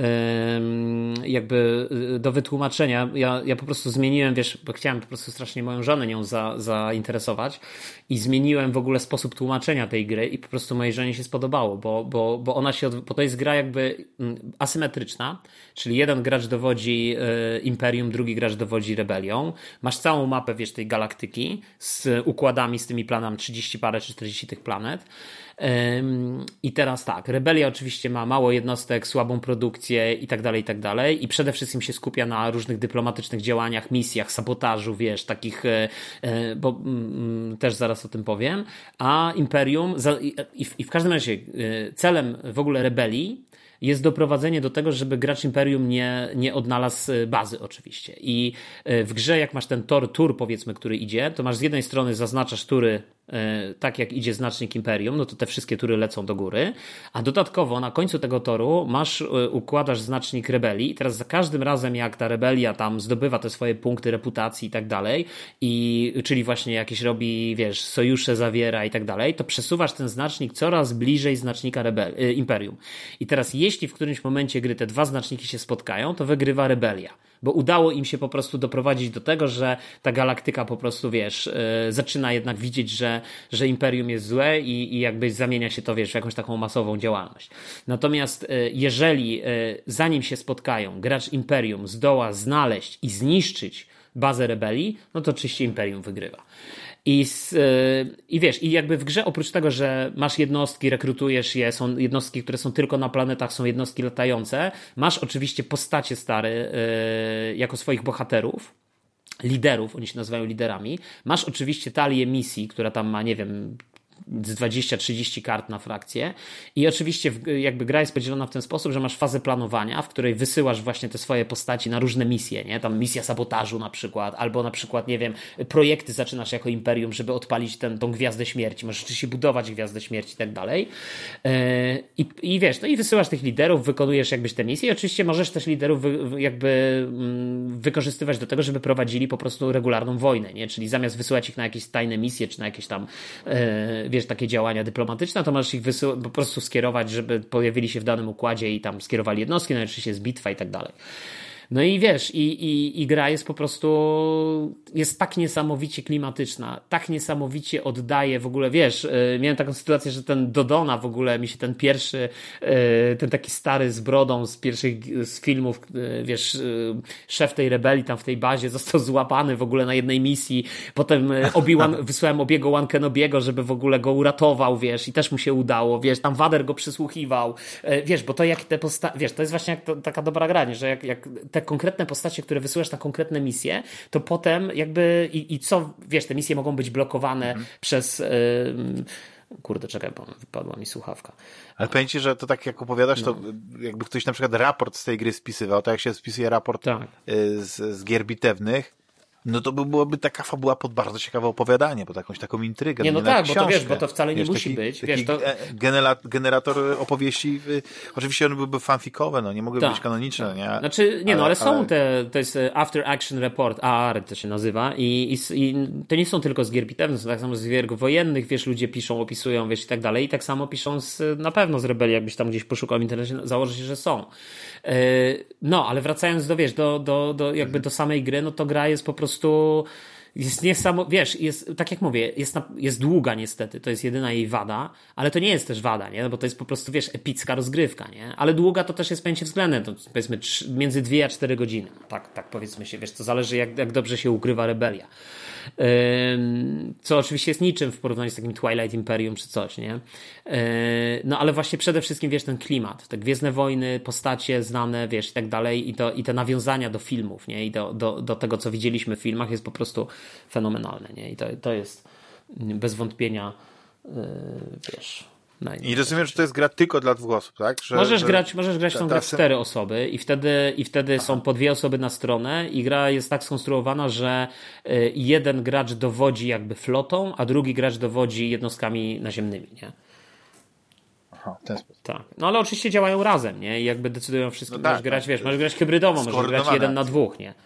jakby do wytłumaczenia. Ja, ja po prostu zmieniłem, wiesz, bo chciałem po prostu strasznie moją żonę nią za, zainteresować i zmieniłem w ogóle sposób tłumaczenia tej gry i po prostu mojej żonie się spodobało, bo, bo, bo ona się, bo to jest gra jakby asymetryczna, czyli jeden gracz dowodzi Imperium, drugi gracz dowodzi Rebelią. Masz całą mapę, wiesz, tej galaktyki z układami, z tymi planami, trzydzieści parę czy czterdzieści tych planet. I teraz tak, Rebelia oczywiście ma mało jednostek, słabą produkcję i tak dalej, i tak dalej i przede wszystkim się skupia na różnych dyplomatycznych działaniach, misjach, sabotażu, wiesz, takich, bo też zaraz o tym powiem, a Imperium i w każdym razie celem w ogóle Rebelii jest doprowadzenie do tego, żeby gracz Imperium nie, nie odnalazł bazy oczywiście. I w grze, jak masz ten tor, tur powiedzmy, który idzie, to masz z jednej strony zaznaczasz tury tak jak idzie znacznik Imperium, no to te wszystkie tury lecą do góry, a dodatkowo na końcu tego toru masz, układasz znacznik rebelii i teraz za każdym razem jak ta rebelia tam zdobywa te swoje punkty reputacji i tak dalej, i czyli właśnie jakieś robi, wiesz, sojusze zawiera i tak dalej, to przesuwasz ten znacznik coraz bliżej znacznika rebel- Imperium. I teraz jeśli w którymś momencie gry te dwa znaczniki się spotkają, to wygrywa rebelia. Bo udało im się po prostu doprowadzić do tego, że ta galaktyka po prostu, wiesz, yy, zaczyna jednak widzieć, że, że Imperium jest złe i, i jakby zamienia się to, wiesz, w jakąś taką masową działalność. Natomiast yy, jeżeli yy, zanim się spotkają, gracz Imperium zdoła znaleźć i zniszczyć bazę rebelii, no to oczywiście Imperium wygrywa. I, z, I wiesz, i jakby w grze oprócz tego, że masz jednostki, rekrutujesz je, są jednostki, które są tylko na planetach, są jednostki latające, masz oczywiście postacie stare yy, jako swoich bohaterów, liderów, oni się nazywają liderami, masz oczywiście talię misji, która tam ma, nie wiem, z dwadzieścia trzydzieści kart na frakcję i oczywiście jakby gra jest podzielona w ten sposób, że masz fazę planowania, w której wysyłasz właśnie te swoje postaci na różne misje, nie? Tam misja sabotażu na przykład, albo na przykład, nie wiem, projekty zaczynasz jako Imperium, żeby odpalić ten, tą Gwiazdę Śmierci, możesz oczywiście budować Gwiazdę Śmierci i tak dalej. I, i wiesz, no i wysyłasz tych liderów, wykonujesz jakbyś te misje i oczywiście możesz też liderów wy, jakby mm, wykorzystywać do tego, żeby prowadzili po prostu regularną wojnę, nie? Czyli zamiast wysyłać ich na jakieś tajne misje, czy na jakieś tam yy, wiesz, takie działania dyplomatyczne, to możesz ich wysył- po prostu skierować, żeby pojawili się w danym układzie i tam skierowali jednostki, no i oczywiście jest bitwa i tak dalej. No i wiesz, i, i, i gra jest po prostu, jest tak niesamowicie klimatyczna, tak niesamowicie oddaje w ogóle, wiesz, yy, miałem taką sytuację, że ten Dodona w ogóle, mi się ten pierwszy, yy, ten taki stary z brodą z pierwszych z filmów, yy, wiesz, yy, szef tej rebelii tam w tej bazie został złapany w ogóle na jednej misji, potem yy, Obi-Wan, wysłałem Obiego Wan Kenobiego, żeby w ogóle go uratował, wiesz, i też mu się udało, wiesz, tam Vader go przysłuchiwał, yy, wiesz, bo to jak te postacie, wiesz, to jest właśnie jak to, taka dobra gra, nie? Że jak, jak te konkretne postacie, które wysyłasz na konkretne misje, to potem jakby i, i co, wiesz, te misje mogą być blokowane mhm. przez yy, kurde, czekaj, bo wypadła mi słuchawka. Ale powiem ci, że to tak jak opowiadasz, no. to jakby ktoś na przykład raport z tej gry spisywał, tak jak się spisuje raport tak. z, z gier bitewnych, no to by byłaby taka fabuła pod bardzo ciekawe opowiadanie, pod jakąś taką intrygę. Nie, no nie tak, bo to wiesz, bo to wcale nie wiesz, musi taki, być. Taki wiesz, to... generator opowieści, oczywiście one byłyby fanfikowe, no nie mogłyby tak, być kanoniczne. Tak. Nie? Znaczy, nie ale, no, ale są ale... te, to jest After Action Report, A R to się nazywa i, i, i to nie są tylko z gier bitewnych, są tak samo z gier wojennych, wiesz, ludzie piszą, opisują, wiesz, i tak dalej i tak samo piszą z, na pewno z Rebelii, jakbyś tam gdzieś poszukał w internecie, założy się, że są. No, ale wracając do, wiesz, do, do, do jakby do samej gry, no to gra jest po prostu jest niesamowita, wiesz, jest, tak jak mówię, jest, na, jest długa niestety, to jest jedyna jej wada, ale to nie jest też wada, nie, bo to jest po prostu, wiesz, epicka rozgrywka, nie, ale długa to też jest pojęcie względem, to powiedzmy trzy, między dwie a cztery godziny, tak, tak powiedzmy się, wiesz, to zależy jak, jak dobrze się ukrywa rebelia. Co oczywiście jest niczym w porównaniu z takim Twilight Imperium czy coś, nie? No ale właśnie przede wszystkim, wiesz, ten klimat, te Gwiezdne Wojny, postacie znane, wiesz, i tak dalej i, to, i te nawiązania do filmów, nie? I do, do, do tego, co widzieliśmy w filmach jest po prostu fenomenalne, nie? I to, to jest bez wątpienia, wiesz... I rozumiem, że to jest gra tylko dla dwóch osób, tak? Że, możesz, że... grać, możesz grać w tą grę w cztery osoby i wtedy, i wtedy Aha. są po dwie osoby na stronę i gra jest tak skonstruowana, że jeden gracz dowodzi jakby flotą, a drugi gracz dowodzi jednostkami naziemnymi, nie? Aha, w ten sposób. Tak. No ale oczywiście działają razem, nie? I jakby decydują wszystkim, no tak, możesz grać, tak, wiesz, możesz grać hybrydowo, możesz grać jeden na dwóch, nie?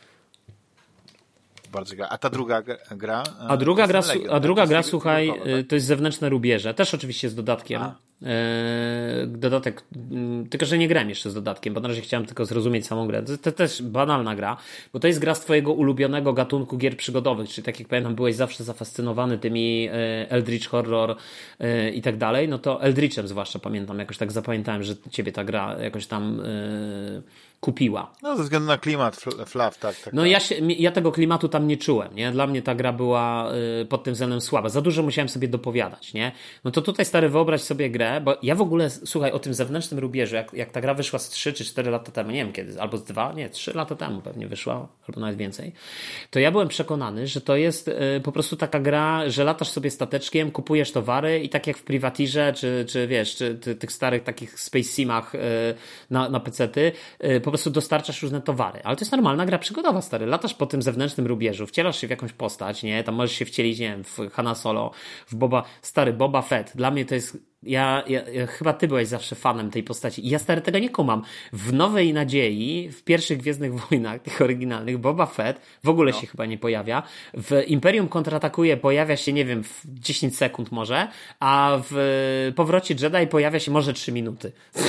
Bardzo gra. A ta druga gra? A druga gra, Legion, a druga tak? gra słuchaj, tak? to jest Zewnętrzne Rubieże. Też oczywiście z dodatkiem. A. Dodatek, tylko że nie grałem jeszcze z dodatkiem, bo na razie chciałem tylko zrozumieć samą grę. To, to też banalna gra, bo to jest gra z twojego ulubionego gatunku gier przygodowych, czyli tak jak pamiętam, byłeś zawsze zafascynowany tymi Eldritch Horror i tak dalej, no to Eldritchem zwłaszcza pamiętam, jakoś tak zapamiętałem, że ciebie ta gra jakoś tam kupiła. No ze względu na klimat, flaw, tak, tak. No tak. Ja, się, ja tego klimatu tam nie czułem, nie? Dla mnie ta gra była y, pod tym względem słaba. Za dużo musiałem sobie dopowiadać, nie? No to tutaj, stary, wyobraź sobie grę, bo ja w ogóle, słuchaj, o tym Zewnętrznym Rubieżu, jak, jak ta gra wyszła z trzy czy cztery lata temu, nie wiem kiedy, albo z dwa, nie, trzy lata temu pewnie wyszła, albo nawet więcej, to ja byłem przekonany, że to jest y, po prostu taka gra, że latasz sobie stateczkiem, kupujesz towary i tak jak w Privateerze, czy, czy wiesz, czy ty, tych starych takich Space Simach y, na, na pecety, y, po prostu dostarczasz różne towary. Ale to jest normalna gra przygodowa, stary. Latasz po tym zewnętrznym rubieżu, wcielasz się w jakąś postać, nie? Tam możesz się wcielić, nie wiem, w Hanna Solo, w Boba, stary, Boba Fett. Dla mnie to jest... Ja, ja, ja chyba ty byłeś zawsze fanem tej postaci. I ja, stary, tego nie kumam. W Nowej Nadziei, w pierwszych Gwiezdnych Wojnach, tych oryginalnych, Boba Fett w ogóle no. się chyba nie pojawia. W Imperium kontratakuje, pojawia się, nie wiem, w dziesięć sekund może, a w Powrocie Jedi pojawia się może trzy minuty.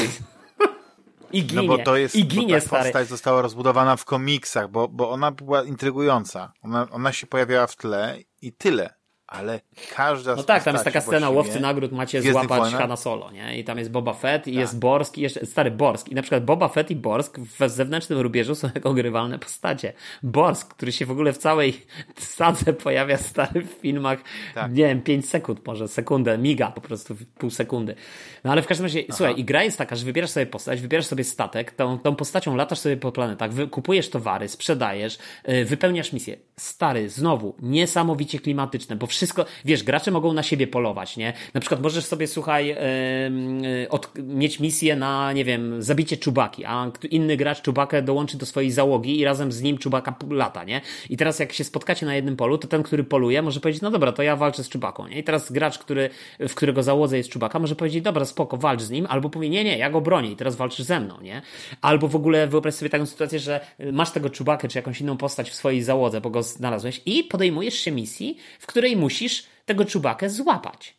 I ginie, no bo to jest, i ginie, bo ta stary. postać została rozbudowana w komiksach, bo, bo ona była intrygująca. Ona, ona się pojawiała w tle i tyle. Ale każda No tak, tam jest taka scena, łowcy nagród macie złapać wojna? Hanna Solo, nie? I tam jest Boba Fett i tak. jest Borsk i jeszcze, stary Borsk. I na przykład Boba Fett i Borsk w zewnętrznym rubieżu są jako grywalne postacie. Borsk, który się w ogóle w całej sadze pojawia, stary, w filmach, tak. nie wiem, pięć sekund może, sekundę, miga po prostu, pół sekundy. No ale w każdym razie, Aha. słuchaj, i gra jest taka, że wybierasz sobie postać, wybierasz sobie statek, tą, tą postacią latasz sobie po planetach, wy, kupujesz towary, sprzedajesz, yy, wypełniasz misję. Stary, znowu, niesamowicie klimatyczne, bo wszystko, wiesz, gracze mogą na siebie polować, nie? Na przykład możesz sobie, słuchaj, yy, yy, od, mieć misję na, nie wiem, zabicie Czubaki, a inny gracz Czubakę dołączy do swojej załogi i razem z nim Czubaka lata, nie? I teraz jak się spotkacie na jednym polu, to ten, który poluje, może powiedzieć, no dobra, to ja walczę z Czubaką, nie? I teraz gracz, który, w którego załodze jest Czubaka, może powiedzieć, dobra, spoko, walcz z nim, albo powie, nie, nie, ja go bronię i teraz walczysz ze mną, nie? Albo w ogóle wyobraź sobie taką sytuację, że masz tego Czubakę, czy jakąś inną postać w swojej załodze, bo go znalazłeś i podejmujesz się misji, w której musisz tego Czubakę złapać.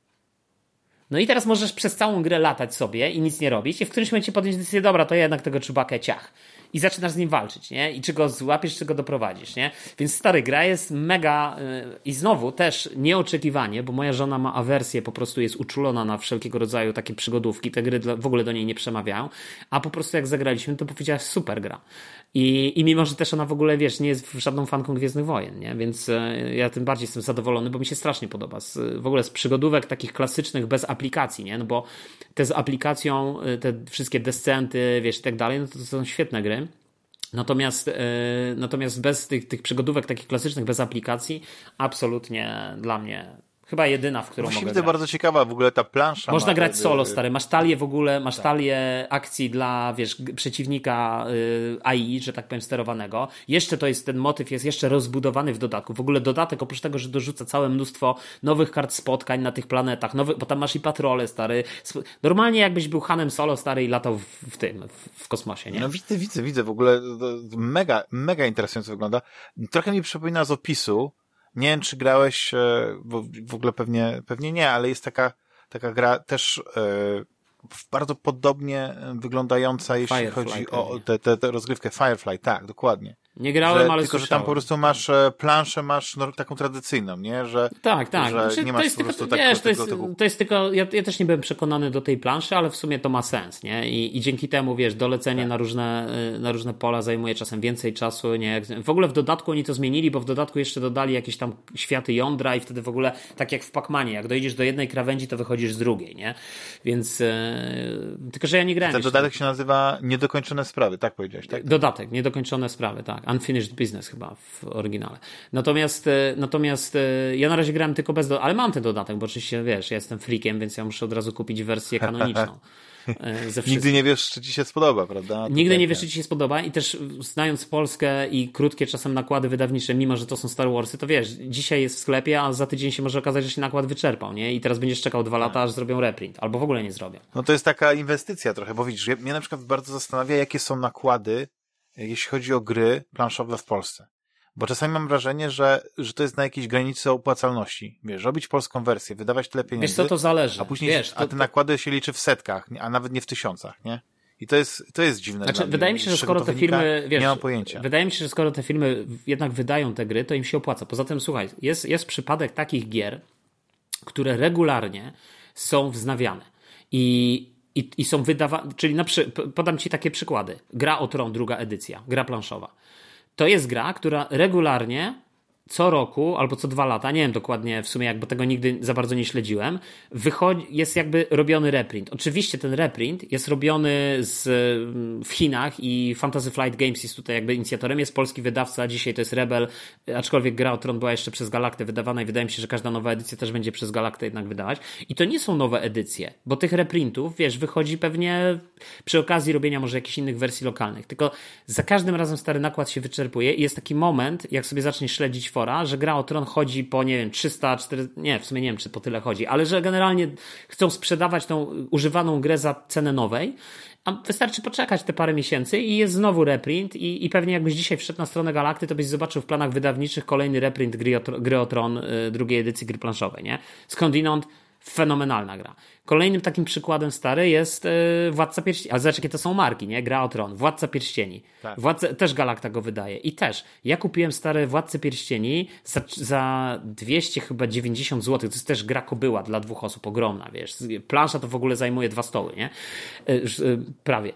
No i teraz możesz przez całą grę latać sobie i nic nie robić i w którymś momencie podjąć decyzję, dobra, to ja jednak tego Czubakę ciach. I zaczynasz z nim walczyć, nie? I czy go złapiesz, czy go doprowadzisz, nie? Więc stary, gra jest mega yy, i znowu też nieoczekiwanie, bo moja żona ma awersję, po prostu jest uczulona na wszelkiego rodzaju takie przygodówki, te gry dla, w ogóle do niej nie przemawiają, a po prostu jak zagraliśmy, to powiedziała, super gra. I, I mimo, że też ona w ogóle, wiesz, nie jest żadną fanką Gwiezdnych Wojen, nie? Więc yy, ja tym bardziej jestem zadowolony, bo mi się strasznie podoba. Z, w ogóle z przygodówek takich klasycznych, bez aplikacji, nie? No bo te z aplikacją, te wszystkie descenty, wiesz, i tak dalej, no to, to są świetne gry. Natomiast, yy, natomiast bez tych, tych przygodówek takich klasycznych, bez aplikacji, absolutnie dla mnie chyba jedyna, w którą Właściwie mogę to grać. bardzo ciekawa w ogóle ta plansza. Można ma, grać yy, solo, stary. Masz talię w ogóle, masz tak. talię akcji dla, wiesz, przeciwnika yy, A I, że tak powiem, sterowanego. Jeszcze to jest, ten motyw jest jeszcze rozbudowany w dodatku. W ogóle dodatek, oprócz tego, że dorzuca całe mnóstwo nowych kart spotkań na tych planetach, nowy, bo tam masz i patrole, stary. Normalnie jakbyś był Hanem Solo, stary, i latał w, w tym, w, w kosmosie, nie? No widzę, widzę, widzę. W ogóle mega, mega interesująco wygląda. Trochę mi przypomina z opisu. Nie wiem, czy grałeś, bo w ogóle pewnie, pewnie nie, ale jest taka, taka gra też bardzo podobnie wyglądająca, jeśli Firefly, chodzi o tę te, te rozgrywkę Firefly, tak, dokładnie. Nie grałem, że, ale tylko, słyszałem. że tam po prostu masz planszę, masz no, taką tradycyjną, nie? Że, tak, tak. że Znaczy, nie to masz jest po tylko, prostu wiesz, tak, to, jest, tego, tego... to jest tylko, ja, ja też nie byłem przekonany do tej planszy, ale w sumie to ma sens, nie? I, i dzięki temu, wiesz, dolecenie tak. na różne, na różne pola zajmuje czasem więcej czasu, nie? W ogóle w dodatku oni to zmienili, bo w dodatku jeszcze dodali jakieś tam światy jądra i wtedy w ogóle, tak jak w Pac-Manie, jak dojdziesz do jednej krawędzi, to wychodzisz z drugiej, nie? Więc, e, tylko, że ja nie grałem. Ten dodatek się nazywa Niedokończone Sprawy, tak powiedziałeś, tak? Dodatek, Niedokończone Sprawy, tak. Unfinished Business chyba w oryginale. Natomiast, natomiast ja na razie grałem tylko bez do... ale mam ten dodatek, bo oczywiście, wiesz, ja jestem freakiem, więc ja muszę od razu kupić wersję kanoniczną. Ze Nigdy nie wiesz, czy ci się spodoba, prawda? To Nigdy tak, nie wiesz, czy ci się spodoba i też znając Polskę i krótkie czasem nakłady wydawnicze, mimo że to są Star Warsy, to wiesz, dzisiaj jest w sklepie, a za tydzień się może okazać, że się nakład wyczerpał, nie? I teraz będziesz czekał dwa lata, aż zrobią reprint. Albo w ogóle nie zrobią. No to jest taka inwestycja trochę, bo widzisz, mnie na przykład bardzo zastanawia, jakie są nakłady, jeśli chodzi o gry planszowe w Polsce. Bo czasami mam wrażenie, że, że to jest na jakiejś granicy opłacalności. Wiesz, robić polską wersję, wydawać tyle pieniędzy. Wiesz co, to zależy. A później, wiesz, to, a te nakłady się liczy w setkach, a nawet nie w tysiącach, nie? I to jest, to jest dziwne. Znaczy, wydaje mi się, że skoro te wynika, firmy, wiesz, nie mam pojęcia. Wydaje mi się, że skoro te firmy jednak wydają te gry, to im się opłaca. Poza tym, słuchaj, jest, jest przypadek takich gier, które regularnie są wznawiane. I I, i są wydawane, czyli na przy, podam ci takie przykłady. Gra o Tron, druga edycja, gra planszowa. To jest gra, która regularnie co roku albo co dwa lata, nie wiem dokładnie w sumie jak, bo tego nigdy za bardzo nie śledziłem, wychodzi, jest jakby robiony reprint. Oczywiście ten reprint jest robiony z, w Chinach i Fantasy Flight Games jest tutaj jakby inicjatorem, jest polski wydawca, dzisiaj to jest Rebel, aczkolwiek gra o Tron była jeszcze przez Galaktę wydawana i wydaje mi się, że każda nowa edycja też będzie przez Galaktę jednak wydawać. I to nie są nowe edycje, bo tych reprintów, wiesz, wychodzi pewnie przy okazji robienia może jakichś innych wersji lokalnych, tylko za każdym razem stary nakład się wyczerpuje i jest taki moment, jak sobie zaczniesz śledzić fora, że gra o Tron chodzi po, nie wiem, trzysta, czterysta, nie, w sumie nie wiem, czy po tyle chodzi, ale że generalnie chcą sprzedawać tą używaną grę za cenę nowej, a wystarczy poczekać te parę miesięcy i jest znowu reprint i, i pewnie jakbyś dzisiaj wszedł na stronę Galakty, to byś zobaczył w planach wydawniczych kolejny reprint gry o, gry o Tron, y, drugiej edycji gry planszowej, nie? Skądinąd fenomenalna gra. Kolejnym takim przykładem stary jest yy, Władca Pierścieni. Ale zobacz, jakie to są marki, nie? Gra o Tron. Władca Pierścieni. Tak. Władca, też Galakta go wydaje. I też, ja kupiłem stare Władcę Pierścieni za, za dwieście chyba dziewięćdziesiąt złotych. To jest też gra kobyła dla dwóch osób, ogromna, wiesz. Plansza to w ogóle zajmuje dwa stoły, nie? Yy, yy, prawie.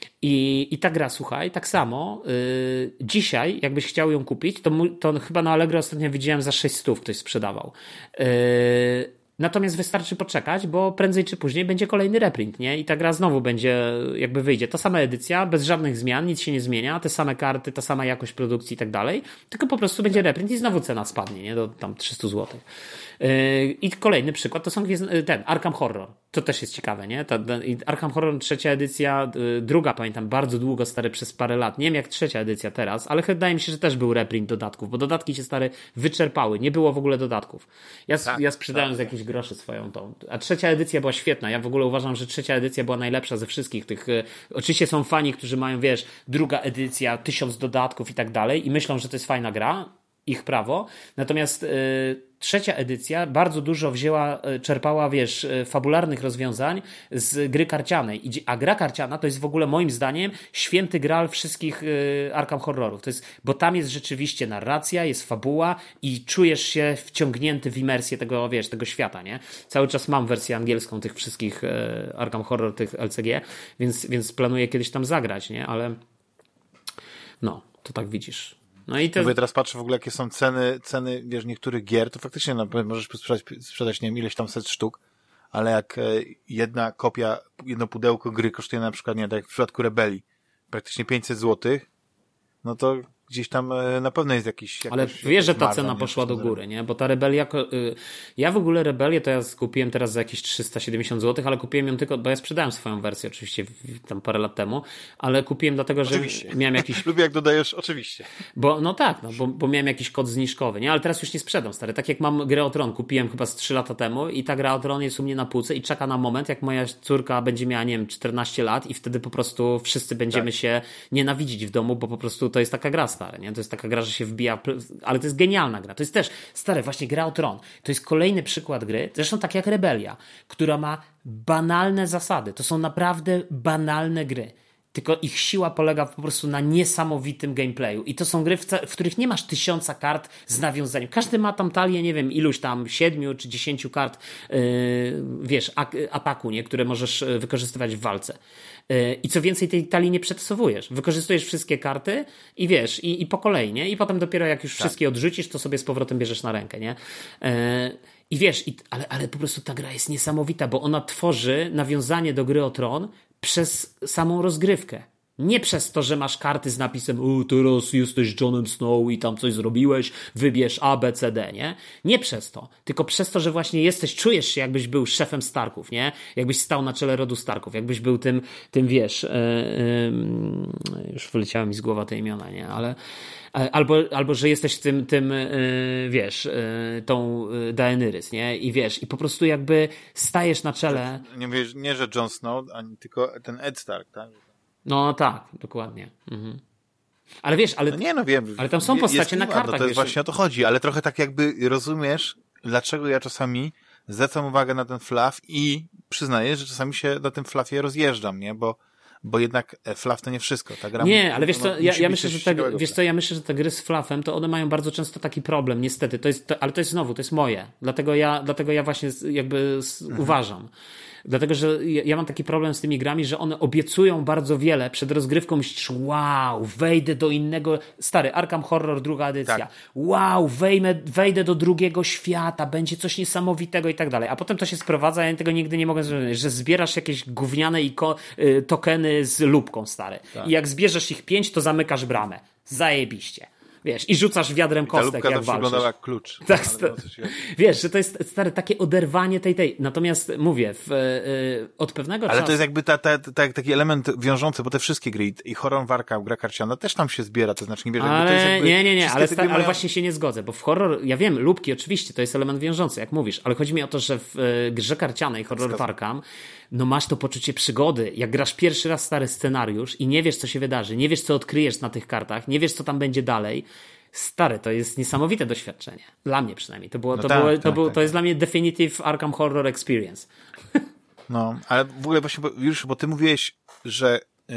I, I ta gra, słuchaj, tak samo yy, dzisiaj, jakbyś chciał ją kupić, to, mu, to chyba na Allegro ostatnio widziałem za sześćset ktoś sprzedawał. Yy, Natomiast wystarczy poczekać, bo prędzej czy później będzie kolejny reprint, nie? I ta gra znowu będzie, jakby wyjdzie. Ta sama edycja, bez żadnych zmian, nic się nie zmienia, te same karty, ta sama jakość produkcji i tak dalej, tylko po prostu będzie reprint i znowu cena spadnie, nie? Do tam trzysta złotych. Yy, I kolejny przykład to są ten Arkham Horror. To też jest ciekawe, nie? Ta, ta, Arkham Horror trzecia edycja, yy, druga pamiętam, bardzo długo, stary, przez parę lat. Nie wiem jak trzecia edycja teraz, ale wydaje mi się, że też był reprint dodatków, bo dodatki się, stary, wyczerpały. Nie było w ogóle dodatków. Ja, tak, ja sprzedałem tak. za jakieś groszy swoją tą. A trzecia edycja była świetna. Ja w ogóle uważam, że trzecia edycja była najlepsza ze wszystkich tych. Yy, oczywiście są fani, którzy mają, wiesz, druga edycja, tysiąc dodatków i tak dalej i myślą, że to jest fajna gra. Ich prawo. Natomiast y, trzecia edycja bardzo dużo wzięła, y, czerpała, wiesz, y, fabularnych rozwiązań z gry karcianej. I, a gra karciana to jest w ogóle moim zdaniem święty graal wszystkich y, Arkham Horrorów. To jest, bo tam jest rzeczywiście narracja, jest fabuła i czujesz się wciągnięty w imersję tego, wiesz, tego świata, nie? Cały czas mam wersję angielską tych wszystkich y, Arkham Horror, tych L C G, więc, więc planuję kiedyś tam zagrać, nie? Ale no, to tak widzisz. No i to... Ja teraz patrzę w ogóle, jakie są ceny, ceny, wiesz, niektórych gier, to faktycznie no, możesz sprzedać, sprzedać, nie wiem, ileś tam set sztuk, ale jak jedna kopia, jedno pudełko gry kosztuje na przykład, nie tak jak w przypadku Rebelii, praktycznie pięćset złotych, no to gdzieś tam na pewno jest jakiś... Ale jakoś, wiesz, że ta marna, cena nie? poszła do góry, nie? Bo ta Rebelia... Y, ja w ogóle Rebelię to ja kupiłem teraz za jakieś trzysta siedemdziesiąt złotych, ale kupiłem ją tylko, bo ja sprzedałem swoją wersję oczywiście tam parę lat temu, ale kupiłem dlatego, że oczywiście. miałem jakiś... Lubię jak dodajesz, oczywiście. Bo no tak, no, bo, bo miałem jakiś kod zniżkowy, nie? Ale teraz już nie sprzedam, stary. Tak jak mam grę o Tron, kupiłem chyba z trzy lata temu i ta gra o Tron jest u mnie na półce i czeka na moment, jak moja córka będzie miała, nie wiem, czternaście lat i wtedy po prostu wszyscy będziemy tak. się nienawidzić w domu, bo po prostu to jest taka gra, stary, nie? To jest taka gra, że się wbija, ale to jest genialna gra. To jest też, stare, właśnie gra o Tron. To jest kolejny przykład gry, zresztą tak jak Rebelia, która ma banalne zasady. To są naprawdę banalne gry. Tylko ich siła polega po prostu na niesamowitym gameplayu. I to są gry, w, w których nie masz tysiąca kart z nawiązaniem. Każdy ma tam talię, nie wiem, iluś tam, siedmiu czy dziesięciu kart, yy, wiesz, ak- ataku, nie? Które możesz wykorzystywać w walce. Yy, I co więcej, tej talii nie przetestowujesz. Wykorzystujesz wszystkie karty i wiesz, i, i po kolei, nie? I potem dopiero jak już tak. wszystkie odrzucisz, to sobie z powrotem bierzesz na rękę, nie? Yy, I wiesz, i, ale, ale po prostu ta gra jest niesamowita, bo ona tworzy nawiązanie do gry o Tron przez samą rozgrywkę. Nie przez to, że masz karty z napisem o, teraz jesteś Johnem Snow i tam coś zrobiłeś, wybierz A, B, C, D, nie? Nie przez to, tylko przez to, że właśnie jesteś, czujesz się jakbyś był szefem Starków, nie? Jakbyś stał na czele rodu Starków, jakbyś był tym, tym wiesz, yy, yy, już wyleciały mi z głowy te imiona, nie? Ale Albo, albo że jesteś tym, tym yy, wiesz, yy, tą Daenerys, nie? I wiesz, i po prostu jakby stajesz na czele... Nie, wiesz, nie że Jon Snow, ani tylko ten Ed Stark, tak? No tak, dokładnie. Mhm. Ale wiesz, ale... No nie, no wiem. Ale tam są postacie na kartach. No to jest wiesz, właśnie o to chodzi, ale trochę tak jakby rozumiesz, dlaczego ja czasami zwracam uwagę na ten fluff i przyznaję, że czasami się na tym fluffie rozjeżdżam, nie? Bo Bo jednak fluff to nie wszystko. Ta gra nie, ale wiesz co, ja, ja myślę, że te, wiesz co, ja myślę, że te gry z fluffem, to one mają bardzo często taki problem, niestety. To jest, to, ale to jest znowu, to jest moje. Dlatego ja, dlatego ja właśnie jakby mhm. uważam. Dlatego, że ja, ja mam taki problem z tymi grami, że one obiecują bardzo wiele. Przed rozgrywką myślisz, wow, wejdę do innego... Stary, Arkham Horror, druga edycja. Tak. Wow, wejmę, wejdę do drugiego świata, będzie coś niesamowitego i tak dalej. A potem to się sprowadza, ja tego nigdy nie mogę zrozumieć, że zbierasz jakieś gówniane iko- y, tokeny z lupką, stary. Tak. I jak zbierzesz ich pięć, to zamykasz bramę. Zajebiście. Wiesz, i rzucasz wiadrem kostek, jak walczysz. Wyglądała jak klucz. Tak, sta- wiesz, że to jest stary, takie oderwanie tej, tej. Natomiast mówię, w, yy, od pewnego Ale czasu... Ale to jest jakby ta, ta, ta, taki element wiążący, bo te wszystkie gry, i Horror Warka, gra karciana, też tam się zbiera, to znaczy nie wiesz, ale to jest jakby... Nie, nie, nie, ale, sta- mają... ale właśnie się nie zgodzę, bo w horror, ja wiem, lubki oczywiście, to jest element wiążący, jak mówisz, ale chodzi mi o to, że w y, grze karcianej Horror Warkam, no masz to poczucie przygody. Jak grasz pierwszy raz stary scenariusz i nie wiesz, co się wydarzy, nie wiesz, co odkryjesz na tych kartach, nie wiesz, co tam będzie dalej, stary, to jest niesamowite doświadczenie. Dla mnie przynajmniej. To, było, no to, tak, było, tak, to, było, tak. to jest dla mnie definitive Arkham Horror Experience. No, ale w ogóle właśnie, bo, już, bo ty mówiłeś, że y,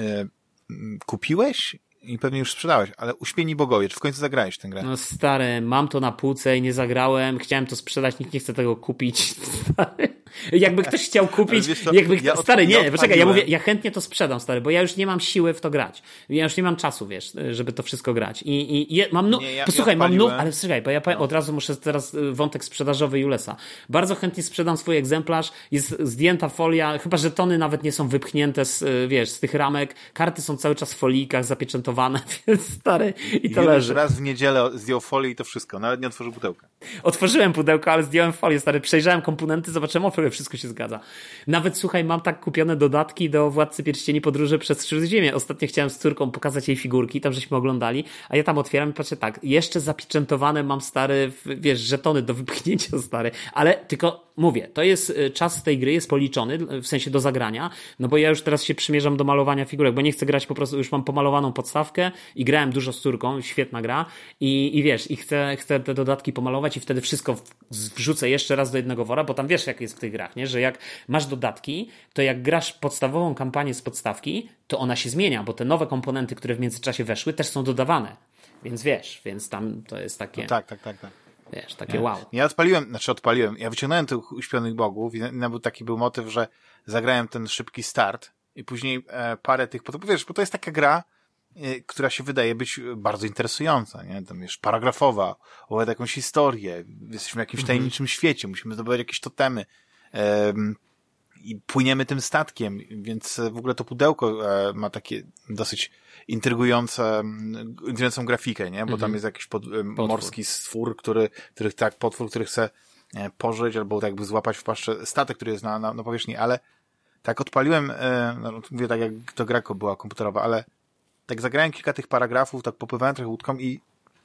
kupiłeś i pewnie już sprzedałeś, ale Uśpieni Bogowie, czy w końcu zagrałeś tę grę? No stary, mam to na półce i nie zagrałem, chciałem to sprzedać, nikt nie chce tego kupić. Stary. Jakby ktoś chciał kupić, co, jakby ja stary, od, nie, ja poczekaj, ja mówię, ja chętnie to sprzedam, stary, bo ja już nie mam siły w to grać. Ja już nie mam czasu, wiesz, żeby to wszystko grać. I, i, i mam nu- nie, ja, posłuchaj, ja mam nu- ale słuchaj, bo ja powiem, no. Od razu muszę teraz wątek sprzedażowy Julesa. Bardzo chętnie sprzedam swój egzemplarz, jest zdjęta folia, chyba że tony nawet nie są wypchnięte z, wiesz, z tych ramek, karty są cały czas w folijkach zapieczętowane, więc stary, i to I leży. Raz w niedzielę zdjął folię i to wszystko, nawet nie otworzył pudełka. Otworzyłem pudełko, ale zdjąłem folię, stary, przejrzałem komponenty, zobaczyłem, o, wszystko się zgadza. Nawet, słuchaj, mam tak kupione dodatki do Władcy Pierścieni Podróży przez Śródziemie. Ostatnio chciałem z córką pokazać jej figurki, tam żeśmy oglądali, a ja tam otwieram i patrzę tak, jeszcze zapieczętowane mam, stary, wiesz, żetony do wypchnięcia, stary, ale tylko mówię, to jest, czas tej gry jest policzony, w sensie do zagrania, no bo ja już teraz się przymierzam do malowania figurek, bo nie chcę grać po prostu, już mam pomalowaną podstawkę i grałem dużo z córką, świetna gra i, i wiesz, i chcę, chcę te dodatki pomalować i wtedy wszystko wrzucę jeszcze raz do jednego wora, bo tam wiesz, jak jest w tych grach, nie? Że jak masz dodatki, to jak grasz podstawową kampanię z podstawki, to ona się zmienia, bo te nowe komponenty, które w międzyczasie weszły, też są dodawane. Więc wiesz, więc tam to jest takie... No tak, tak, tak, tak. Wiesz, takie wow. Ja odpaliłem, znaczy odpaliłem, ja wyciągnąłem tych Uśpionych Bogów i był taki był motyw, że zagrałem ten szybki start i później e, parę tych, bo wiesz, bo to jest taka gra, e, która się wydaje być bardzo interesująca, nie? Tam wiesz, paragrafowa, opowiada jakąś historię, jesteśmy w jakimś mm-hmm. tajemniczym świecie, musimy zdobywać jakieś totemy e, i płyniemy tym statkiem, więc w ogóle to pudełko e, ma takie dosyć intrygujące, intrygującą grafikę, nie? Bo mm-hmm. tam jest jakiś pod, e, morski stwór, który, który, tak, potwór, który chce e, pożyć albo tak jakby złapać w paszczę statek, który jest na, na, na powierzchni, ale tak odpaliłem, e, no, mówię tak jak to gra była komputerowa, ale tak zagrałem kilka tych paragrafów, tak popływałem trochę łódką i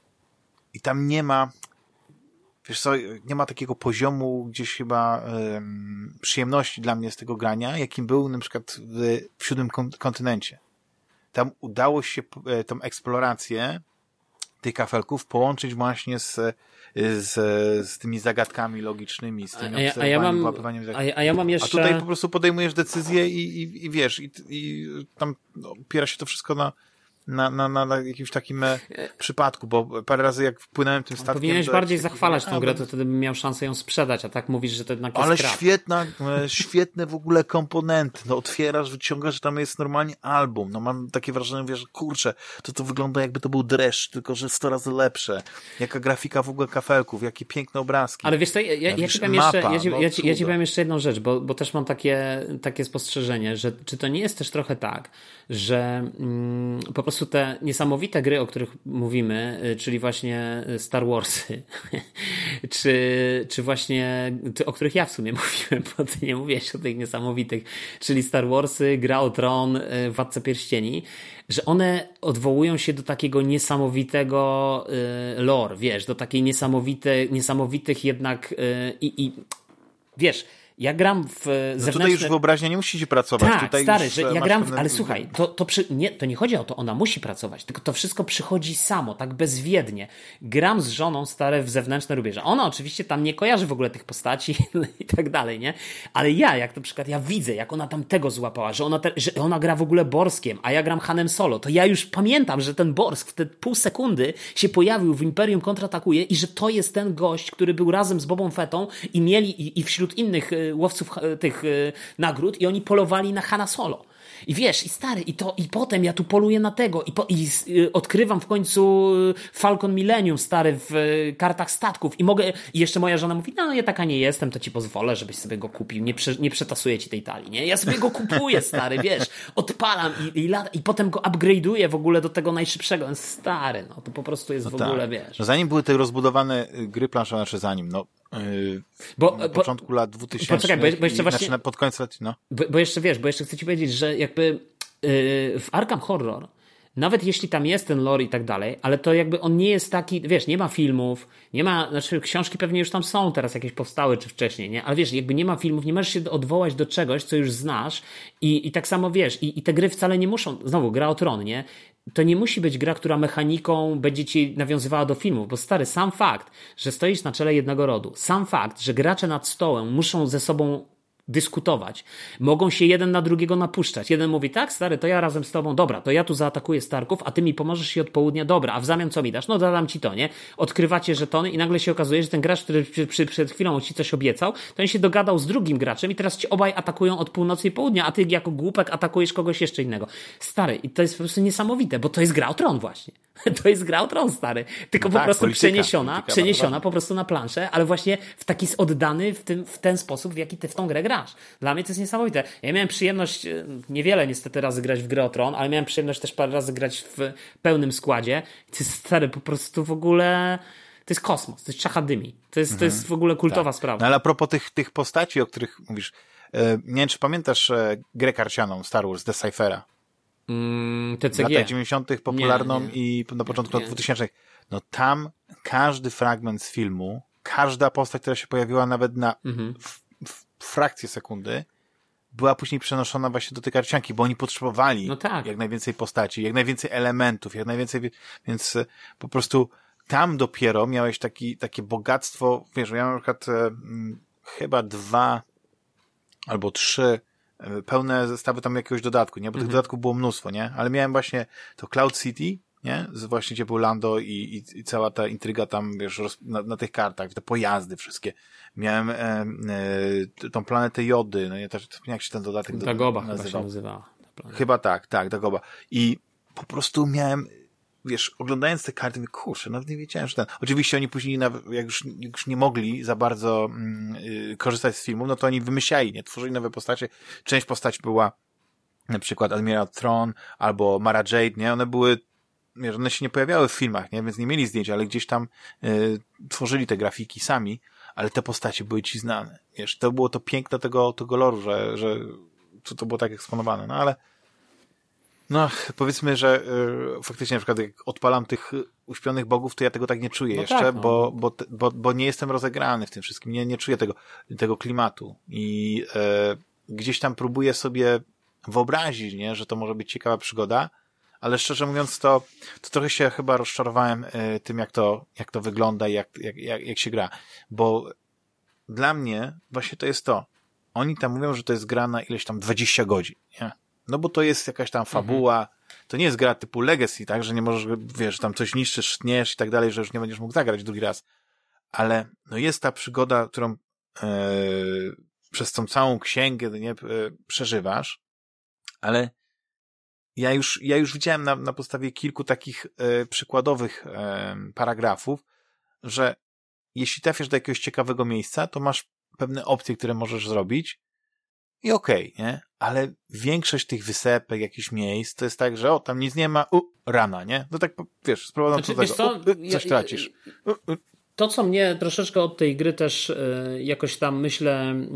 i tam nie ma wiesz co, nie ma takiego poziomu gdzieś chyba um, przyjemności dla mnie z tego grania, jakim był na przykład w, w siódmym kontynencie. Tam udało się e, tą eksplorację tych kafelków połączyć właśnie z, z, z tymi zagadkami logicznymi, z tym a, ja, a ja mam, łapywaniem zagadek. A, a ja mam jeszcze... A tutaj po prostu podejmujesz decyzję i, i, i wiesz, i, i tam no, opiera się to wszystko na Na, na, na, na jakimś takim e, przypadku, bo parę razy jak wpłynąłem tym statkiem... Powinieneś to bardziej jak, zachwalać a, tą grę, to wtedy bym miał szansę ją sprzedać, a tak mówisz, że to jednak jest ale krab. świetna, e, świetne w ogóle komponenty. No otwierasz, wyciągasz, że tam jest normalnie album. No mam takie wrażenie, wiesz, kurczę, to to wygląda jakby to był dreszcz, tylko że sto razy lepsze. Jaka grafika w ogóle kafelków, jakie piękne obrazki. Ale wiesz co, ja, ja, ja ci powiem jeszcze, ja ci, ja, ci, ja ci powiem jeszcze jedną rzecz, bo, bo też mam takie, takie spostrzeżenie, że czy to nie jest też trochę tak, że mm, po prostu te niesamowite gry, o których mówimy, czyli właśnie Star Warsy, czy, czy właśnie, o których ja w sumie mówiłem, bo ty nie mówiłeś o tych niesamowitych, czyli Star Warsy, Gra o Tron, Władca Pierścieni, że one odwołują się do takiego niesamowitego y, lore, wiesz, do takiej niesamowite, niesamowitych jednak y, i, i wiesz, ja gram w zewnętrzne... No tutaj już wyobraźnia nie musi ci pracować. Tak, tutaj stary, już że ja gram, w... pewne... ale słuchaj, to, to, przy... nie, to nie chodzi o to, ona musi pracować, tylko to wszystko przychodzi samo, tak bezwiednie. Gram z żoną, stare, w zewnętrzne rubieże. Ona oczywiście tam nie kojarzy w ogóle tych postaci i tak dalej, nie? Ale ja, jak na przykład ja widzę, jak ona tam tego złapała, że ona, te... że ona gra w ogóle Borskiem, a ja gram Hanem Solo, to ja już pamiętam, że ten Borsk w te pół sekundy się pojawił w Imperium Kontratakuje i że to jest ten gość, który był razem z Bobą Fettą i mieli, i, i wśród innych łowców tych nagród i oni polowali na Hanna Solo. I wiesz, i stary, i to, i potem ja tu poluję na tego, i, po, i y, odkrywam w końcu Falcon Millennium, stary, w y, kartach statków, i mogę, i jeszcze moja żona mówi, no ja taka nie jestem, to ci pozwolę, żebyś sobie go kupił, nie, prze, nie przetasuję ci tej talii, nie? Ja sobie go kupuję, stary, wiesz, odpalam i, i, lata, i potem go upgrade'uję w ogóle do tego najszybszego, on stary, no to po prostu jest no w tak. ogóle, wiesz. No zanim były te rozbudowane gry planszowe, znaczy zanim, no, Yy, bo, na bo, początku lat dwutysięcznych poczekaj, bo, bo jeszcze i, właśnie, znaczy pod koniec lat, no. Bo, bo jeszcze wiesz, bo jeszcze chcę ci powiedzieć, że jakby yy, w Arkham Horror, nawet jeśli tam jest ten lore i tak dalej, ale to jakby on nie jest taki, wiesz, nie ma filmów, nie ma, znaczy książki pewnie już tam są teraz jakieś powstały czy wcześniej, nie? Ale wiesz, jakby nie ma filmów, nie możesz się odwołać do czegoś, co już znasz i, i tak samo wiesz, i, i te gry wcale nie muszą, znowu, gra o Tron, nie? To nie musi być gra, która mechaniką będzie ci nawiązywała do filmów, bo stary, sam fakt, że stoisz na czele jednego rodu, sam fakt, że gracze nad stołem muszą ze sobą dyskutować. Mogą się jeden na drugiego napuszczać. Jeden mówi, tak stary, to ja razem z tobą, dobra, to ja tu zaatakuję Starków, a ty mi pomożesz się od południa, dobra, a w zamian co mi dasz? No dam ci to, nie? Odkrywacie żetony i nagle się okazuje, że ten gracz, który przy, przy, przed chwilą ci coś obiecał, to on się dogadał z drugim graczem i teraz ci obaj atakują od północy i południa, a ty jako głupek atakujesz kogoś jeszcze innego. Stary, i to jest po prostu niesamowite, bo to jest gra o Tron właśnie. To jest gra o Tron, stary. Tylko no po tak, prostu polityka, przeniesiona, polityka przeniesiona po prostu na planszę, ale właśnie w taki oddany w, tym, w ten sposób, w jaki ty w tą grę grasz. Dla mnie to jest niesamowite. Ja miałem przyjemność, niewiele niestety razy grać w grę o Tron, ale miałem przyjemność też parę razy grać w pełnym składzie. To jest, stary, po prostu w ogóle... To jest kosmos, to jest czachadymi. To jest, mhm. to jest w ogóle kultowa tak. sprawa. No ale a propos tych, tych postaci, o których mówisz, nie wiem, czy pamiętasz grę karcianą Star Wars, The Cyphera? Mm, T C G. W latach dziewięćdziesiątych popularną nie, nie. i na początku lat dwutysięcznych. No tam każdy fragment z filmu, każda postać, która się pojawiła nawet na mhm. w, w frakcję sekundy, była później przenoszona właśnie do tej karcianki, bo oni potrzebowali no tak. jak najwięcej postaci, jak najwięcej elementów, jak najwięcej, więc po prostu tam dopiero miałeś taki, takie bogactwo, wiesz, ja mam na przykład e, chyba dwa albo trzy pełne zestawy tam jakiegoś dodatku, nie? Bo tych mhm. dodatków było mnóstwo, nie? Ale miałem właśnie to Cloud City, nie? Z właśnie gdzie był Lando i, i, i cała ta intryga tam, wiesz, roz, na, na tych kartach, te pojazdy wszystkie. Miałem e, e, tą planetę Jody, no nie? Też, jak się ten dodatek Dagoba chyba się nazywała. Chyba tak, tak, Dagoba. I po prostu miałem, wiesz, oglądając te karty, mówię, kurczę, nawet nie wiedziałem, że ten... Oczywiście oni później, jak już, jak już nie mogli za bardzo yy, korzystać z filmów, no to oni wymyślali, nie? Tworzyli nowe postacie. Część postaci była na przykład Admiral Thrawn albo Mara Jade, nie? One były, wiesz, one się nie pojawiały w filmach, nie? Więc nie mieli zdjęć, ale gdzieś tam yy, tworzyli te grafiki sami, ale te postacie były ci znane. Wiesz, to było to piękne tego, tego loru, że, że to, to było tak eksponowane, no ale no, powiedzmy, że y, faktycznie na przykład jak odpalam tych uśpionych bogów, to ja tego tak nie czuję no jeszcze, tak, no. bo, bo, bo, bo nie jestem rozegrany w tym wszystkim, nie, nie czuję tego, tego klimatu i y, gdzieś tam próbuję sobie wyobrazić, nie, że to może być ciekawa przygoda, ale szczerze mówiąc to, to trochę się chyba rozczarowałem y, tym, jak to, jak to wygląda i jak, jak, jak, jak się gra, bo dla mnie właśnie to jest to, oni tam mówią, że to jest gra na ileś tam dwadzieścia godzin, nie? No bo to jest jakaś tam fabuła, mhm. to nie jest gra typu Legacy, tak, że nie możesz, wiesz, tam coś niszczysz, tniesz i tak dalej, że już nie będziesz mógł zagrać drugi raz. Ale no jest ta przygoda, którą e, przez tą całą księgę nie, e, przeżywasz, ale ja już, ja już widziałem na, na podstawie kilku takich e, przykładowych e, paragrafów, że jeśli trafisz do jakiegoś ciekawego miejsca, to masz pewne opcje, które możesz zrobić i okej, okay, nie? Ale większość tych wysepek, jakichś miejsc, to jest tak, że o, tam nic nie ma, u, rana, nie? No tak, wiesz, sprowadzam znaczy, do tego, u, u, coś ja, tracisz. U, u. To, co mnie troszeczkę od tej gry też y, jakoś tam, myślę, y,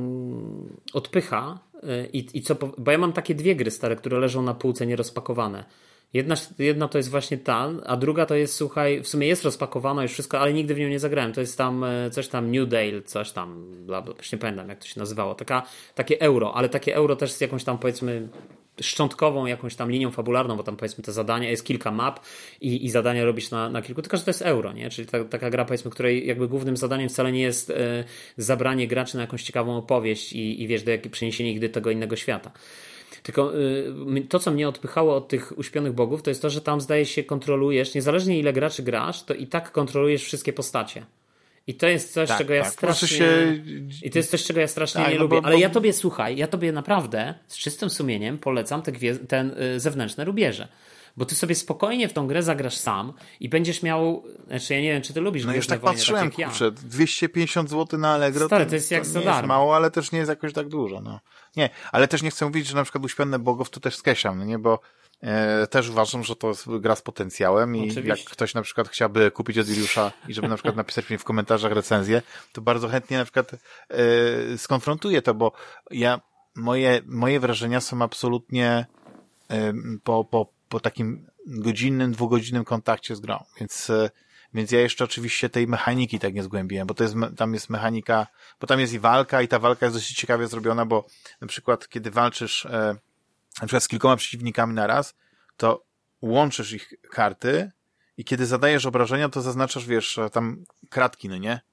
odpycha, y, i co, bo ja mam takie dwie gry stare, które leżą na półce nierozpakowane. Jedna, jedna to jest właśnie ta, a druga to jest, słuchaj, w sumie jest rozpakowana już wszystko, ale nigdy w nią nie zagrałem. To jest tam coś tam New Dale, coś tam, bla, bla, już nie pamiętam jak to się nazywało. Taka, takie euro, ale takie euro też z jakąś tam, powiedzmy, szczątkową jakąś tam linią fabularną, bo tam, powiedzmy, te zadania, jest kilka map i, i zadania robisz na, na kilku, tylko że to jest euro, nie? Czyli ta, taka gra, powiedzmy, której jakby głównym zadaniem wcale nie jest e, zabranie graczy na jakąś ciekawą opowieść i, i wiesz, do jakiej przeniesienie ich do tego innego świata. Tylko to, co mnie odpychało od tych uśpionych bogów, to jest to, że tam zdaje się kontrolujesz, niezależnie ile graczy grasz, to i tak kontrolujesz wszystkie postacie. I to jest coś, tak, czego ja tak, strasznie... Się... I to jest coś, czego ja strasznie tak, nie no lubię. Bo, Ale bo... ja tobie, słuchaj, ja tobie naprawdę z czystym sumieniem polecam te, gwie... te zewnętrzne rubieże. Bo ty sobie spokojnie w tą grę zagrasz sam i będziesz miał... Znaczy ja nie wiem, czy ty lubisz No już tak wojny, patrzyłem, tak kurczę, dwieście pięćdziesiąt złotych na Allegro Stary, to, to jest jak to nie jest mało, ale też nie jest jakoś tak dużo. No. Nie, ale też nie chcę mówić, że na przykład Uśpione Bogów to też skreślam, no nie, bo e, też uważam, że to jest gra z potencjałem i Oczywiście. Jak ktoś na przykład chciałby kupić od Juliusza i żeby na przykład napisać mi w komentarzach recenzję, to bardzo chętnie na przykład e, skonfrontuję to, bo ja, moje, moje wrażenia są absolutnie e, po, po, po takim godzinnym, dwugodzinnym kontakcie z grą, więc więc ja jeszcze oczywiście tej mechaniki tak nie zgłębiłem, bo to jest, tam jest mechanika, bo tam jest i walka i ta walka jest dosyć ciekawie zrobiona, bo na przykład kiedy walczysz e, na przykład z kilkoma przeciwnikami na raz, to łączysz ich karty i kiedy zadajesz obrażenia, to zaznaczasz, wiesz, tam kratki, no nie?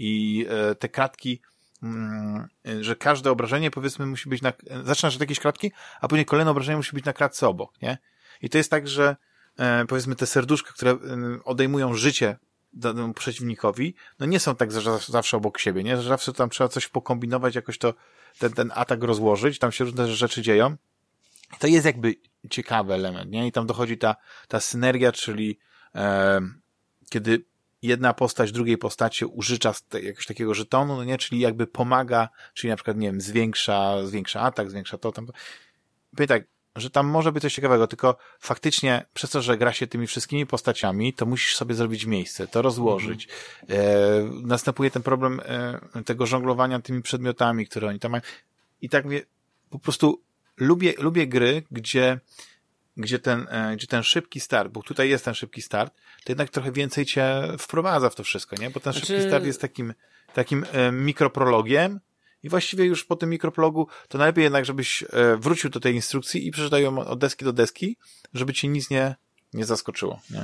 I e, te kratki, mm, że każde obrażenie powiedzmy musi być na, zaczynasz od jakiejś kratki, a później kolejne obrażenie musi być na kratce obok, nie? I to jest tak, że e, powiedzmy te serduszka, które e, odejmują życie danemu przeciwnikowi, no nie są tak za, zawsze obok siebie, nie? Że zawsze tam trzeba coś pokombinować, jakoś to ten, ten atak rozłożyć, tam się różne rzeczy dzieją. To jest jakby ciekawy element, nie? I tam dochodzi ta, ta synergia, czyli e, kiedy jedna postać drugiej postaci użycza jakiegoś takiego żetonu, no nie? Czyli jakby pomaga, czyli na przykład, nie wiem, zwiększa, zwiększa atak, zwiększa to tam. Powiem tak, że tam może być coś ciekawego, tylko faktycznie przez to, że gra się tymi wszystkimi postaciami, to musisz sobie zrobić miejsce, to rozłożyć. Mm. E, następuje ten problem e, tego żonglowania tymi przedmiotami, które oni tam mają. I tak wie, po prostu lubię, lubię gry, gdzie gdzie ten, e, gdzie ten szybki start, bo tutaj jest ten szybki start, to jednak trochę więcej cię wprowadza w to wszystko, nie? Bo ten znaczy... szybki start jest takim, takim e, mikroprologiem i właściwie już po tym mikroprologu to najlepiej jednak, żebyś e, wrócił do tej instrukcji i przeczytał ją od deski do deski, żeby cię nic nie, nie zaskoczyło, nie?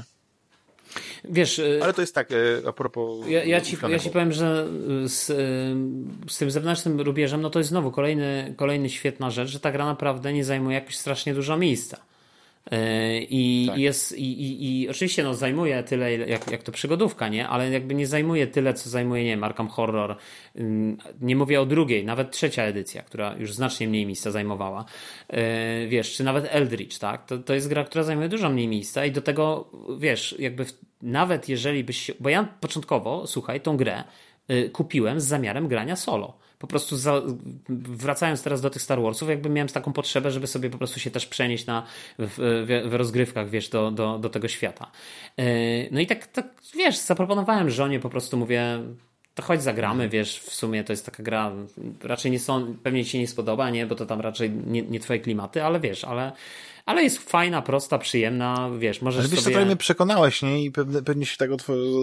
Wiesz, ale to jest tak, a propos... Ja, ja, ci, ja ci powiem, że z, z tym zewnętrznym rubieżem, no to jest znowu kolejny, kolejny świetna rzecz, że ta gra naprawdę nie zajmuje jakoś strasznie dużo miejsca. I tak. jest i, i, i oczywiście no, zajmuje tyle, jak, jak to przygodówka, nie? Ale jakby nie zajmuje tyle, co zajmuje, nie wiem, Arkham Horror. Nie mówię o drugiej, nawet trzecia edycja, która już znacznie mniej miejsca zajmowała. Wiesz, czy nawet Eldritch, tak? To, to jest gra, która zajmuje dużo mniej miejsca i do tego, wiesz, jakby w, nawet jeżeli byś się... Bo ja początkowo, słuchaj, tą grę y, kupiłem z zamiarem grania solo. Po prostu za, wracając teraz do tych Star Warsów, jakby miałem taką potrzebę, żeby sobie po prostu się też przenieść na, w, w, w rozgrywkach, wiesz, do, do, do tego świata. No i tak, tak, wiesz, zaproponowałem żonie, po prostu mówię, to chodź zagramy, wiesz, w sumie to jest taka gra, raczej nie są, pewnie ci się nie spodoba, nie, bo to tam raczej nie, nie twoje klimaty, ale wiesz, ale ale jest fajna, prosta, przyjemna, wiesz, możesz ale wiesz, sobie... Ale wiesz, co mnie przekonałeś, nie? I pewnie, pewnie się tak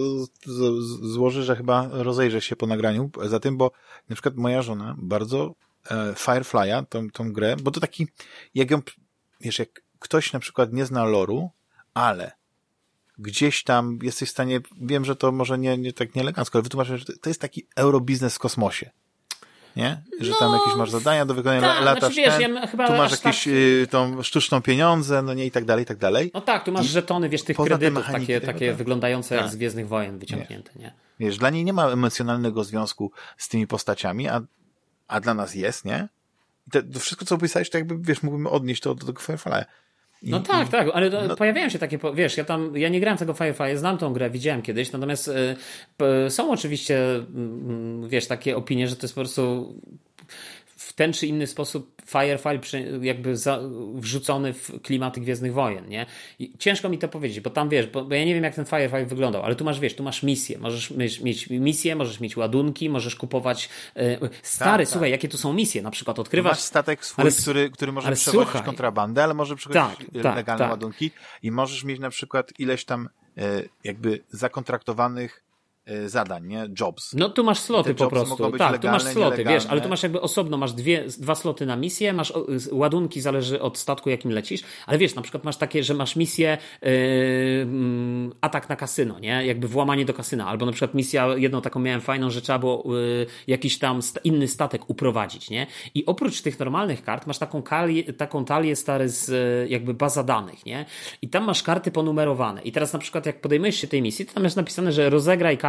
złoży, że chyba rozejrzę się po nagraniu za tym, bo na przykład moja żona bardzo e, Firefly'a, tą, tą grę, bo to taki, jak ją, wiesz, jak ktoś na przykład nie zna loru, ale gdzieś tam jesteś w stanie, wiem, że to może nie, nie tak nieelegancko, ale wytłumaczę, że to jest taki eurobiznes w kosmosie. Nie? Że no, tam jakieś masz zadania do wykonania, ta, latasz znaczy, wiesz, ten, ja chyba tu masz jakieś tak... y, tą sztuczną pieniądze, no nie i tak dalej, i tak dalej. No tak, tu masz I żetony, wiesz, tych kredytów takie, tego, takie tak. wyglądające jak z Gwiezdnych Wojen wyciągnięte, nie? Wiesz, dla niej nie ma emocjonalnego związku z tymi postaciami, a, a dla nas jest, nie? I to, to wszystko, co opisałeś, to jakby, wiesz, mógłbym odnieść to do tego Firefly'a. I, no tak, i, tak, ale no, pojawiają się takie, wiesz, ja tam, ja nie grałem tego Firefly, znam tą grę, widziałem kiedyś, natomiast y, y, są oczywiście, y, wiesz, takie opinie, że to jest po prostu w ten czy inny sposób Firefly jakby za, wrzucony w klimaty Gwiezdnych Wojen, nie? I ciężko mi to powiedzieć, bo tam wiesz, bo, bo ja nie wiem jak ten Firefly wyglądał, ale tu masz, wiesz, tu masz misję, możesz mieć, mieć misję, możesz mieć ładunki, możesz kupować yy, stary, tak, słuchaj, tak. Jakie tu są misje, na przykład odkrywasz... Masz statek swój, ale, który, który może przewozić słuchaj, kontrabandę, ale może przewozić tak, legalne tak, ładunki i możesz mieć na przykład ileś tam yy, jakby zakontraktowanych zadań, nie? Jobs. No tu masz sloty po prostu. Tak, legalne, tu masz sloty, wiesz, ale tu masz jakby osobno, masz dwie, dwa sloty na misję, masz ładunki, zależy od statku, jakim lecisz, ale wiesz, na przykład masz takie, że masz misję yy, atak na kasyno, nie? Jakby włamanie do kasyna, albo na przykład misja, jedną taką miałem fajną, że trzeba było yy, jakiś tam st- inny statek uprowadzić, nie? I oprócz tych normalnych kart masz taką, kalię, taką talię stary z yy, jakby baza danych, nie? I tam masz karty ponumerowane. I teraz na przykład jak podejmujesz się tej misji, to tam jest napisane, że rozegraj kartę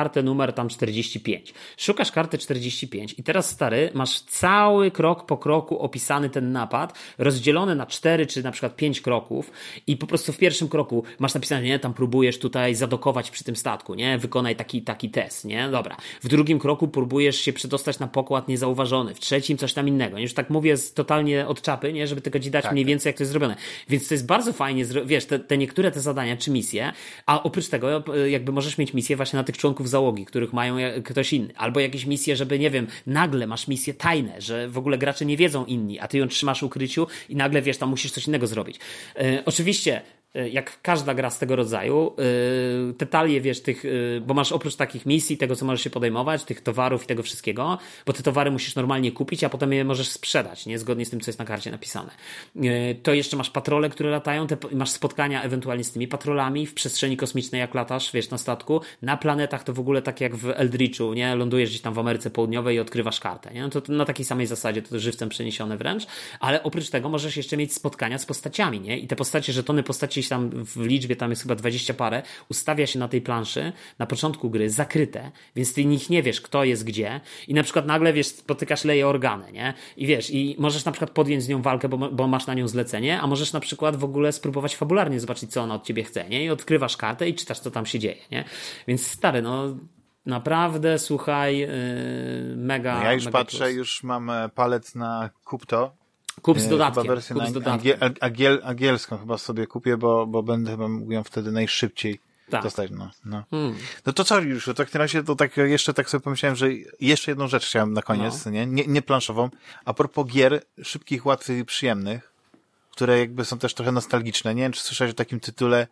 kartę numer tam czterdzieści pięć. Szukasz kartę czterdzieści pięć i teraz, stary, masz cały krok po kroku opisany ten napad, rozdzielony na cztery czy na przykład pięć kroków i po prostu w pierwszym kroku masz napisane, nie, tam próbujesz tutaj zadokować przy tym statku, nie, wykonaj taki, taki test, nie, dobra. W drugim kroku próbujesz się przedostać na pokład niezauważony, w trzecim coś tam innego. Już tak mówię z, totalnie od czapy, nie, żeby tylko ci dać tak, mniej więcej, jak to jest zrobione. Więc to jest bardzo fajnie, wiesz, te, te niektóre te zadania czy misje, a oprócz tego jakby możesz mieć misję właśnie na tych członków załogi, których mają ktoś inny. Albo jakieś misje, żeby, nie wiem, nagle masz misje tajne, że w ogóle gracze nie wiedzą inni, a ty ją trzymasz w ukryciu i nagle, wiesz, tam musisz coś innego zrobić. Yy, oczywiście jak każda gra z tego rodzaju, yy, te talie, wiesz, tych, yy, bo masz oprócz takich misji, tego co możesz się podejmować, tych towarów i tego wszystkiego, bo te towary musisz normalnie kupić, a potem je możesz sprzedać, nie? Zgodnie z tym, co jest na karcie napisane. Yy, to jeszcze masz patrole, które latają, te, masz spotkania ewentualnie z tymi patrolami w przestrzeni kosmicznej, jak latasz, wiesz, na statku. Na planetach to w ogóle tak jak w Eldritchu, nie? Lądujesz gdzieś tam w Ameryce Południowej i odkrywasz kartę, nie? No to, to na takiej samej zasadzie, to żywcem przeniesione wręcz, ale oprócz tego możesz jeszcze mieć spotkania z postaciami, nie? I te postacie, żetony postaci tam w liczbie, tam jest chyba dwadzieścia parę, ustawia się na tej planszy na początku gry zakryte, więc ty nich nie wiesz, kto jest gdzie i na przykład nagle, wiesz, spotykasz Leję Organę, nie? I wiesz, i możesz na przykład podjąć z nią walkę, bo, bo masz na nią zlecenie, a możesz na przykład w ogóle spróbować fabularnie zobaczyć, co ona od ciebie chce, nie? I odkrywasz kartę i czytasz, co tam się dzieje, nie? Więc stary, no naprawdę, słuchaj, yy, mega... No ja już mega patrzę, plus. już mam palec na kup to. Kup z dodatkiem. Kup z dodatkiem. Angiel, angiel, angielską chyba sobie kupię, bo, bo będę chyba mógł ją wtedy najszybciej tak. dostać. No, no. Hmm. no to co już, to w takim razie to tak jeszcze tak sobie pomyślałem, że jeszcze jedną rzecz chciałem na koniec, no. nie? nie? Nie planszową. A propos gier szybkich, łatwych i przyjemnych, które jakby są też trochę nostalgiczne. Nie wiem, czy słyszałeś o takim tytule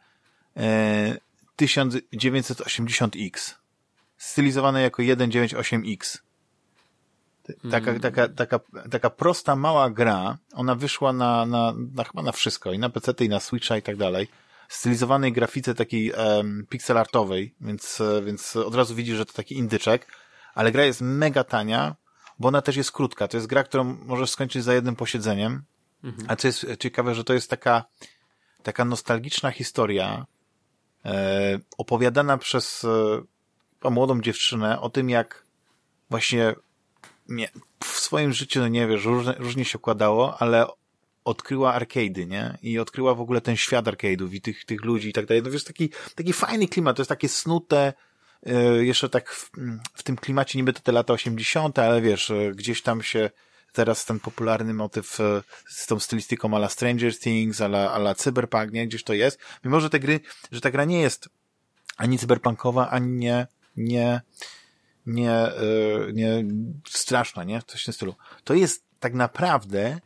e, tysiąc dziewięćset osiemdziesiąt X. Stylizowane jako tysiąc dziewięćset dziewięćdziesiąt osiem X. Taka, hmm. taka, taka, taka prosta, mała gra, ona wyszła na, na, na chyba na wszystko, i na pecety, i na Switcha, i tak dalej. Stylizowanej grafice takiej um, pixelartowej, więc, więc od razu widzisz, że to taki indyczek, ale gra jest mega tania, bo ona też jest krótka. To jest gra, którą możesz skończyć za jednym posiedzeniem, mhm. a co jest ciekawe, że to jest taka, taka nostalgiczna historia e, opowiadana przez e, młodą dziewczynę o tym, jak właśnie nie, w swoim życiu, no nie wiesz, różnie, różnie się układało, ale odkryła arcade'y, nie? I odkryła w ogóle ten świat arcade'ów i tych, tych ludzi i tak dalej. No wiesz, taki, taki fajny klimat, to jest takie snute, yy, jeszcze tak w, w tym klimacie niby to te lata osiemdziesiąte, ale wiesz, yy, gdzieś tam się teraz ten popularny motyw yy, z tą stylistyką a la Stranger Things, a la, a la Cyberpunk, nie? Gdzieś to jest. Mimo, że te gry, że ta gra nie jest ani cyberpunkowa, ani nie, nie nie, yy, nie straszna, nie? Coś w tym stylu. To jest tak naprawdę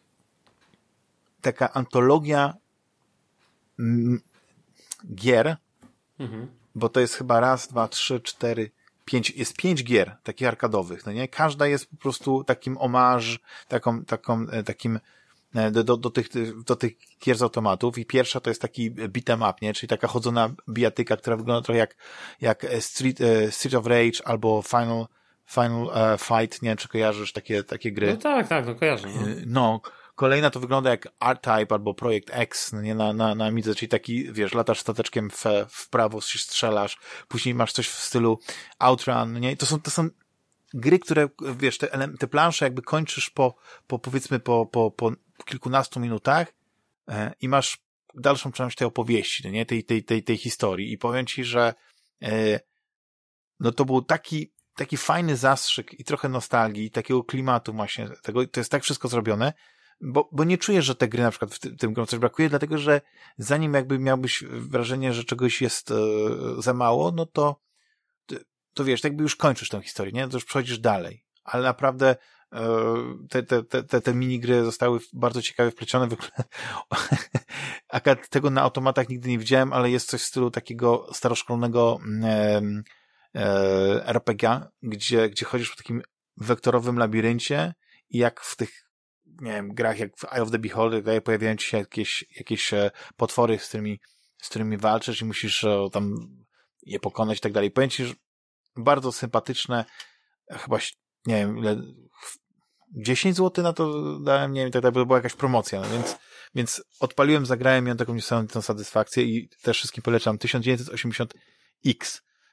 taka antologia m, gier, mhm. bo to jest chyba raz, dwa, trzy, cztery, pięć, jest pięć gier takich arkadowych, no nie? Każda jest po prostu takim omarz, taką, taką, takim do, do, do, tych, do tych gier z automatów i pierwsza to jest taki beat'em up, nie? Czyli taka chodzona bijatyka, która wygląda trochę jak, jak Street, Street of Rage albo Final, Final uh, Fight, nie wiem, czy kojarzysz takie, takie gry. No tak, tak, no kojarzę. No, no kolejna to wygląda jak R-Type albo Projekt X, no nie, na, na, na Amidze, czyli taki, wiesz, latasz stateczkiem w, w prawo, strzelasz, później masz coś w stylu Outrun, nie? I to są, to są gry, które, wiesz, te, te plansze jakby kończysz po, po powiedzmy, po, po, po kilkunastu minutach e, i masz dalszą część tej opowieści, no nie? Tej, tej, tej, tej historii. I powiem ci, że e, no to był taki, taki fajny zastrzyk i trochę nostalgii, i takiego klimatu właśnie, tego, to jest tak wszystko zrobione, bo, bo nie czujesz, że te gry na przykład w tym, tym grom coś brakuje, dlatego, że zanim jakby miałbyś wrażenie, że czegoś jest e, za mało, no to to wiesz, tak jakby już kończysz tę historię, nie? To już przechodzisz dalej. Ale naprawdę te, te, te, te minigry zostały bardzo ciekawie wplecione. W ogóle akurat tego na automatach nigdy nie widziałem, ale jest coś w stylu takiego staroszkolnego e, e, er pe gie, gdzie, gdzie chodzisz po takim wektorowym labiryncie i jak w tych, nie wiem, grach jak w Eye of the Beholder, tutaj pojawiają ci się jakieś, jakieś potwory, z którymi, z którymi walczysz i musisz tam je pokonać i tak dalej. Powiem ci, że bardzo sympatyczne, chyba, nie wiem, ile, dziesięć złotych na to dałem, nie wiem, tak, tak, bo była jakaś promocja, no więc, więc odpaliłem, zagrałem, miałem taką niesamowitą satysfakcję i też wszystkim polecam tysiąc dziewięćset osiemdziesiąt X.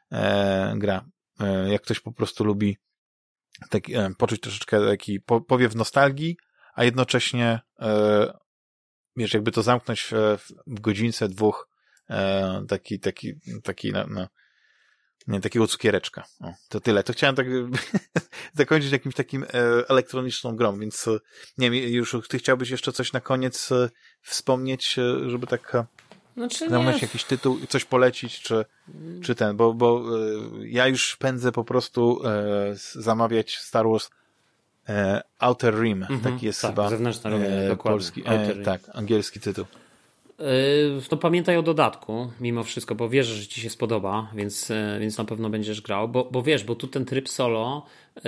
e, gra. E, jak ktoś po prostu lubi taki, e, poczuć troszeczkę taki po, powiew nostalgii, a jednocześnie e, wiesz, jakby to zamknąć w, w godzince, dwóch, e, taki, taki, taki, no, no, nie, takiego cukiereczka. O, to tyle. To chciałem tak zakończyć jakimś takim e, elektroniczną grą, więc e, nie wiem, już ty chciałbyś jeszcze coś na koniec e, wspomnieć, e, żeby tak e, znaczy, zamknąć jakiś tytuł i coś polecić, czy, czy ten, bo, bo e, ja już pędzę po prostu e, zamawiać Star Wars e, Outer Rim, mhm, taki jest tak, chyba zewnętrzna robię, e, dokładnie. polski, e, tak, angielski tytuł. To pamiętaj o dodatku, mimo wszystko, bo wiesz, że ci się spodoba, więc, więc na pewno będziesz grał, bo, bo wiesz, bo tu ten tryb solo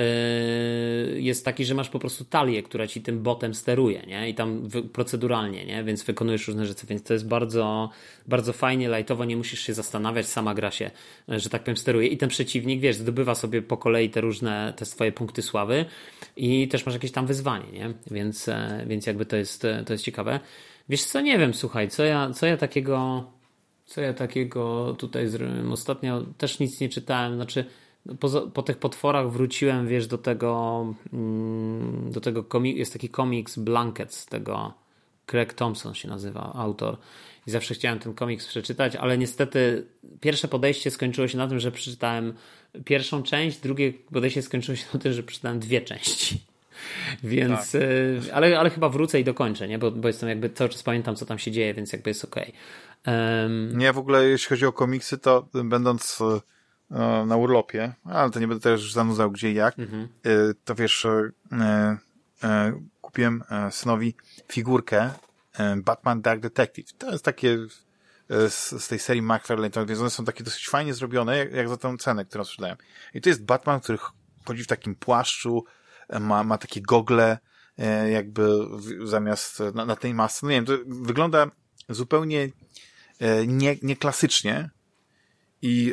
yy, jest taki, że masz po prostu talię, która ci tym botem steruje, nie? I tam wy, proceduralnie, nie? Więc wykonujesz różne rzeczy, więc to jest bardzo, bardzo fajnie, lajtowo, nie musisz się zastanawiać, sama gra się, że tak powiem, steruje i ten przeciwnik, wiesz, zdobywa sobie po kolei te różne, te swoje punkty sławy i też masz jakieś tam wyzwanie, nie? Więc, więc jakby to jest, to jest ciekawe. Wiesz co, nie wiem, słuchaj, co ja, co ja takiego co ja takiego tutaj zrobiłem. Ostatnio też nic nie czytałem, znaczy po, po tych potworach wróciłem, wiesz, do tego do tego komik, jest taki komiks Blankets, tego Craig Thompson się nazywa, autor. I zawsze chciałem ten komiks przeczytać, ale niestety pierwsze podejście skończyło się na tym, że przeczytałem pierwszą część, drugie podejście skończyło się na tym, że przeczytałem dwie części. Więc, tak. ale, ale chyba wrócę i dokończę, nie? Bo, bo jestem jakby cały czas pamiętam, co tam się dzieje, więc jakby jest okej. Um... Nie, w ogóle jeśli chodzi o komiksy, to będąc e, na urlopie, ale to nie będę teraz już zanudzał gdzie i jak, mhm. e, to wiesz, e, e, kupiłem e, synowi figurkę e, Batman Dark Detective. To jest takie e, z, z tej serii McFarlane, to, więc one są takie dosyć fajnie zrobione, jak, jak za tą cenę, którą sprzedają. I to jest Batman, który chodzi w takim płaszczu, ma, ma takie gogle, e, jakby w, zamiast na, na tej masce. No nie wiem, to wygląda zupełnie e, nie, nieklasycznie i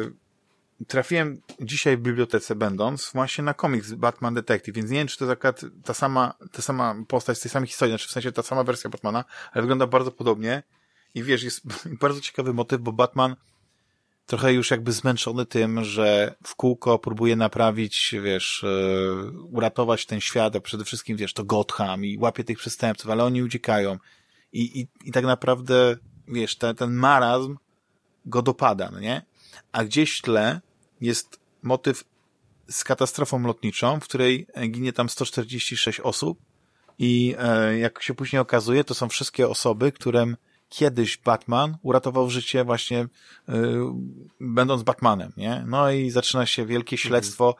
e, trafiłem dzisiaj w bibliotece będąc właśnie na komiks Batman Detective, więc nie wiem, czy to taka ta sama, ta sama postać z tej samej historii, znaczy w sensie ta sama wersja Batmana, ale wygląda bardzo podobnie i wiesz, jest bardzo ciekawy motyw, bo Batman trochę już jakby zmęczony tym, że w kółko próbuje naprawić, wiesz, yy, uratować ten świat, a przede wszystkim, wiesz, to Gotham i łapie tych przestępców, ale oni uciekają. I, i, i tak naprawdę, wiesz, te, ten marazm go dopada, no nie? A gdzieś w tle jest motyw z katastrofą lotniczą, w której ginie tam sto czterdzieści sześć osób i e, jak się później okazuje, to są wszystkie osoby, którym kiedyś Batman uratował życie właśnie y, będąc Batmanem, nie? No i zaczyna się wielkie śledztwo.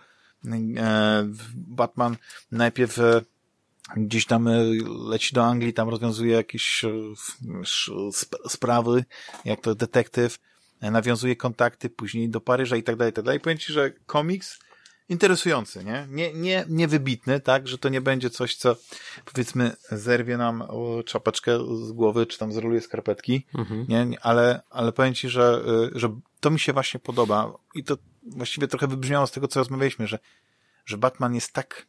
E, Batman najpierw e, gdzieś tam e, leci do Anglii, tam rozwiązuje jakieś e, sp sprawy, jak to detektyw, e, nawiązuje kontakty, później do Paryża i tak dalej, i tak dalej. Powiem ci, że komiks interesujący, nie? Nie, nie, nie wybitny, tak? Że to nie będzie coś, co powiedzmy zerwie nam o, czapeczkę z głowy, czy tam zroluje skarpetki, mhm. nie? Ale, ale powiem ci, że, że to mi się właśnie podoba i to właściwie trochę wybrzmiało z tego, co rozmawialiśmy, że, że Batman jest tak,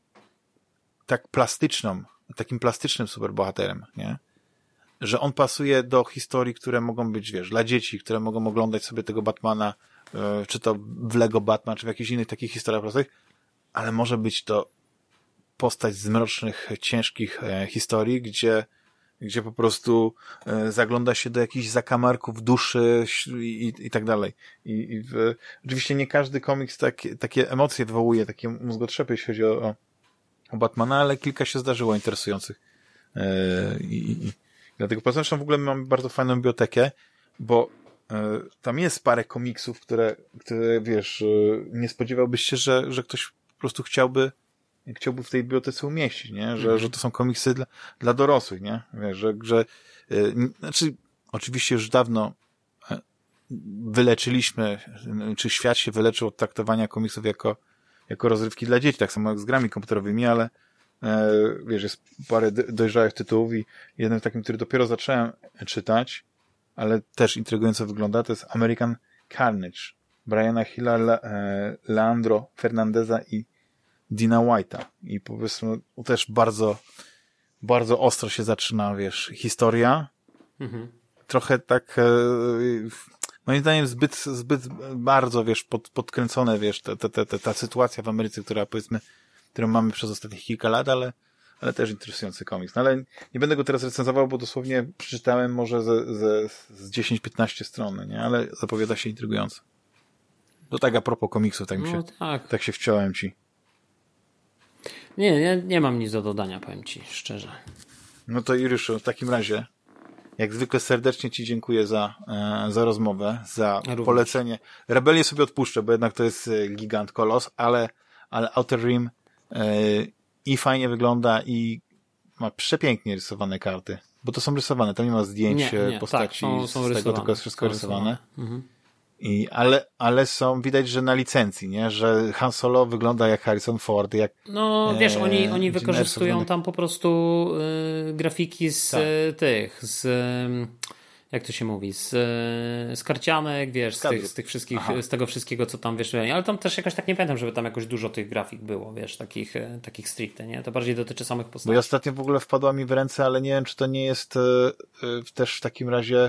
tak plastyczną, takim plastycznym superbohaterem, nie? Że on pasuje do historii, które mogą być, wiesz, dla dzieci, które mogą oglądać sobie tego Batmana, czy to w Lego Batman, czy w jakichś innych takich historiach prostych, ale może być to postać z mrocznych, ciężkich e, historii, gdzie, gdzie po prostu e, zagląda się do jakichś zakamarków duszy i, i, i tak dalej. I, i w, oczywiście nie każdy komiks tak, takie emocje wywołuje, takie mózgotrzepy, jeśli chodzi o, o, o Batmana, ale kilka się zdarzyło interesujących. E, i, i, dlatego poza tym w ogóle mamy bardzo fajną bibliotekę, bo tam jest parę komiksów, które, które wiesz, nie spodziewałbyś się, że, że ktoś po prostu chciałby chciałby w tej bibliotece umieścić, nie? Że, mm. że to są komiksy dla, dla dorosłych, nie? Wiesz, że, że znaczy, oczywiście już dawno wyleczyliśmy, czy świat się wyleczył od traktowania komiksów jako, jako rozrywki dla dzieci, tak samo jak z grami komputerowymi, ale wiesz, jest parę dojrzałych tytułów i jeden takim, który dopiero zacząłem czytać, ale też intrygująco wygląda, to jest American Carnage Briana Hilla, Le, e, Leandro Fernandeza i Dina White'a. I powiedzmy, też bardzo bardzo ostro się zaczyna, wiesz, historia. Mhm. Trochę tak e, moim zdaniem zbyt, zbyt bardzo, wiesz, pod, podkręcone, wiesz, ta, ta, ta, ta sytuacja w Ameryce, która powiedzmy, którą mamy przez ostatnich kilka lat, ale, ale też interesujący komiks. No ale nie będę go teraz recenzował, bo dosłownie przeczytałem może ze, ze, z dziesięć piętnaście stron, nie? Ale zapowiada się intrygująco. To tak a propos komiksów, tak mi się, no, tak. tak się wciąłem ci. Nie, nie, nie mam nic do dodania, powiem ci szczerze. No to Juliuszu, w takim razie jak zwykle serdecznie ci dziękuję za, e, za rozmowę, za Również. polecenie. Rebelię sobie odpuszczę, bo jednak to jest gigant, kolos, ale, ale Outer Rim e, i fajnie wygląda i ma przepięknie rysowane karty, bo to są rysowane, tam nie ma zdjęć nie, nie, postaci, tak, są, są z tego rysowane. Tylko jest wszystko są rysowane. rysowane. Mhm. I, ale, ale są, widać, że na licencji, nie? Że Han Solo wygląda jak Harrison Ford, jak... No, wiesz, e, oni, oni wykorzystują tam po prostu y, grafiki z tak. y, tych, z... Y, jak to się mówi, z, z karcianek, wiesz, z tych, z tych wszystkich, Aha. z tego wszystkiego, co tam, wiesz, ale tam też jakoś tak nie pamiętam, żeby tam jakoś dużo tych grafik było, wiesz, takich, takich stricte, nie? To bardziej dotyczy samych postaci. Bo ja ostatnio w ogóle wpadła mi w ręce, ale nie wiem, czy to nie jest y, y, też w takim razie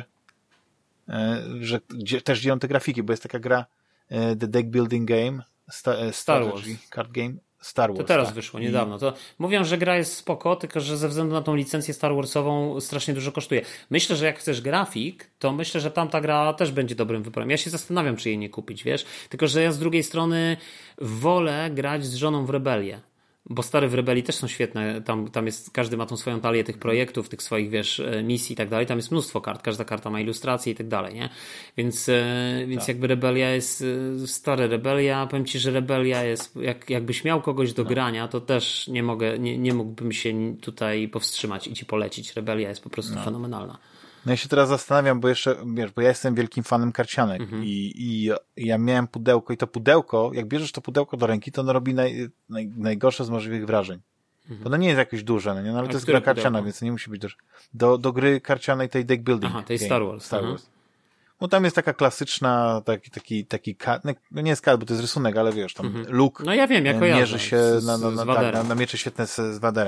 że gdzie, też dzieją te grafiki, bo jest taka gra The Deck Building Game sta, Star Wars Card Game Star Wars. To teraz tak. wyszło niedawno. To mówią, że gra jest spoko, tylko że ze względu na tą licencję Star Warsową strasznie dużo kosztuje. Myślę, że jak chcesz grafik, to myślę, że tamta gra też będzie dobrym wyborem. Ja się zastanawiam, czy jej nie kupić, wiesz? Tylko że ja z drugiej strony wolę grać z żoną w Rebelię. Bo stare w Rebelii też są świetne, tam, tam jest, każdy ma tą swoją talię tych projektów, tych swoich, wiesz, misji i tak dalej, tam jest mnóstwo kart, każda karta ma ilustracje i tak dalej, nie? Więc, więc tak. jakby Rebelia jest, stare Rebelia, powiem ci, że Rebelia jest, jak, jakbyś miał kogoś do no. grania, to też nie mogę, nie, nie mógłbym się tutaj powstrzymać i ci polecić. Rebelia jest po prostu no. fenomenalna. No ja się teraz zastanawiam, bo jeszcze, wiesz, bo ja jestem wielkim fanem karcianek mhm. i, i ja miałem pudełko i to pudełko, jak bierzesz to pudełko do ręki, to ono robi naj, naj, najgorsze z możliwych wrażeń. Mhm. Ono nie jest jakieś duże, no, nie? No, ale A to jest gra karciana, pudełko? Więc nie musi być duże. Do, do gry karcianej tej deck building. Aha, tej Star Wars. Star Wars. No tam jest taka klasyczna, taki, taki, taki kart, no nie jest kart, bo to jest rysunek, ale wiesz, tam mhm. Luke no ja wiem, jak mierzy się z, na, na, na, na, tak, na, na miecze świetne z, z Vaderem.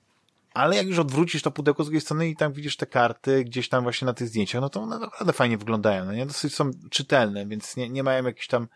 Ale jak już odwrócisz to pudełko z drugiej strony i tam widzisz te karty gdzieś tam właśnie na tych zdjęciach, no to one naprawdę fajnie wyglądają, no nie? Dosyć są czytelne, więc nie, nie mają jakiś tam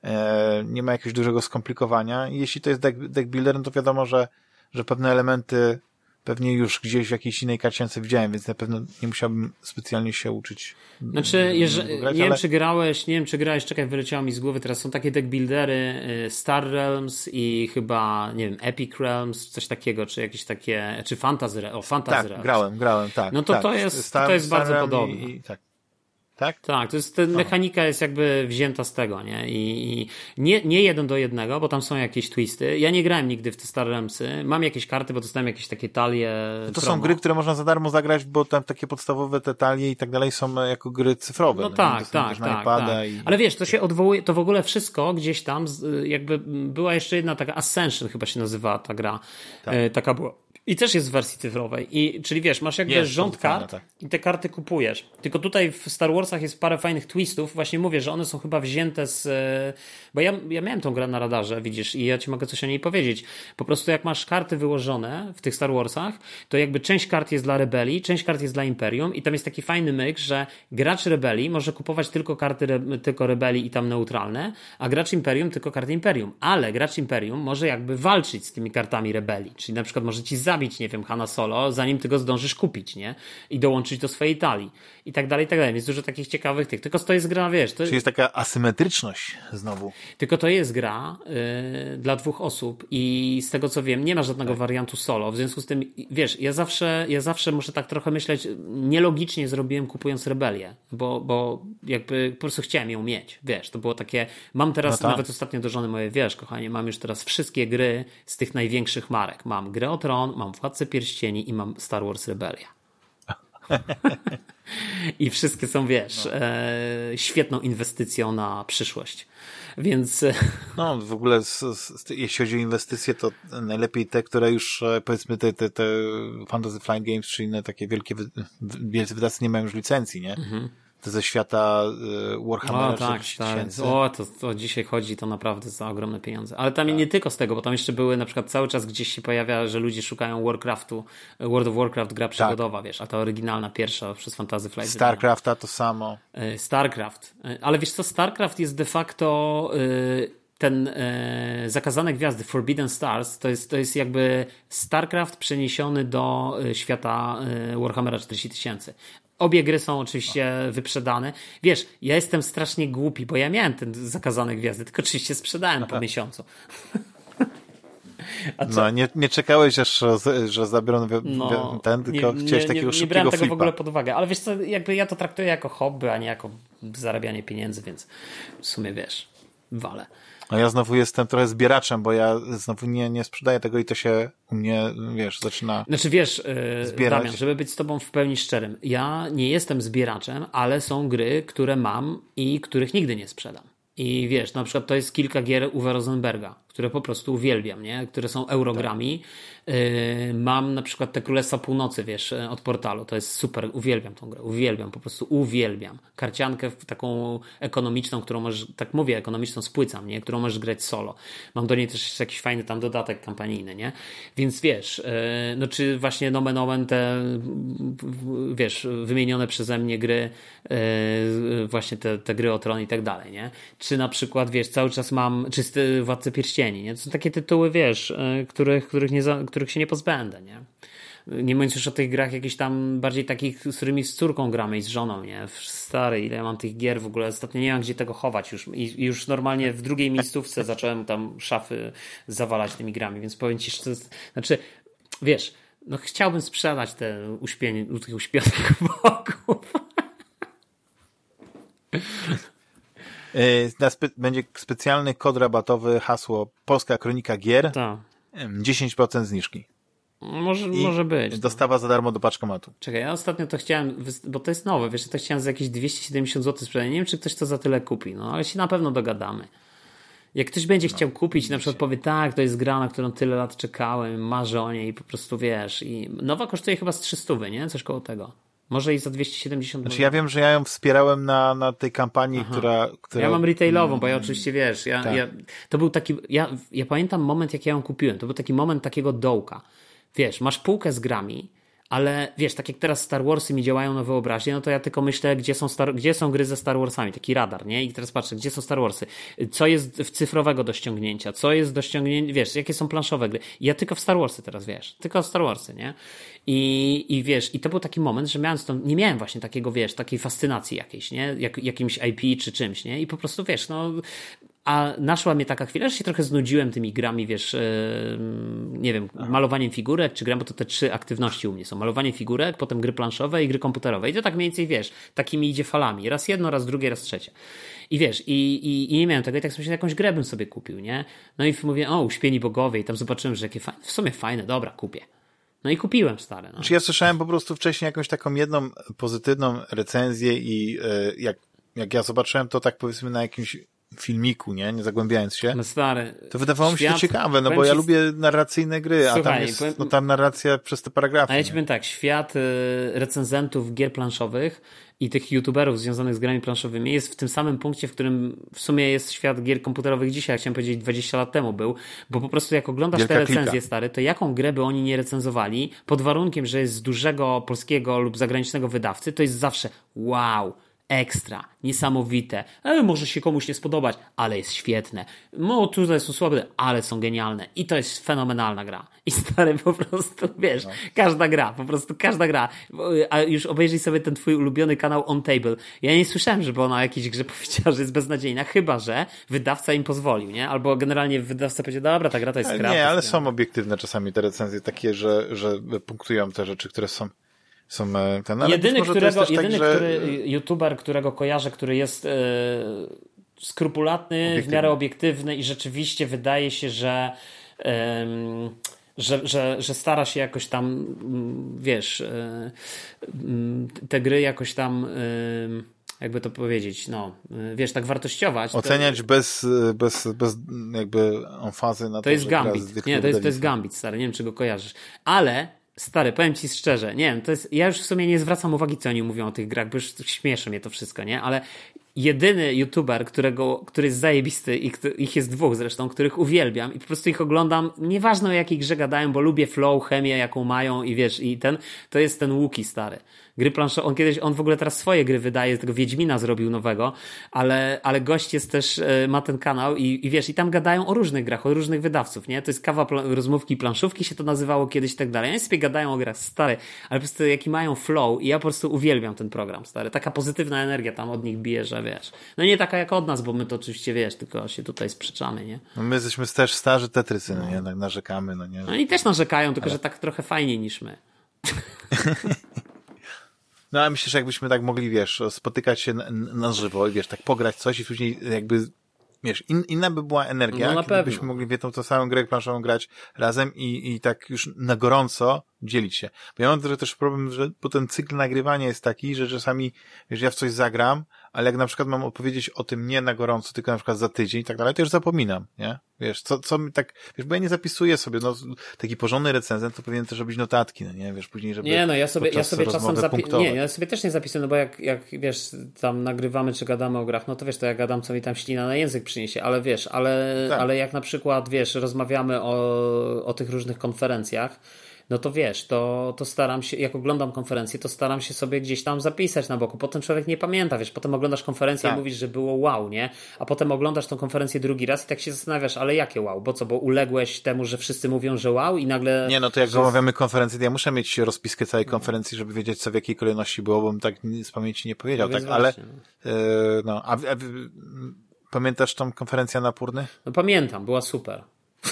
e, nie ma jakiegoś dużego skomplikowania i jeśli to jest deck, deck builder, no to wiadomo, że, że pewne elementy pewnie już gdzieś w jakiejś innej karciance widziałem, więc na pewno nie musiałbym specjalnie się uczyć. Znaczy, jeżeli, grać, nie ale... wiem, czy grałeś, nie wiem, czy grałeś, czekaj, wyleciało mi z głowy, teraz są takie deck buildery Star Realms i chyba, nie wiem, Epic Realms, coś takiego, czy jakieś takie, czy Fantasy, o, Fantasy tak, Realms. grałem, grałem, tak. No to tak. to jest, Star, to jest Star bardzo Realm podobne. I, i, tak. Tak? Tak, to jest, ta mechanika jest jakby wzięta z tego, nie? I, i nie, nie jeden do jednego, bo tam są jakieś twisty. Ja nie grałem nigdy w te Star Realmsy. Mam jakieś karty, bo dostałem jakieś takie talie. No to promo. Są gry, które można za darmo zagrać, bo tam takie podstawowe te talie i tak dalej są jako gry cyfrowe. No, no tak, tak, tak, tak. I... Ale wiesz, to się odwołuje, to w ogóle wszystko gdzieś tam, jakby była jeszcze jedna taka Ascension chyba się nazywała ta gra. Tak. E, taka była. I też jest w wersji cyfrowej. I, czyli wiesz, masz jakby jest, rząd kart fajne, tak. i te karty kupujesz. Tylko tutaj w Star Warsach jest parę fajnych twistów. Właśnie mówię, że one są chyba wzięte z... Bo ja, ja miałem tą grę na radarze, widzisz, i ja ci mogę coś o niej powiedzieć. Po prostu jak masz karty wyłożone w tych Star Warsach, to jakby część kart jest dla Rebelii, część kart jest dla Imperium i tam jest taki fajny myk, że gracz Rebelii może kupować tylko karty re, tylko Rebelii i tam neutralne, a gracz Imperium tylko karty Imperium. Ale gracz Imperium może jakby walczyć z tymi kartami Rebelii. Czyli na przykład może ci zabić, nie wiem, Hanna Solo, zanim ty go zdążysz kupić, nie? I dołączyć do swojej talii. I tak dalej, i tak dalej. Więc dużo takich ciekawych tych. Tylko to jest gra, wiesz... To... Czyli jest taka asymetryczność znowu. Tylko to jest gra yy, dla dwóch osób i z tego co wiem, nie ma żadnego tak. wariantu solo. W związku z tym, wiesz, ja zawsze, ja zawsze muszę tak trochę myśleć, nielogicznie zrobiłem kupując Rebelię, bo, bo jakby po prostu chciałem ją mieć, wiesz, to było takie, mam teraz, no nawet ostatnio do żony moje, wiesz, kochanie, mam już teraz wszystkie gry z tych największych marek. Mam Grę o Tron, mam Władcę Pierścieni i mam Star Wars Rebelia. I wszystkie są, wiesz, no. e, świetną inwestycją na przyszłość. Więc... No, w ogóle z, z, jeśli chodzi o inwestycje, to najlepiej te, które już, powiedzmy, te, te, te Fantasy Flight Games, czy inne takie wielkie, wielcy wydawcy nie mają już licencji, nie? Mhm. te ze świata y, Warhammera O tak, tak. O, to, to dzisiaj chodzi to naprawdę za ogromne pieniądze. Ale tam tak. nie tylko z tego, bo tam jeszcze były na przykład cały czas gdzieś się pojawia, że ludzie szukają Warcraftu, World of Warcraft gra przygodowa, tak. wiesz, a ta oryginalna pierwsza przez Fantasy Flight. StarCrafta to samo. StarCraft. Ale wiesz co, StarCraft jest de facto y, ten y, Zakazane Gwiazdy, Forbidden Stars, to jest, to jest jakby StarCraft przeniesiony do y, świata y, Warhammera czterdzieści tysięcy. Obie gry są oczywiście wyprzedane. Wiesz, ja jestem strasznie głupi, bo ja miałem ten Zakazane Gwiazdy, tylko oczywiście sprzedałem po miesiącu. A co? No, nie, nie czekałeś, aż że zabiorą no, ten, tylko nie, chciałeś nie, takiego nie, szybkiego nie brałem tego flipa. w ogóle pod uwagę, ale wiesz co, jakby ja to traktuję jako hobby, a nie jako zarabianie pieniędzy, więc w sumie wiesz, wale. No ja znowu jestem trochę zbieraczem, bo ja znowu nie, nie sprzedaję tego i to się u mnie, wiesz, zaczyna Znaczy wiesz, yy, Damian, żeby być z tobą w pełni szczerym, ja nie jestem zbieraczem, ale są gry, które mam i których nigdy nie sprzedam. I wiesz, na przykład to jest kilka gier Uwe Rosenberga, które po prostu uwielbiam, nie? Które są eurogrami. Tak. Yy, mam na przykład te Królestwa Północy, wiesz, od Portalu. To jest super, uwielbiam tą grę, uwielbiam, po prostu uwielbiam. Karciankę taką ekonomiczną, którą możesz, tak mówię, ekonomiczną spłycam, nie? Którą możesz grać solo. Mam do niej też jeszcze jakiś fajny tam dodatek kampanijny, nie? Więc wiesz, yy, no czy właśnie nomen omen te, wiesz, wymienione przeze mnie gry, yy, właśnie te, te gry o Tron i tak dalej, nie? Czy na przykład, wiesz, cały czas mam czysty Władcę Pierścieni, nie? To są takie tytuły, wiesz, których, których, nie za, których się nie pozbędę, nie? Nie mówiąc już o tych grach jakichś tam bardziej takich, z którymi z córką gramy i z żoną, nie? Stary, ile ja mam tych gier w ogóle, ostatnio nie mam gdzie tego chować już i, i już normalnie w drugiej miejscówce zacząłem tam szafy zawalać tymi grami, więc powiem ci, że to jest, znaczy, wiesz, no chciałbym sprzedać te uśpienie, tych uśpionych boków. Spe- będzie specjalny kod rabatowy, hasło Polska Kronika Gier. Ta. dziesięć procent zniżki. Może, może być. Dostawa za darmo do paczkomatu. Czekaj, ja ostatnio to chciałem, bo to jest nowe, wiesz, to chciałem za jakieś dwieście siedemdziesiąt złotych sprzedać. Nie wiem, czy ktoś to za tyle kupi, no ale się na pewno dogadamy. Jak ktoś będzie no, chciał kupić, na przykład powie, tak, to jest gra, na którą tyle lat czekałem, marzę o niej i po prostu wiesz. I nowa kosztuje chyba z trzysta, nie? Coś koło tego. Może i za dwieście siedemdziesiąt. Znaczy ja wiem, że ja ją wspierałem na, na tej kampanii, która, która... Ja mam retailową, bo ja oczywiście, wiesz, ja, tak. ja, to był taki, ja, ja pamiętam moment, jak ja ją kupiłem, to był taki moment takiego dołka. Wiesz, masz półkę z grami, ale wiesz, tak jak teraz Star Warsy mi działają na wyobraźnię, no to ja tylko myślę, gdzie są, Star, gdzie są gry ze Star Warsami, taki radar, nie? I teraz patrzę, gdzie są Star Warsy, co jest w cyfrowego do ściągnięcia, co jest do ściągnięcia, wiesz, jakie są planszowe gry. I ja tylko w Star Warsy teraz, wiesz, tylko w Star Warsy, nie? I, i wiesz, i to był taki moment, że miałem stąd, nie miałem właśnie takiego, wiesz, takiej fascynacji jakiejś, nie? Jak, jakimś I P czy czymś, nie? I po prostu, wiesz, no... A naszła mnie taka chwila, że się trochę znudziłem tymi grami, wiesz, yy, nie wiem, Aha. malowaniem figurek, czy gram, bo to te trzy aktywności u mnie są. Malowanie figurek, potem gry planszowe i gry komputerowe. I to tak mniej więcej, wiesz, takimi idzie falami. Raz jedno, raz drugie, raz trzecie. I wiesz, i, i, i nie miałem tego i tak sobie jakąś grę bym sobie kupił, nie? No i mówię, o, Uśpieni Bogowie i tam zobaczyłem, że jakie fajne, w sumie fajne, dobra, kupię. No i kupiłem, stare. No. Ja słyszałem po prostu wcześniej jakąś taką jedną pozytywną recenzję i yy, jak, jak ja zobaczyłem to tak powiedzmy na jakimś filmiku, nie? Nie zagłębiając się. No stary. To wydawało mi się świat, to ciekawe, no bo ja ci... lubię narracyjne gry, Słuchaj, a tam jest powiem... no, tam narracja przez te paragrafy. A ja ci powiem tak, świat y, recenzentów gier planszowych i tych youtuberów związanych z grami planszowymi jest w tym samym punkcie, w którym w sumie jest świat gier komputerowych dzisiaj, chciałem powiedzieć dwadzieścia lat temu był, bo po prostu jak oglądasz Wielka te recenzje klika. stare, to jaką grę by oni nie recenzowali, pod warunkiem, że jest z dużego polskiego lub zagranicznego wydawcy, to jest zawsze wow, ekstra, niesamowite. E, może się komuś nie spodobać, ale jest świetne. No tutaj są słabe, ale są genialne. I to jest fenomenalna gra. I stary, po prostu, wiesz, no. każda gra, po prostu każda gra. A już obejrzyj sobie ten twój ulubiony kanał On Table. Ja nie słyszałem, żeby ona o jakiejś grze powiedziała, że jest beznadziejna, chyba że wydawca im pozwolił, nie? Albo generalnie wydawca powiedział, dobra, ta gra to jest ale gra. Nie, ale są obiektywne czasami te recenzje takie, że, że punktują te rzeczy, które są Są ten, ale jedyny, którego, jedyny tak, że... który, youtuber, którego kojarzę, który jest e, skrupulatny, obiektywny. w miarę obiektywny i rzeczywiście wydaje się, że, e, że, że, że stara się jakoś tam, wiesz, e, te gry jakoś tam, e, jakby to powiedzieć, no, wiesz, tak wartościować. Oceniać to, bez, bez, bez jakby emfazy na to, to jest że Gambit. Nie, to jest, to jest Gambit, stary, nie wiem, czy go kojarzysz. Ale Stary, powiem ci szczerze, nie wiem, to jest, ja już w sumie nie zwracam uwagi, co oni mówią o tych grach, bo już śmieszy mnie to wszystko, nie? Ale jedyny youtuber, którego, który jest zajebisty i kto, ich jest dwóch zresztą, których uwielbiam i po prostu ich oglądam, nieważne o jakiej grze gadają, bo lubię flow, chemię, jaką mają i wiesz, i ten, to jest ten Łuki, stary. Gry planszowe, on kiedyś, on w ogóle teraz swoje gry wydaje, tego Wiedźmina zrobił nowego, ale, ale gość jest też, ma ten kanał i, i wiesz, i tam gadają o różnych grach, o różnych wydawców, nie? To jest kawa pla- rozmówki planszówki się to nazywało kiedyś i tak dalej. Oni sobie gadają o grach, stary, ale po prostu jaki mają flow i ja po prostu uwielbiam ten program, stary. Taka pozytywna energia tam od nich bije, że wiesz. No nie taka jak od nas, bo my to oczywiście, wiesz, tylko się tutaj sprzeczamy, nie? No my jesteśmy też starzy tetrycy, no nie? Tak narzekamy, no nie? No oni też narzekają, tylko ale... że tak trochę fajniej niż my. No ale myślę, że jakbyśmy tak mogli, wiesz, spotykać się na, na żywo i wiesz, tak pograć coś i później jakby, wiesz, in, inna by była energia, no gdybyśmy mogli w jedną tą samą grę planszową grać razem i, i tak już na gorąco dzielić się. Bo ja mam trochę też problem, że bo ten cykl nagrywania jest taki, że czasami, wiesz, ja w coś zagram, ale jak na przykład mam opowiedzieć o tym nie na gorąco, tylko na przykład za tydzień i tak dalej, to już zapominam, nie? Wiesz, co, co mi tak, wiesz, bo ja nie zapisuję sobie, no, taki porządny recenzent to powinien też robić notatki, no nie? Wiesz, później, żeby nie, no ja sobie, ja sobie czasem zapisuję, nie, ja sobie też nie zapisuję, no bo jak, jak, wiesz, tam nagrywamy czy gadamy o grach, no to wiesz, to ja gadam, co mi tam ślina na język przyniesie, ale wiesz, ale, tak. ale jak na przykład, wiesz, rozmawiamy o, o tych różnych konferencjach, no to wiesz, to, to staram się, jak oglądam konferencję, to staram się sobie gdzieś tam zapisać na boku. Potem człowiek nie pamięta, wiesz, potem oglądasz konferencję tak. i mówisz, że było wow, nie? A potem oglądasz tą konferencję drugi raz i tak się zastanawiasz, ale jakie wow? Bo co, bo uległeś temu, że wszyscy mówią, że wow i nagle... Nie, no to jak że... omawiamy konferencję, to ja muszę mieć rozpiskę całej konferencji, żeby wiedzieć, co w jakiej kolejności było, bo bym tak z pamięci nie powiedział, no tak? Ale, właśnie, no, yy, no a, a, a pamiętasz tą konferencję na Purny? No pamiętam, była super.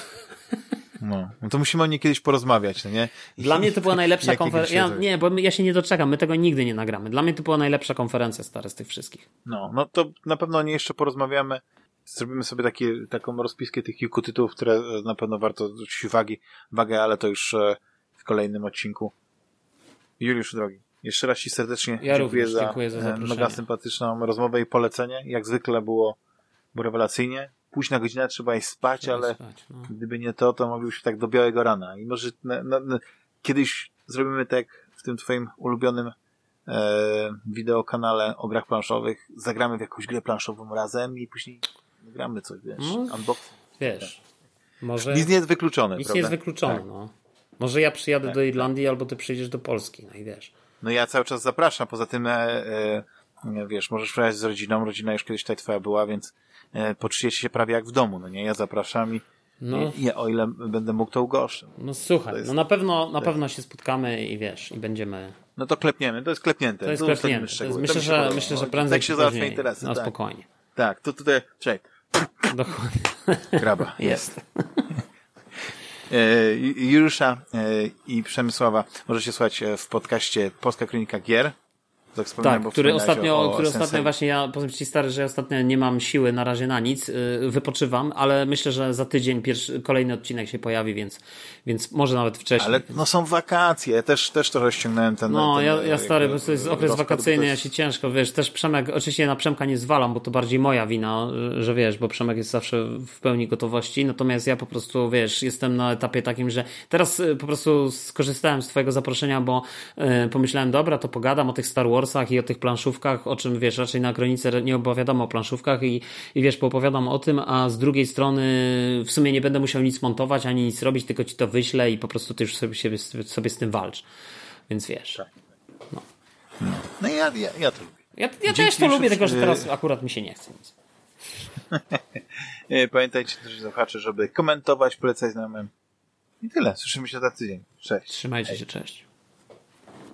No, no to musimy o niej kiedyś porozmawiać, no nie? Dla mnie to była najlepsza konferencja. Ja, nie, bo ja się nie doczekam, my tego nigdy nie nagramy. Dla mnie to była najlepsza konferencja, stary, z tych wszystkich. No, no to na pewno o niej jeszcze porozmawiamy. Zrobimy sobie takie, taką rozpiskę tych kilku tytułów, które na pewno warto zwrócić uwagi, uwagę, ale to już w kolejnym odcinku. Juliusz, drogi, jeszcze raz Ci serdecznie ja dziękuję, za, dziękuję za mega sympatyczną rozmowę i polecenie. Jak zwykle było, było rewelacyjnie. Późna godzina, trzeba iść spać, trzeba ale spać, no. Gdyby nie to, to moglibyśmy tak do białego rana. I może na, na, na, kiedyś zrobimy tak w tym twoim ulubionym e, wideokanale o grach planszowych. Zagramy w jakąś grę planszową razem i później gramy coś, wiesz, no, unboxing. Wiesz, może... Nic nie jest wykluczone, Nic prawda? nie jest wykluczone, tak. no. Może ja przyjadę tak, do Irlandii, tak. albo ty przyjdziesz do Polski, no i wiesz. No ja cały czas zapraszam, poza tym e, e, wiesz, możesz przyjechać z rodziną, rodzina już kiedyś tutaj twoja była, więc e, poczujecie się prawie jak w domu, no nie? Ja zapraszam i, no. i, i o ile będę mógł, to ugoszczę. No słuchaj, jest, no na pewno na tak. pewno się spotkamy i wiesz, i będziemy... No to klepniemy, to jest klepnięte. To jest klepnięte. To jest, myślę, że, myślę, że prędzej tak się załatwia interesy. No tak. spokojnie. Tak, to tutaj, czekaj. Dokładnie. Graba. Jest. Juliusza i Przemysława możecie słuchać w podcaście Polska Kronika Gier. Tak, tak który ostatnio, który ostatnio właśnie ja, powiem Ci stary, że ja ostatnio nie mam siły na razie na nic, yy, wypoczywam, ale myślę, że za tydzień pierwszy, kolejny odcinek się pojawi, więc, więc może nawet wcześniej. Ale no są wakacje, ja też, też trochę ściągnąłem ten... No ten, ja, ja stary, bo to jest okres wakacyjny, ja się ciężko, wiesz, też Przemek, oczywiście na Przemka nie zwalam, bo to bardziej moja wina, że wiesz, bo Przemek jest zawsze w pełni gotowości, natomiast ja po prostu, wiesz, jestem na etapie takim, że teraz po prostu skorzystałem z twojego zaproszenia, bo yy, pomyślałem, dobra, to pogadam o tych Star Wars i o tych planszówkach, o czym wiesz, raczej na Kronice nie opowiadam o planszówkach i, i wiesz, poopowiadam o tym, a z drugiej strony w sumie nie będę musiał nic montować, ani nic robić, tylko ci to wyślę i po prostu ty już sobie, sobie, sobie z tym walcz. Więc wiesz. Tak. No, no ja, ja, ja to lubię. Ja, ja też to lubię, tylko że teraz akurat mi się nie chce nic. Pamiętajcie też, słuchacze, żeby komentować, polecać znajomym. I tyle. Słyszymy się za tydzień. Cześć. Trzymajcie się, cześć.